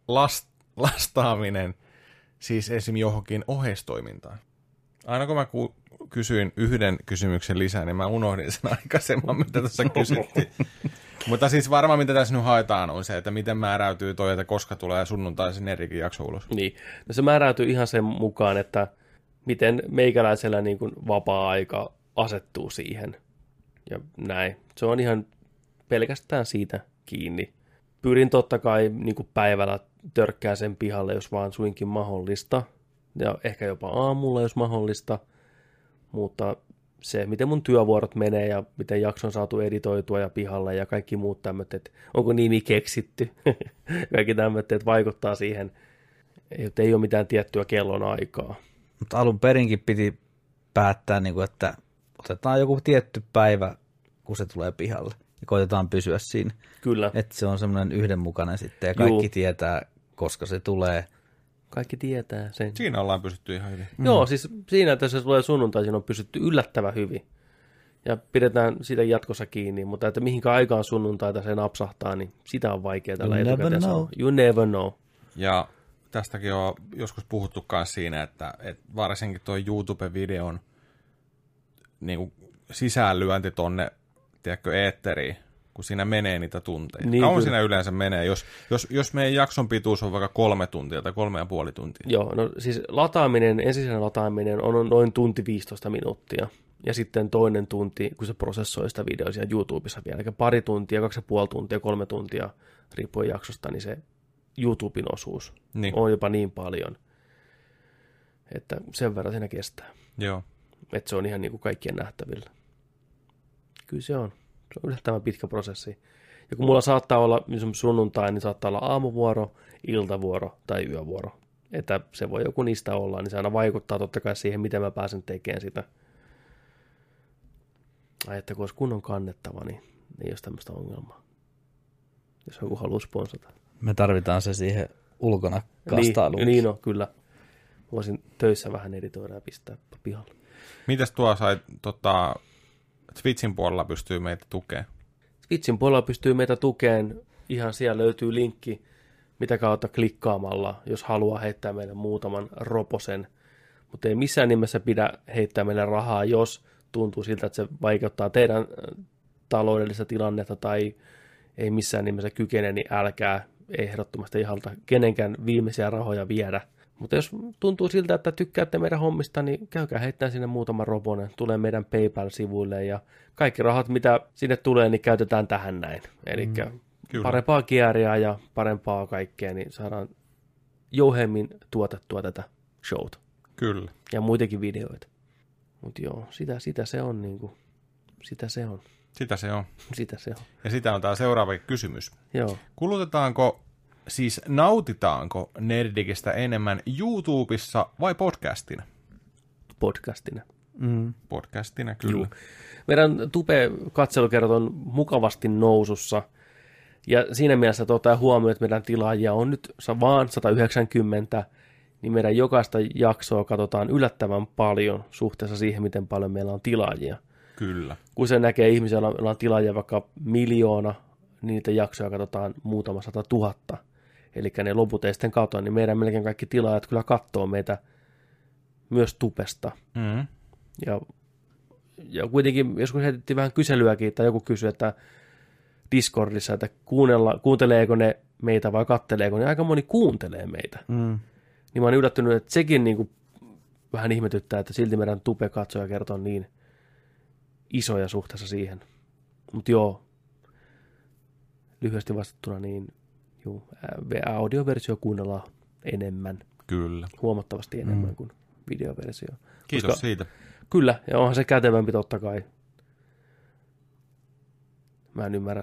lastaaminen siis esim. Johonkin oheistoimintaan? Aina kun mä kysyin yhden kysymyksen lisää, niin mä unohdin sen aikaisemman, mitä tässä kysyttiin. Mutta siis varmaan mitä tässä nyt haetaan on se, että miten määräytyy toi, että koska tulee sunnuntaisin erikin jakso ulos. Niin, no se määräytyy ihan sen mukaan, että miten meikäläisellä niin kuin vapaa-aika asettuu siihen. Ja näin. Se on ihan pelkästään siitä kiinni. Pyrin totta kai niin kuin päivällä törkkää sen pihalle, jos vaan suinkin mahdollista. Ja ehkä jopa aamulla, jos mahdollista. Mutta se, miten mun työvuorot menee ja miten jakso on saatu editoitua ja pihalle ja kaikki muut tämmöiset, onko nimi keksitty, kaikki tämmöiset vaikuttaa siihen, että ei ole mitään tiettyä kellon aikaa. Mutta alun perinkin piti päättää, että otetaan joku tietty päivä, kun se tulee pihalle ja koitetaan pysyä siinä. Kyllä. Että se on semmoinen yhdenmukainen sitten ja kaikki tietää, koska se tulee. Kaikki tietää sen. Siinä ollaan pysytty ihan hyvin. Joo, siis siinä, että se tulee sunnuntaisin, on pysytty yllättävän hyvin. Ja pidetään siitä jatkossa kiinni, mutta että mihinkä aikaan sunnuntaita se napsahtaa, niin sitä on vaikea tällä etukäteen sanoa. You never know. Ja tästäkin on joskus puhuttukaan siinä, että varsinkin tuo YouTube-videon niin kuin sisäänlyönti tonne, tiedätkö, eetteriin, kun siinä menee niitä tunteja. Niin, kauan siinä yleensä menee, jos meidän jakson pituus on vaikka 3 tuntia tai 3,5 tuntia. Joo, no siis ensisijainen lataaminen on noin tunti 15 minuuttia. Ja sitten toinen tunti, kun se prosessoi sitä videoa siellä YouTubessa vielä. Eli pari tuntia, 2,5 tuntia, 3 tuntia, riippuen jaksosta, niin se YouTuben osuus on jopa niin paljon, että sen verran siinä kestää. Joo. Että se on ihan niin kuin kaikkien nähtävillä. Kyllä se on. Se on yllättävän pitkä prosessi. Ja kun mulla saattaa olla sunnuntai, niin saattaa olla aamuvuoro, iltavuoro tai yövuoro. Että se voi joku niistä olla, niin se aina vaikuttaa totta kai siihen, miten mä pääsen tekemään sitä. Ai, että kun olisi kunnon kannettava, niin ei olisi tämmöistä ongelmaa. Jos joku haluaa sponsata. Me tarvitaan se siihen ulkona kastailuun. Niin on, kyllä. Voisin töissä vähän editoida ja pistää pihalle. Mitäs tuo sai Twitchin puolella pystyy meitä tukemaan? Twitchin puolella pystyy meitä tukemaan. Ihan siellä löytyy linkki, mitä kautta klikkaamalla, jos haluaa heittää meille muutaman roposen. Mutta ei missään nimessä pidä heittää meille rahaa, jos tuntuu siltä, että se vaikeuttaa teidän taloudellista tilannetta tai ei missään nimessä kykene, niin älkää ehdottomasti ihalta kenenkään viimeisiä rahoja viedä. Mutta jos tuntuu siltä, että tykkäätte meidän hommista, niin käykää heittämään sinne muutama roponen. Tulee meidän PayPal-sivuille ja kaikki rahat, mitä sinne tulee, niin käytetään tähän näin. Eli parempaa kierriä ja parempaa kaikkea, niin saadaan jouhemmin tuotettua tätä showta. Kyllä. Ja muitakin videoita. Mutta joo, sitä se on niinku. Sitä se on. Sitä se on. Sitä se on. Ja sitä on tämä seuraava kysymys. Joo. Nautitaanko Nerdikistä enemmän YouTubessa vai podcastina? Podcastina. Podcastina, kyllä. Juu. Meidän Tube-katselukerrat on mukavasti nousussa. Ja siinä mielessä huomioon, että meidän tilaajia on nyt vaan 190, niin meidän jokaista jaksoa katsotaan yllättävän paljon suhteessa siihen, miten paljon meillä on tilaajia. Kyllä. Kun se näkee ihmisiä, joilla on tilaajia vaikka 1 miljoona, niin niitä jaksoja katsotaan muutama 100 000. Eli ne loput ei sitten katsoa, niin meidän melkein kaikki tilaajat kyllä katsoo meitä myös Tubesta. Mm. Ja kuitenkin joskus heitettiin vähän kyselyäkin, tai joku kysyi, että Discordissa, että kuunteleeko ne meitä vai katteleeko, niin aika moni kuuntelee meitä. Niin mä oon yllättynyt, että sekin niin kuin vähän ihmetyttää, että silti meidän Tube-katsojakerto on niin isoja suhteessa siihen. Mutta joo, lyhyesti vastattuna, niin audioversio kuunnellaan enemmän. Kyllä. Huomattavasti enemmän kuin videoversio. Kiitos siitä. Kyllä, ja onhan se kätevämpi totta kai. Mä en ymmärrä.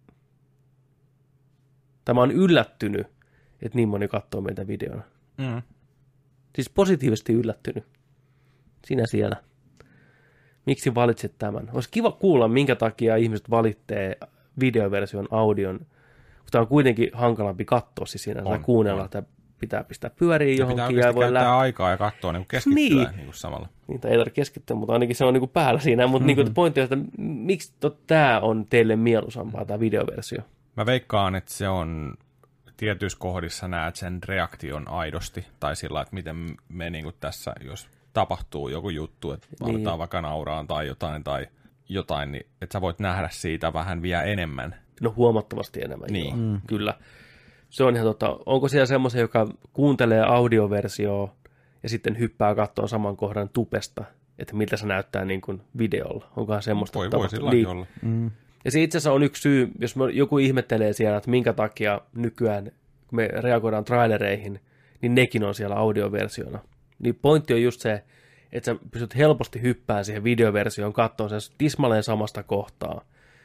Mä oon yllättynyt, että niin moni katsoo meitä videona. Siis positiivisesti yllättynyt. Sinä siellä. Miksi valitset tämän? Olisi kiva kuulla, minkä takia ihmiset valittee videoversion audion, kun tämä on kuitenkin hankalampi katsoa siis siinä tai kuunnella, että pitää pistää pyöriin johonkin. Pitää oikeasti käyttää aikaa ja katsoa niin keskittyä niin samalla. Niitä ei tarvitse keskittyä, mutta ainakin se on niin kuin päällä siinä. Mutta niin pointti on, että miksi tämä on teille mieluisampaa, tämä videoversio? Mä veikkaan, että se on tietyissä kohdissa näet sen reaktion aidosti, tai sillä, että miten me niin kuin tässä, jos tapahtuu joku juttu, että aletaan vaikka nauraan tai jotain, niin että sä voit nähdä siitä vähän vielä enemmän. No huomattavasti enemmän, niin. Joo. Kyllä. Se on ihan onko siellä semmoisen, joka kuuntelee audioversioa ja sitten hyppää kattoon saman kohdan tubesta, että miltä se näyttää niin kuin videolla? Onkohan semmoista? Voi silläkin olla. Ja se itse asiassa on yksi syy, jos joku ihmettelee siellä, että minkä takia nykyään, kun me reagoidaan trailereihin, niin nekin on siellä audioversiona. Niin pointti on just se, että sä pystyt helposti hyppäämään siihen videoversioon katsomaan sen tismalleen samasta kohtaa.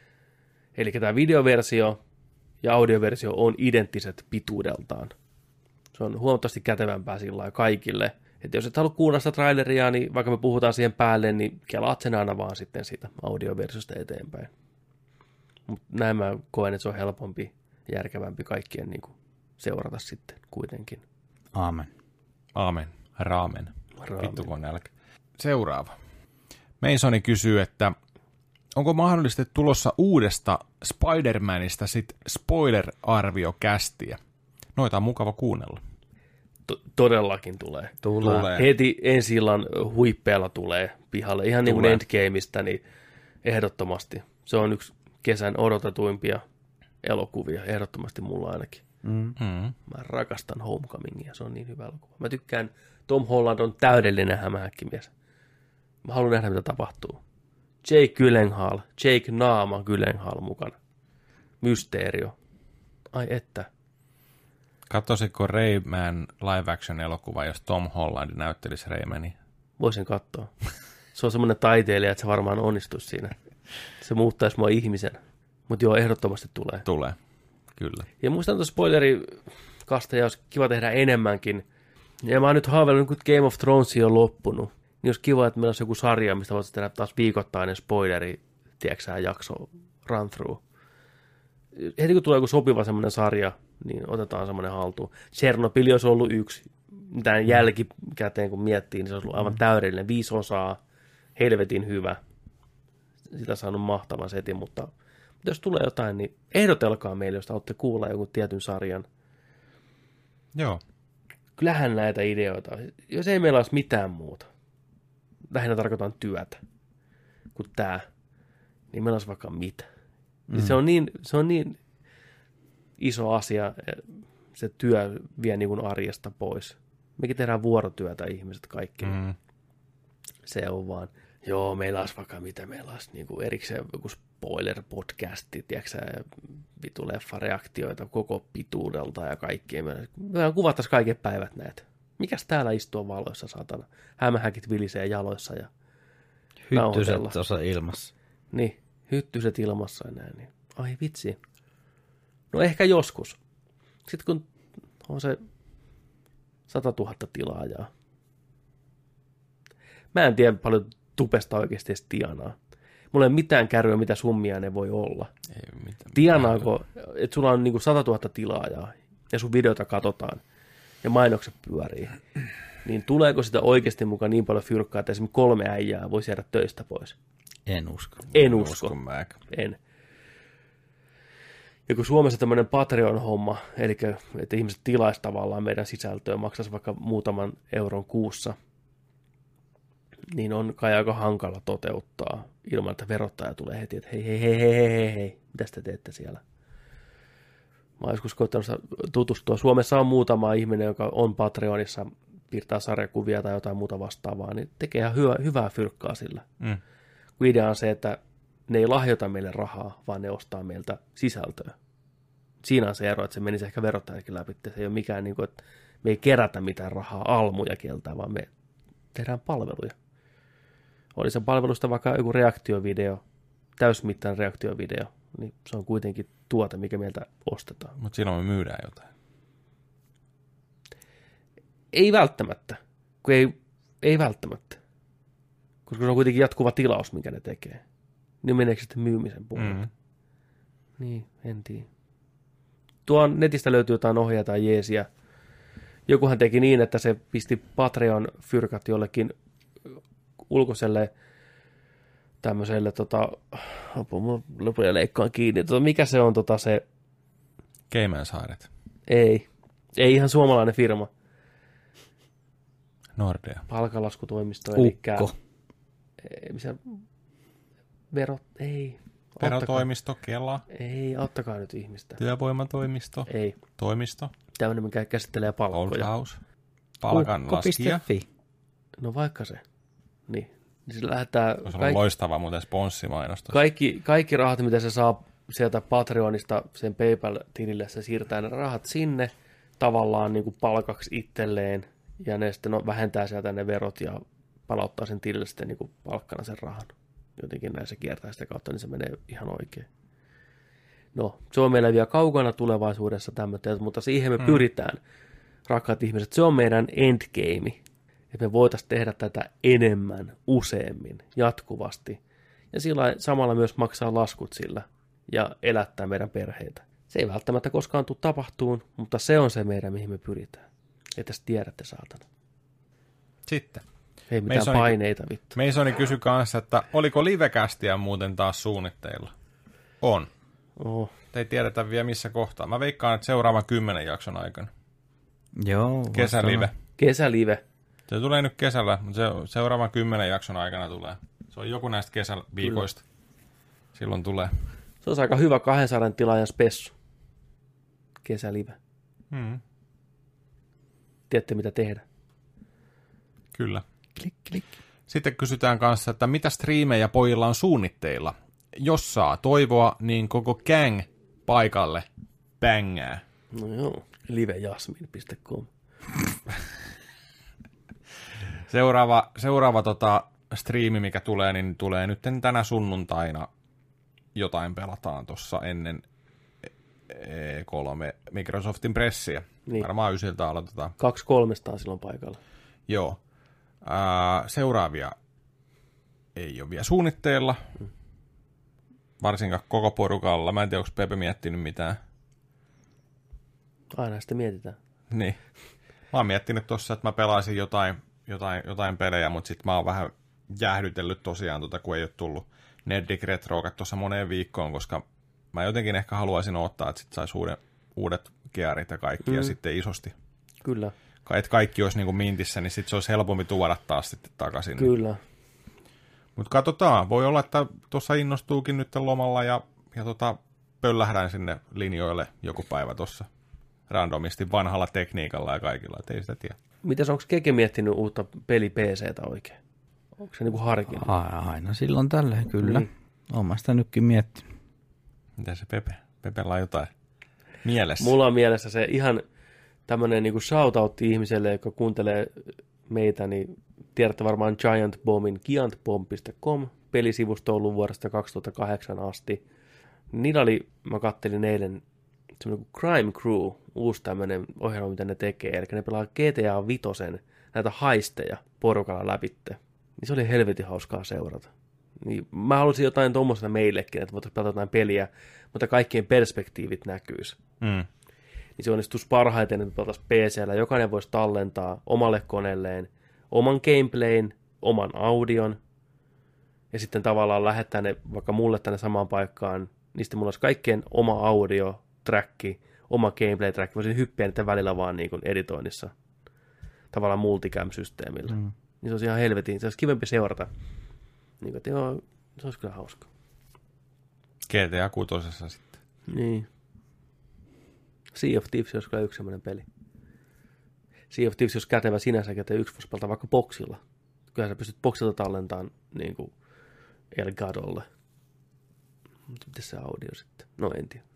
Eli tämä videoversio ja audioversio on identtiset pituudeltaan. Se on huomattavasti kätevämpää sillä lailla kaikille. Että jos et halua kuulla sitä traileria, niin vaikka me puhutaan siihen päälle, niin kelaat sen aina vaan sitten siitä audioversiosta eteenpäin. Mutta näin mä koen, että se on helpompi ja järkevämpi kaikkien niin kuin seurata sitten kuitenkin. Aamen. Aamen. Raamen. Vittu kun nälkä. Seuraava. Masoni kysyy, että onko mahdollisesti tulossa uudesta Spider-Manista sit spoiler-arviokästiä? Noita on mukava kuunnella. Todellakin tulee. Tulee. Heti ensi illan huippeella tulee pihalle. Ihan niin kuin Endgameista, niin ehdottomasti. Se on yksi kesän odotetuimpia elokuvia, ehdottomasti mulla ainakin. Mä rakastan Homecomingia, se on niin hyvä elokuva. Mä tykkään, Tom Holland on täydellinen hämähäkkimies. Mä haluan nähdä, mitä tapahtuu. Jake Gyllenhaal, Jake Naama Gyllenhaal mukana. Mysteerio. Ai että. Katsoisitko Rayman live-action-elokuva, jos Tom Holland näyttelisi Raymania? Voisin katsoa. Se on semmoinen taiteilija, että se varmaan onnistuisi siinä. Se muuttaisi mua ihmisenä. Mutta joo, ehdottomasti tulee. Tulee, kyllä. Ja muistan tuon spoilerikasteja, olisi kiva tehdä enemmänkin. Ja mä oon nyt haaveillut, kun Game of Thrones on loppunut. Niin olisi kiva, että meillä olisi joku sarja, mistä voitaisiin tehdä taas viikoittainen spoileri, tiedätkö jakso run through. Heti kun tulee joku sopiva semmoinen sarja, niin otetaan semmoinen haltuun. Chernobyl olisi ollut yksi. Mitään jälkikäteen kun miettii, niin se olisi ollut aivan täydellinen. 5 osaa, helvetin hyvä. Sitä saanut mahtavan setin, mutta jos tulee jotain, niin ehdotelkaa meille, jos haluatte kuulla jonkun tietyn sarjan. Joo. Kyllähän näitä ideoita. Jos ei meillä olisi mitään muuta, lähinnä tarkoitan työtä, kuin tämä, niin meillä olisi vaikka mitä. Se on niin iso asia, se työ vie niin kuin arjesta pois. Mekin tehdään vuorotyötä ihmiset kaikki. Se on vaan, joo, meillä olisi vaikka mitä, meillä olisi niin kuin erikseen joku spoiler-podcasti, tiedätkö vitu leffareaktioita koko pituudelta ja kaikkea. Me kuvattaisiin kaiken päivät näitä. Mikäs täällä istuu valoissa, saatana? Hämähäkit vilisee jaloissa ja hyttyset tuossa ilmassa. Niin, hyttyset ilmassa ja näin. Niin. Ai vitsi. No ehkä joskus. Sitten kun on se 100 000 tilaajaa. Mä en tiedä paljon tubesta oikeasti edes tienaa. Mulla ei ole mitään kärryä, mitä summia ne voi olla. Ei mitään. Tienaako, että sulla on niinku 100 000 tilaajaa ja sun videota katsotaan ja mainokset pyörii, niin tuleeko sitä oikeasti mukaan niin paljon fyrkkaa, että esimerkiksi 3 äijää voisi jäädä töistä pois? En usko. En usko. En. Ja kun Suomessa tämmöinen Patreon-homma, eli että ihmiset tilaisi tavallaan meidän sisältöä, maksaisi vaikka muutaman euron kuussa, niin on kai aika hankala toteuttaa ilman, että verottaja tulee heti, että hei, mitä te teette siellä? Mä oon joskus koittanut tutustua. Suomessa on muutama ihminen, joka on Patreonissa, piirtää sarjakuvia tai jotain muuta vastaavaa, niin tekee ihan hyvää fyrkkaa sillä. Kun idea on se, että ne ei lahjoita meille rahaa, vaan ne ostaa meiltä sisältöä. Siinä on se ero, että se menisi ehkä verottajakin läpi. Se ei ole mikään, niin kuin, että me ei kerätä mitään rahaa almuja keltään, vaan me tehdään palveluja. Oli se palvelusta vaikka joku reaktiovideo, täysmittainen reaktiovideo, niin se on kuitenkin tuote, mikä meiltä ostetaan. Mutta silloin me myydään jotain. Ei välttämättä. Ei välttämättä. Koska se on kuitenkin jatkuva tilaus, mikä ne tekee. Niin meneekö sitten myymisen puolelle? Niin, en tiedä. Tuon netistä löytyy jotain ohjaa tai jeesiä. Jokuhan teki niin, että se pisti Patreon-fyrkat jollekin ulkoiselle tämmöiselle, lopulle leikkaan kiinni. Mikä se on se? Keimäänsaaret. Ei ihan suomalainen firma. Nordea. Palkalaskutoimisto. Ukko. Missä verot, ei. Verotoimisto, Kela. Ei, auttakaa nyt ihmistä. Työvoimatoimisto. Ei. Toimisto. Tämmöinen, mikä käsittelee palkkoja. Old House. Palkanlaskija. Ukko.fi. No vaikka se. Niin se lähettää... Se on loistava muuten sponssimainostus. Kaikki rahat, mitä se saa sieltä Patreonista sen PayPal-tilille, se siirtää ne rahat sinne tavallaan niin kuin palkaksi itselleen. Ja ne sitten vähentää sieltä ne verot ja palauttaa sen tilille sitten niin kuin palkkana sen rahan. Jotenkin näin se kiertää sitä kautta, niin se menee ihan oikein. No, se on meillä vielä kaukana tulevaisuudessa tämmöinen, mutta siihen me pyritään, rakkaat ihmiset. Se on meidän endgame, että me voitaisiin tehdä tätä enemmän, useammin, jatkuvasti. Ja sillä samalla myös maksaa laskut sillä ja elättää meidän perheitä. Se ei välttämättä koskaan tule tapahtuun, mutta se on se meidän, mihin me pyritään. Että sä tiedätte, saatana. Sitten. Ei mitään paineita, vittu. Masoni kysyi kanssa, että oliko livekästiä muuten taas suunnitteilla? On. Oh. Ei tiedetä vielä missä kohtaa. Mä veikkaan, että seuraavan 10 jakson aikana. Joo. Kesälive. Kesälive. Se tulee nyt kesällä, mutta seuraavan 10 jakson aikana tulee. Se on joku näistä kesäviikoista. Kyllä. Silloin tulee. Se on aika hyvä 200 tilaajan spessu. Kesälive. Tiedätte mitä tehdä. Kyllä. Klik, klik. Sitten kysytään kanssa, että mitä striimejä pojilla on suunnitteilla? Jos saa toivoa, niin koko gang paikalle bängää. No joo, livejasmin.com. Seuraava striimi, mikä tulee, niin tulee nyt tänä sunnuntaina. Jotain pelataan tuossa ennen E3 Microsoftin pressiä. Niin. Varmaan 9 aloitetaan. 2-3 silloin paikalla. Joo. Seuraavia ei ole vielä suunnitteilla. Varsinkaan koko porukalla. Mä en tiedä, onko Pepe miettinyt mitään. Aina sitä mietitään. Niin. Mä oon miettinyt tossa, että mä pelaisin jotain pelejä, mutta sit mä oon vähän jäähdytellyt tosiaan, kun ei ole tullut Nerdic Retroa tuossa moneen viikkoon, koska mä jotenkin ehkä haluaisin odottaa, että sit sais uudet gearit ja kaikki ja sitten isosti. Kyllä. Että kaikki olisi niin kuin mintissä, niin sitten se olisi helpompi tuoda taas sitten takaisin. Kyllä. Mutta katsotaan. Voi olla, että tuossa innostuukin nyt lomalla ja pöllähdään sinne linjoille joku päivä tuossa randomisti vanhalla tekniikalla ja kaikilla. Et ei sitä tiedä. Mites, onko Keke miettinyt uutta peli-PCtä oikein? Onko se niinku harkinnut? Aina silloin tälleen, kyllä. Olen mä sitä nytkin miettinyt. Mitä se Pepe? Pepellä on jotain mielessä. Mulla on mielessä se ihan tämmöinen niinku shoutoutti ihmiselle, joka kuuntelee meitä, niin tiedätte varmaan Giant Bombin giantbomb.com. Pelisivusto on ollut vuodesta 2008 asti. Niillä oli, mä kattelin eilen, semmoinen kuin Crime Crew, uusi tämmöinen ohjelma, mitä ne tekee. Eli ne pelaa GTA 5 näitä haisteja porukalla läpitte. Niin se oli helvetin hauskaa seurata. Niin mä halusin jotain tuommoista meillekin, että voitaisiin pelata jotain peliä, mutta kaikkien perspektiivit näkyisi. Niin se onnistuisi parhaiten, että pelataan PC:llä. Jokainen voisi tallentaa omalle koneelleen oman gameplayn, oman audion, ja sitten tavallaan lähettää ne vaikka mulle tänne samaan paikkaan, niin sitten mulla olisi kaikkien oma audio, tracki, oma gameplay-tracki, voisin hyppiä niiden välillä vaan niin kuin editoinnissa, tavallaan multicam-systeemillä. Niin se olisi ihan helvetin, se olisi kivempi seurata. Niin kuin, että joo, se olisi kyllä hauska. GTA 6 sitten. Niin. Sea of Thieves olisi kyllä yksi sellainen peli. Sea of Thieves olisi kätevä sinänsäkin, että yksi voisi pelata vaikka boksilla. Kyllä sä pystyt boksilta tallentamaan niin kuin Elgadolle. Mutta miten se audio sitten? No en tiedä.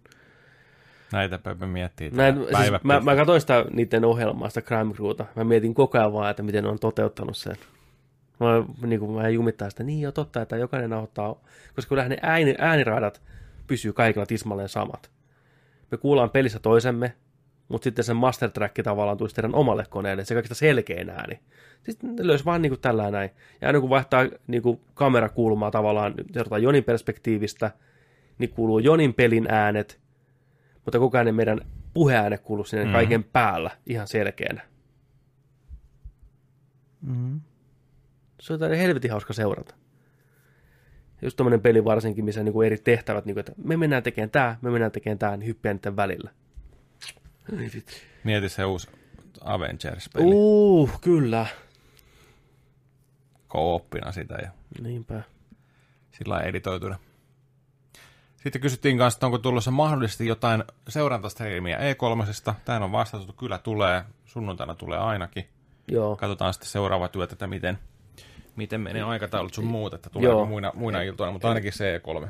Näitä Pepe miettii. Siis mä katsoin sitä niiden ohjelmaa, sitä Crime Crewta. Mä mietin koko ajan vaan, että miten ne on toteuttanut sen. Mä jumittaa sitä, niin jo totta, että jokainen nauhoittaa, koska kyllähän ne ääniraidat pysyy kaikilla tismalleen samat. Me kuullaan pelissä toisemme, mutta sitten sen master track tavallaan tulisi teidän omalle koneelle, se kaikista selkein ääni. Sitten ne löysi vaan niin kuin tällä näin. Ja aina kun vaihtaa niin kuin kamerakulmaa tavallaan, seurataan Jonin perspektiivistä, niin kuuluu Jonin pelin äänet, mutta koko ajan meidän puheäänet kuuluu sinne kaiken päällä ihan selkeänä. Se on helvetin hauska seurata. Just tommoinen peli varsinkin, missä niin eri tehtävät, niin kuin, että me mennään tekemään tää, niin hyppää niiden välillä. Mieti se uusi Avengers-peli. Kyllä. Co-oppina sitä ja Niinpä. sillä lailla editoituna. Sitten kysyttiin kanssa, että onko tulossa mahdollisesti jotain seurantastriimiä E3:sta. Tähän on vastattu, kyllä tulee. Sunnuntaina tulee ainakin. Joo. Katsotaan sitten seuraava työtä, että miten menee aikataulut sun muut, että tuleeko muina iltoina, mutta ainakin se E3.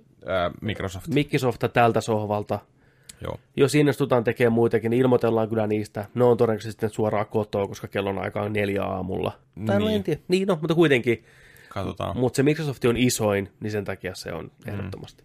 Microsoft tältä sohvalta. Joo. Jos innostutaan tekemään muitakin, niin ilmoitellaan kyllä niistä. Ne on todennäköisesti sitten suoraan kotoa, koska kellon aika on 4 aamulla. Tai no en tiedä. Niin, no, mutta kuitenkin. Katsotaan. Mutta se Microsoft on isoin, niin sen takia se on ehdottomasti.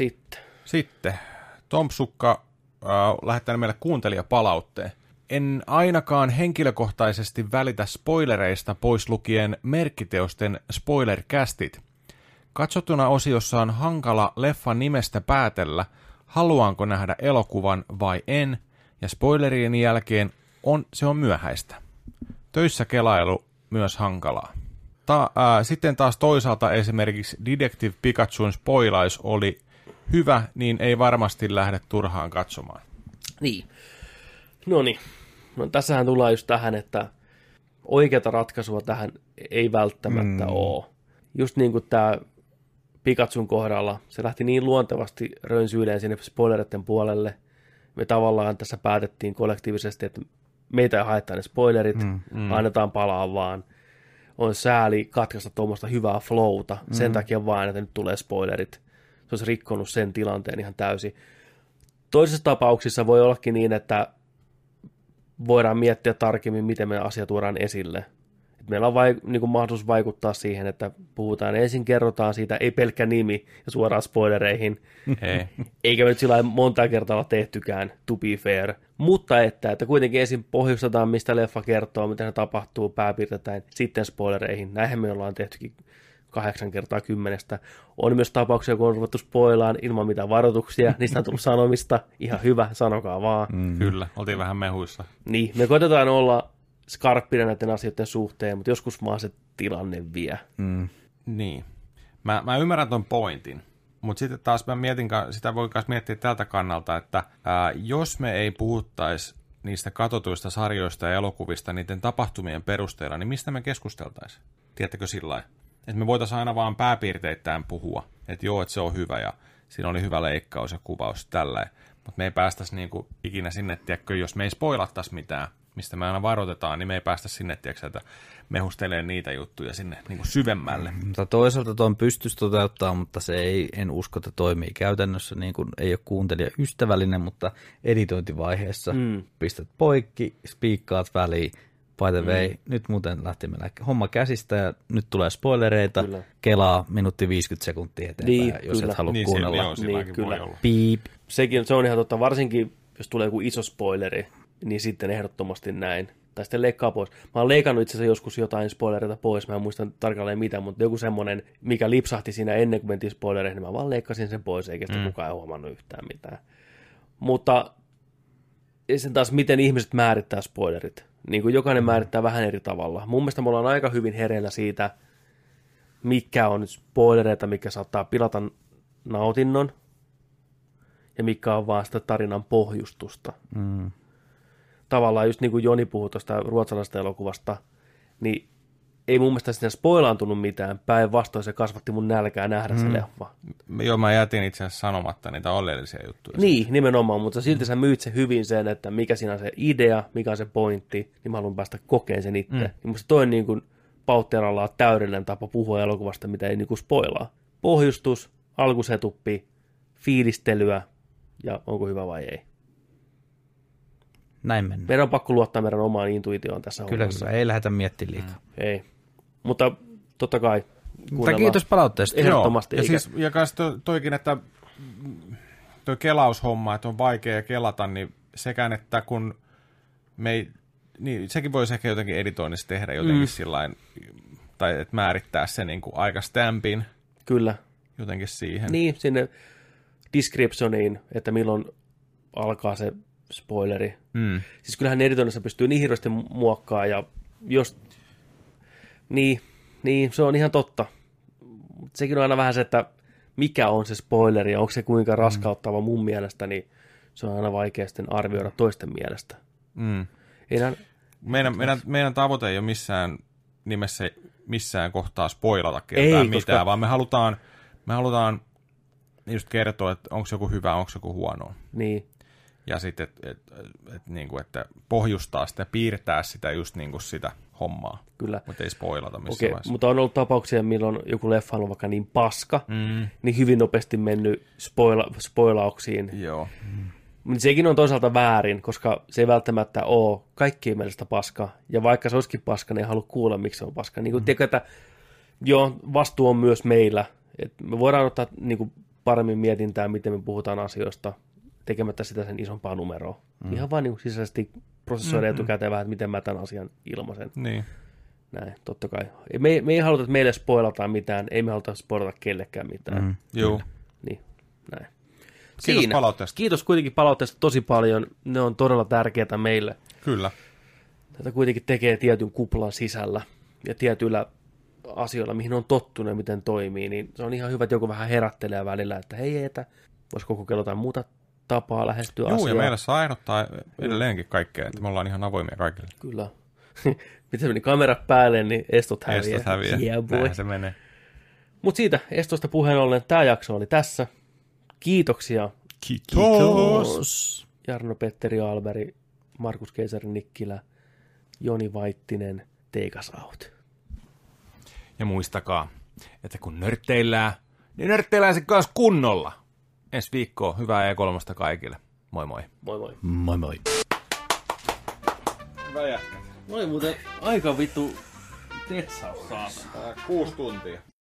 Sitten Tompsukka lähettää meille kuuntelijapalautteen. En ainakaan henkilökohtaisesti välitä spoilereista pois lukien merkkiteosten spoilercastit. Katsottuna osiossa on hankala leffan nimestä päätellä, haluanko nähdä elokuvan vai en, ja spoilerien jälkeen se on myöhäistä. Töissä kelailu myös hankalaa. Sitten taas toisaalta esimerkiksi Detective Pikachun spoilais oli hyvä, niin ei varmasti lähde turhaan katsomaan. Niin. Noniin. No tässähän tullaan just tähän, että oikeata ratkaisua tähän ei välttämättä ole. Just niin kuin tämä Pikachun kohdalla, se lähti niin luontevasti rönsyileen sinne spoilereiden puolelle. Me tavallaan tässä päätettiin kollektiivisesti, että meitä ei haittaa ne spoilerit, annetaan palaa vaan. On sääli katkaista tuommoista hyvää flowta, sen takia vaan, että nyt tulee spoilerit. Se olisi rikkonut sen tilanteen ihan täysin. Toisessa tapauksissa voi ollakin niin, että voidaan miettiä tarkemmin, miten me asia tuodaan esille. Et meillä on niin mahdollisuus vaikuttaa siihen, että puhutaan ensin, kerrotaan siitä, ei pelkkä nimi ja suoraan spoilereihin. Hei. Eikä me nyt sillä monta kertaa olla tehtykään, to be fair. Mutta että kuitenkin ensin pohjustetaan, mistä leffa kertoo, mitä se tapahtuu pääpiirtein, sitten spoilereihin. Näinhän me ollaan tehtykin 8 kertaa 10. On myös tapauksia, kun on ruvettu spoilaan ilman mitään varoituksia. Niistä on tullut sanomista. Ihan hyvä, sanokaa vaan. Kyllä, oltiin vähän mehuissa. Niin, me koitetaan olla skarppina näiden asioiden suhteen, mutta joskus vaan se tilanne vie. Niin. Mä ymmärrän ton pointin, mutta sitten taas mä mietin, sitä voi myös miettiä tältä kannalta, että jos me ei puhuttaisi niistä katsotuista sarjoista ja elokuvista niiden tapahtumien perusteella, niin mistä me keskusteltaisiin? Tiedättekö sillä lailla? Että me voitaisiin aina vaan pääpiirteittäin puhua, että joo, että se on hyvä ja siinä oli hyvä leikkaus ja kuvaus tälleen. Mutta me ei päästäisi niinku ikinä sinne, tiedätkö, jos me ei spoilattaisi mitään, mistä me aina varoitetaan, niin me ei päästä sinne, tiedätkö, että mehustelemaan niitä juttuja sinne niinku syvemmälle. Mutta toisaalta tuon pystyisi toteuttaa, mutta se en usko, että toimii käytännössä, niin kuin ei ole kuuntelija ystävällinen, mutta editointivaiheessa pistät poikki, spiikkaat väliin, by the way, nyt muuten lähti meillä homma käsistä ja nyt tulee spoilereita, kelaa minuutti 50 sekuntia eteenpäin, jos et halua kuunnella. Niin, kyllä. Piip. Se on ihan totta, varsinkin jos tulee joku iso spoileri, niin sitten ehdottomasti näin. Tai sitten leikkaa pois. Mä oon leikannut itse asiassa joskus jotain spoilereita pois, mä en muista tarkalleen mitä, mutta joku semmoinen, mikä lipsahti siinä ennen kuin mentiin spoilereihin, niin mä vaan leikkasin sen pois, eikä sitä kukaan ei huomannut yhtään mitään. Mutta sen taas, miten ihmiset määrittää spoilerit. Niin kuin jokainen määrittää vähän eri tavalla. Mun mielestä me ollaan aika hyvin hereillä siitä, mikä on spoilereita, mikä saattaa pilata nautinnon, ja mikä on vaan sitä tarinan pohjustusta. Tavallaan just niin kuin Joni puhui tuosta ruotsalaisesta elokuvasta, niin ei mun mielestä siinä spoilaantunut mitään. Päinvastoin se kasvatti mun nälkää nähdä se leffa. Joo, mä jätin itse asiassa sanomatta niitä oleellisia juttuja. Niin, nimenomaan, mutta silti sä myyt se hyvin sen, että mikä siinä on se idea, mikä on se pointti, niin mä haluan päästä kokeen sen itse. Ja musta toi on niin kuin Pautteralla täydellinen tapa puhua elokuvasta, mitä ei niin kuin spoilaa. Pohjustus, alkusetuppi, fiilistelyä ja onko hyvä vai ei. Näin mennään. Meidän on pakko luottaa meidän omaan intuitioon tässä Kyllä, ei lähdetä miettimään liikaa. Ei, mutta totta kai. Mutta kiitos palautteesta. Ehdottomasti. Ja siis, ja kans toikin, että toi kelaushomma, että on vaikea kelata, niin sekään, että kun me ei, niin sekin voisi ehkä jotenkin editoinnissa tehdä jotenkin sillain, tai että määrittää se niin kuin aikastampin. Kyllä. Jotenkin siihen. Niin, sinne descriptioniin, että milloin alkaa se spoileri. Siis kyllähän editoinnissa pystyy niin hirveästi muokkaamaan, ja jos... Niin, se on ihan totta. Mutta sekin on aina vähän se, että mikä on se spoileri, ja onko se kuinka raskauttava mun mielestä, niin se on aina vaikea sitten arvioida toisten mielestä. Meidän tavoite ei ole missään nimessä missään kohtaa spoilata ketään mitään, vaan me halutaan just kertoa, että onko joku hyvä, onko joku huono. Niin. Ja sitten, että pohjustaa sitä, piirtää sitä just niin kuin sitä hommaa. Kyllä. Mutta ei spoilata missään vaiheessa. Mutta on ollut tapauksia, milloin joku leffa on vaikka niin paska, niin hyvin nopeasti mennyt spoilauksiin. Joo. Mutta sekin on toisaalta väärin, koska se ei välttämättä ole kaikkien mielestä paska. Ja vaikka se olisikin paska, niin ei halua kuulla, miksi se on paska. Niin kuin tiedätkö, että joo, vastuu on myös meillä. Et me voidaan ottaa niin kuin paremmin mietintää, miten me puhutaan asioista, tekemättä sitä sen isompaa numeroa. Ihan vaan niin kuin sisäisesti prosessoida etukäteen vähän, että miten mä tämän asian ilmaisen. Niin. Näin, totta kai. Me ei haluta, että meille spoilataan mitään, ei me haluta spoilata kellekään mitään. Joo. Niin, näin. Kiitos palautteesta. Kiitos kuitenkin palautteesta tosi paljon. Ne on todella tärkeitä meille. Kyllä. Tätä kuitenkin tekee tietyn kuplan sisällä ja tietyillä asioilla, mihin on tottunut ja miten toimii, niin se on ihan hyvä, että joku vähän herättelee välillä, että hei, että voisiko kokeilla jotain muuta tapaa lähestyä asiaa. Joo, ja meillä saa ehdottaa edelleenkin kaikkea, että me ollaan ihan avoimia kaikille. Kyllä. Miten meni kamerat päälle, niin estot häviää. Estot häviää, yeah, näinhän se menee. Mutta siitä estosta puheen ollen, tämä jakso oli tässä. Kiitoksia. Kiitos. Jarno Petteri Alberi, Markus Keisari Nikkilä, Joni Vaittinen, take us out. Ja muistakaa, että kun nörtteillään, niin nörtteillään se kanssa kunnolla. Ensi viikkoa hyvää E3 kaikille. Moi moi. Moi moi. Moi moi. Hyvä jätkä. Moi muuten aika vittu tetsaus saatana. 6 tuntia.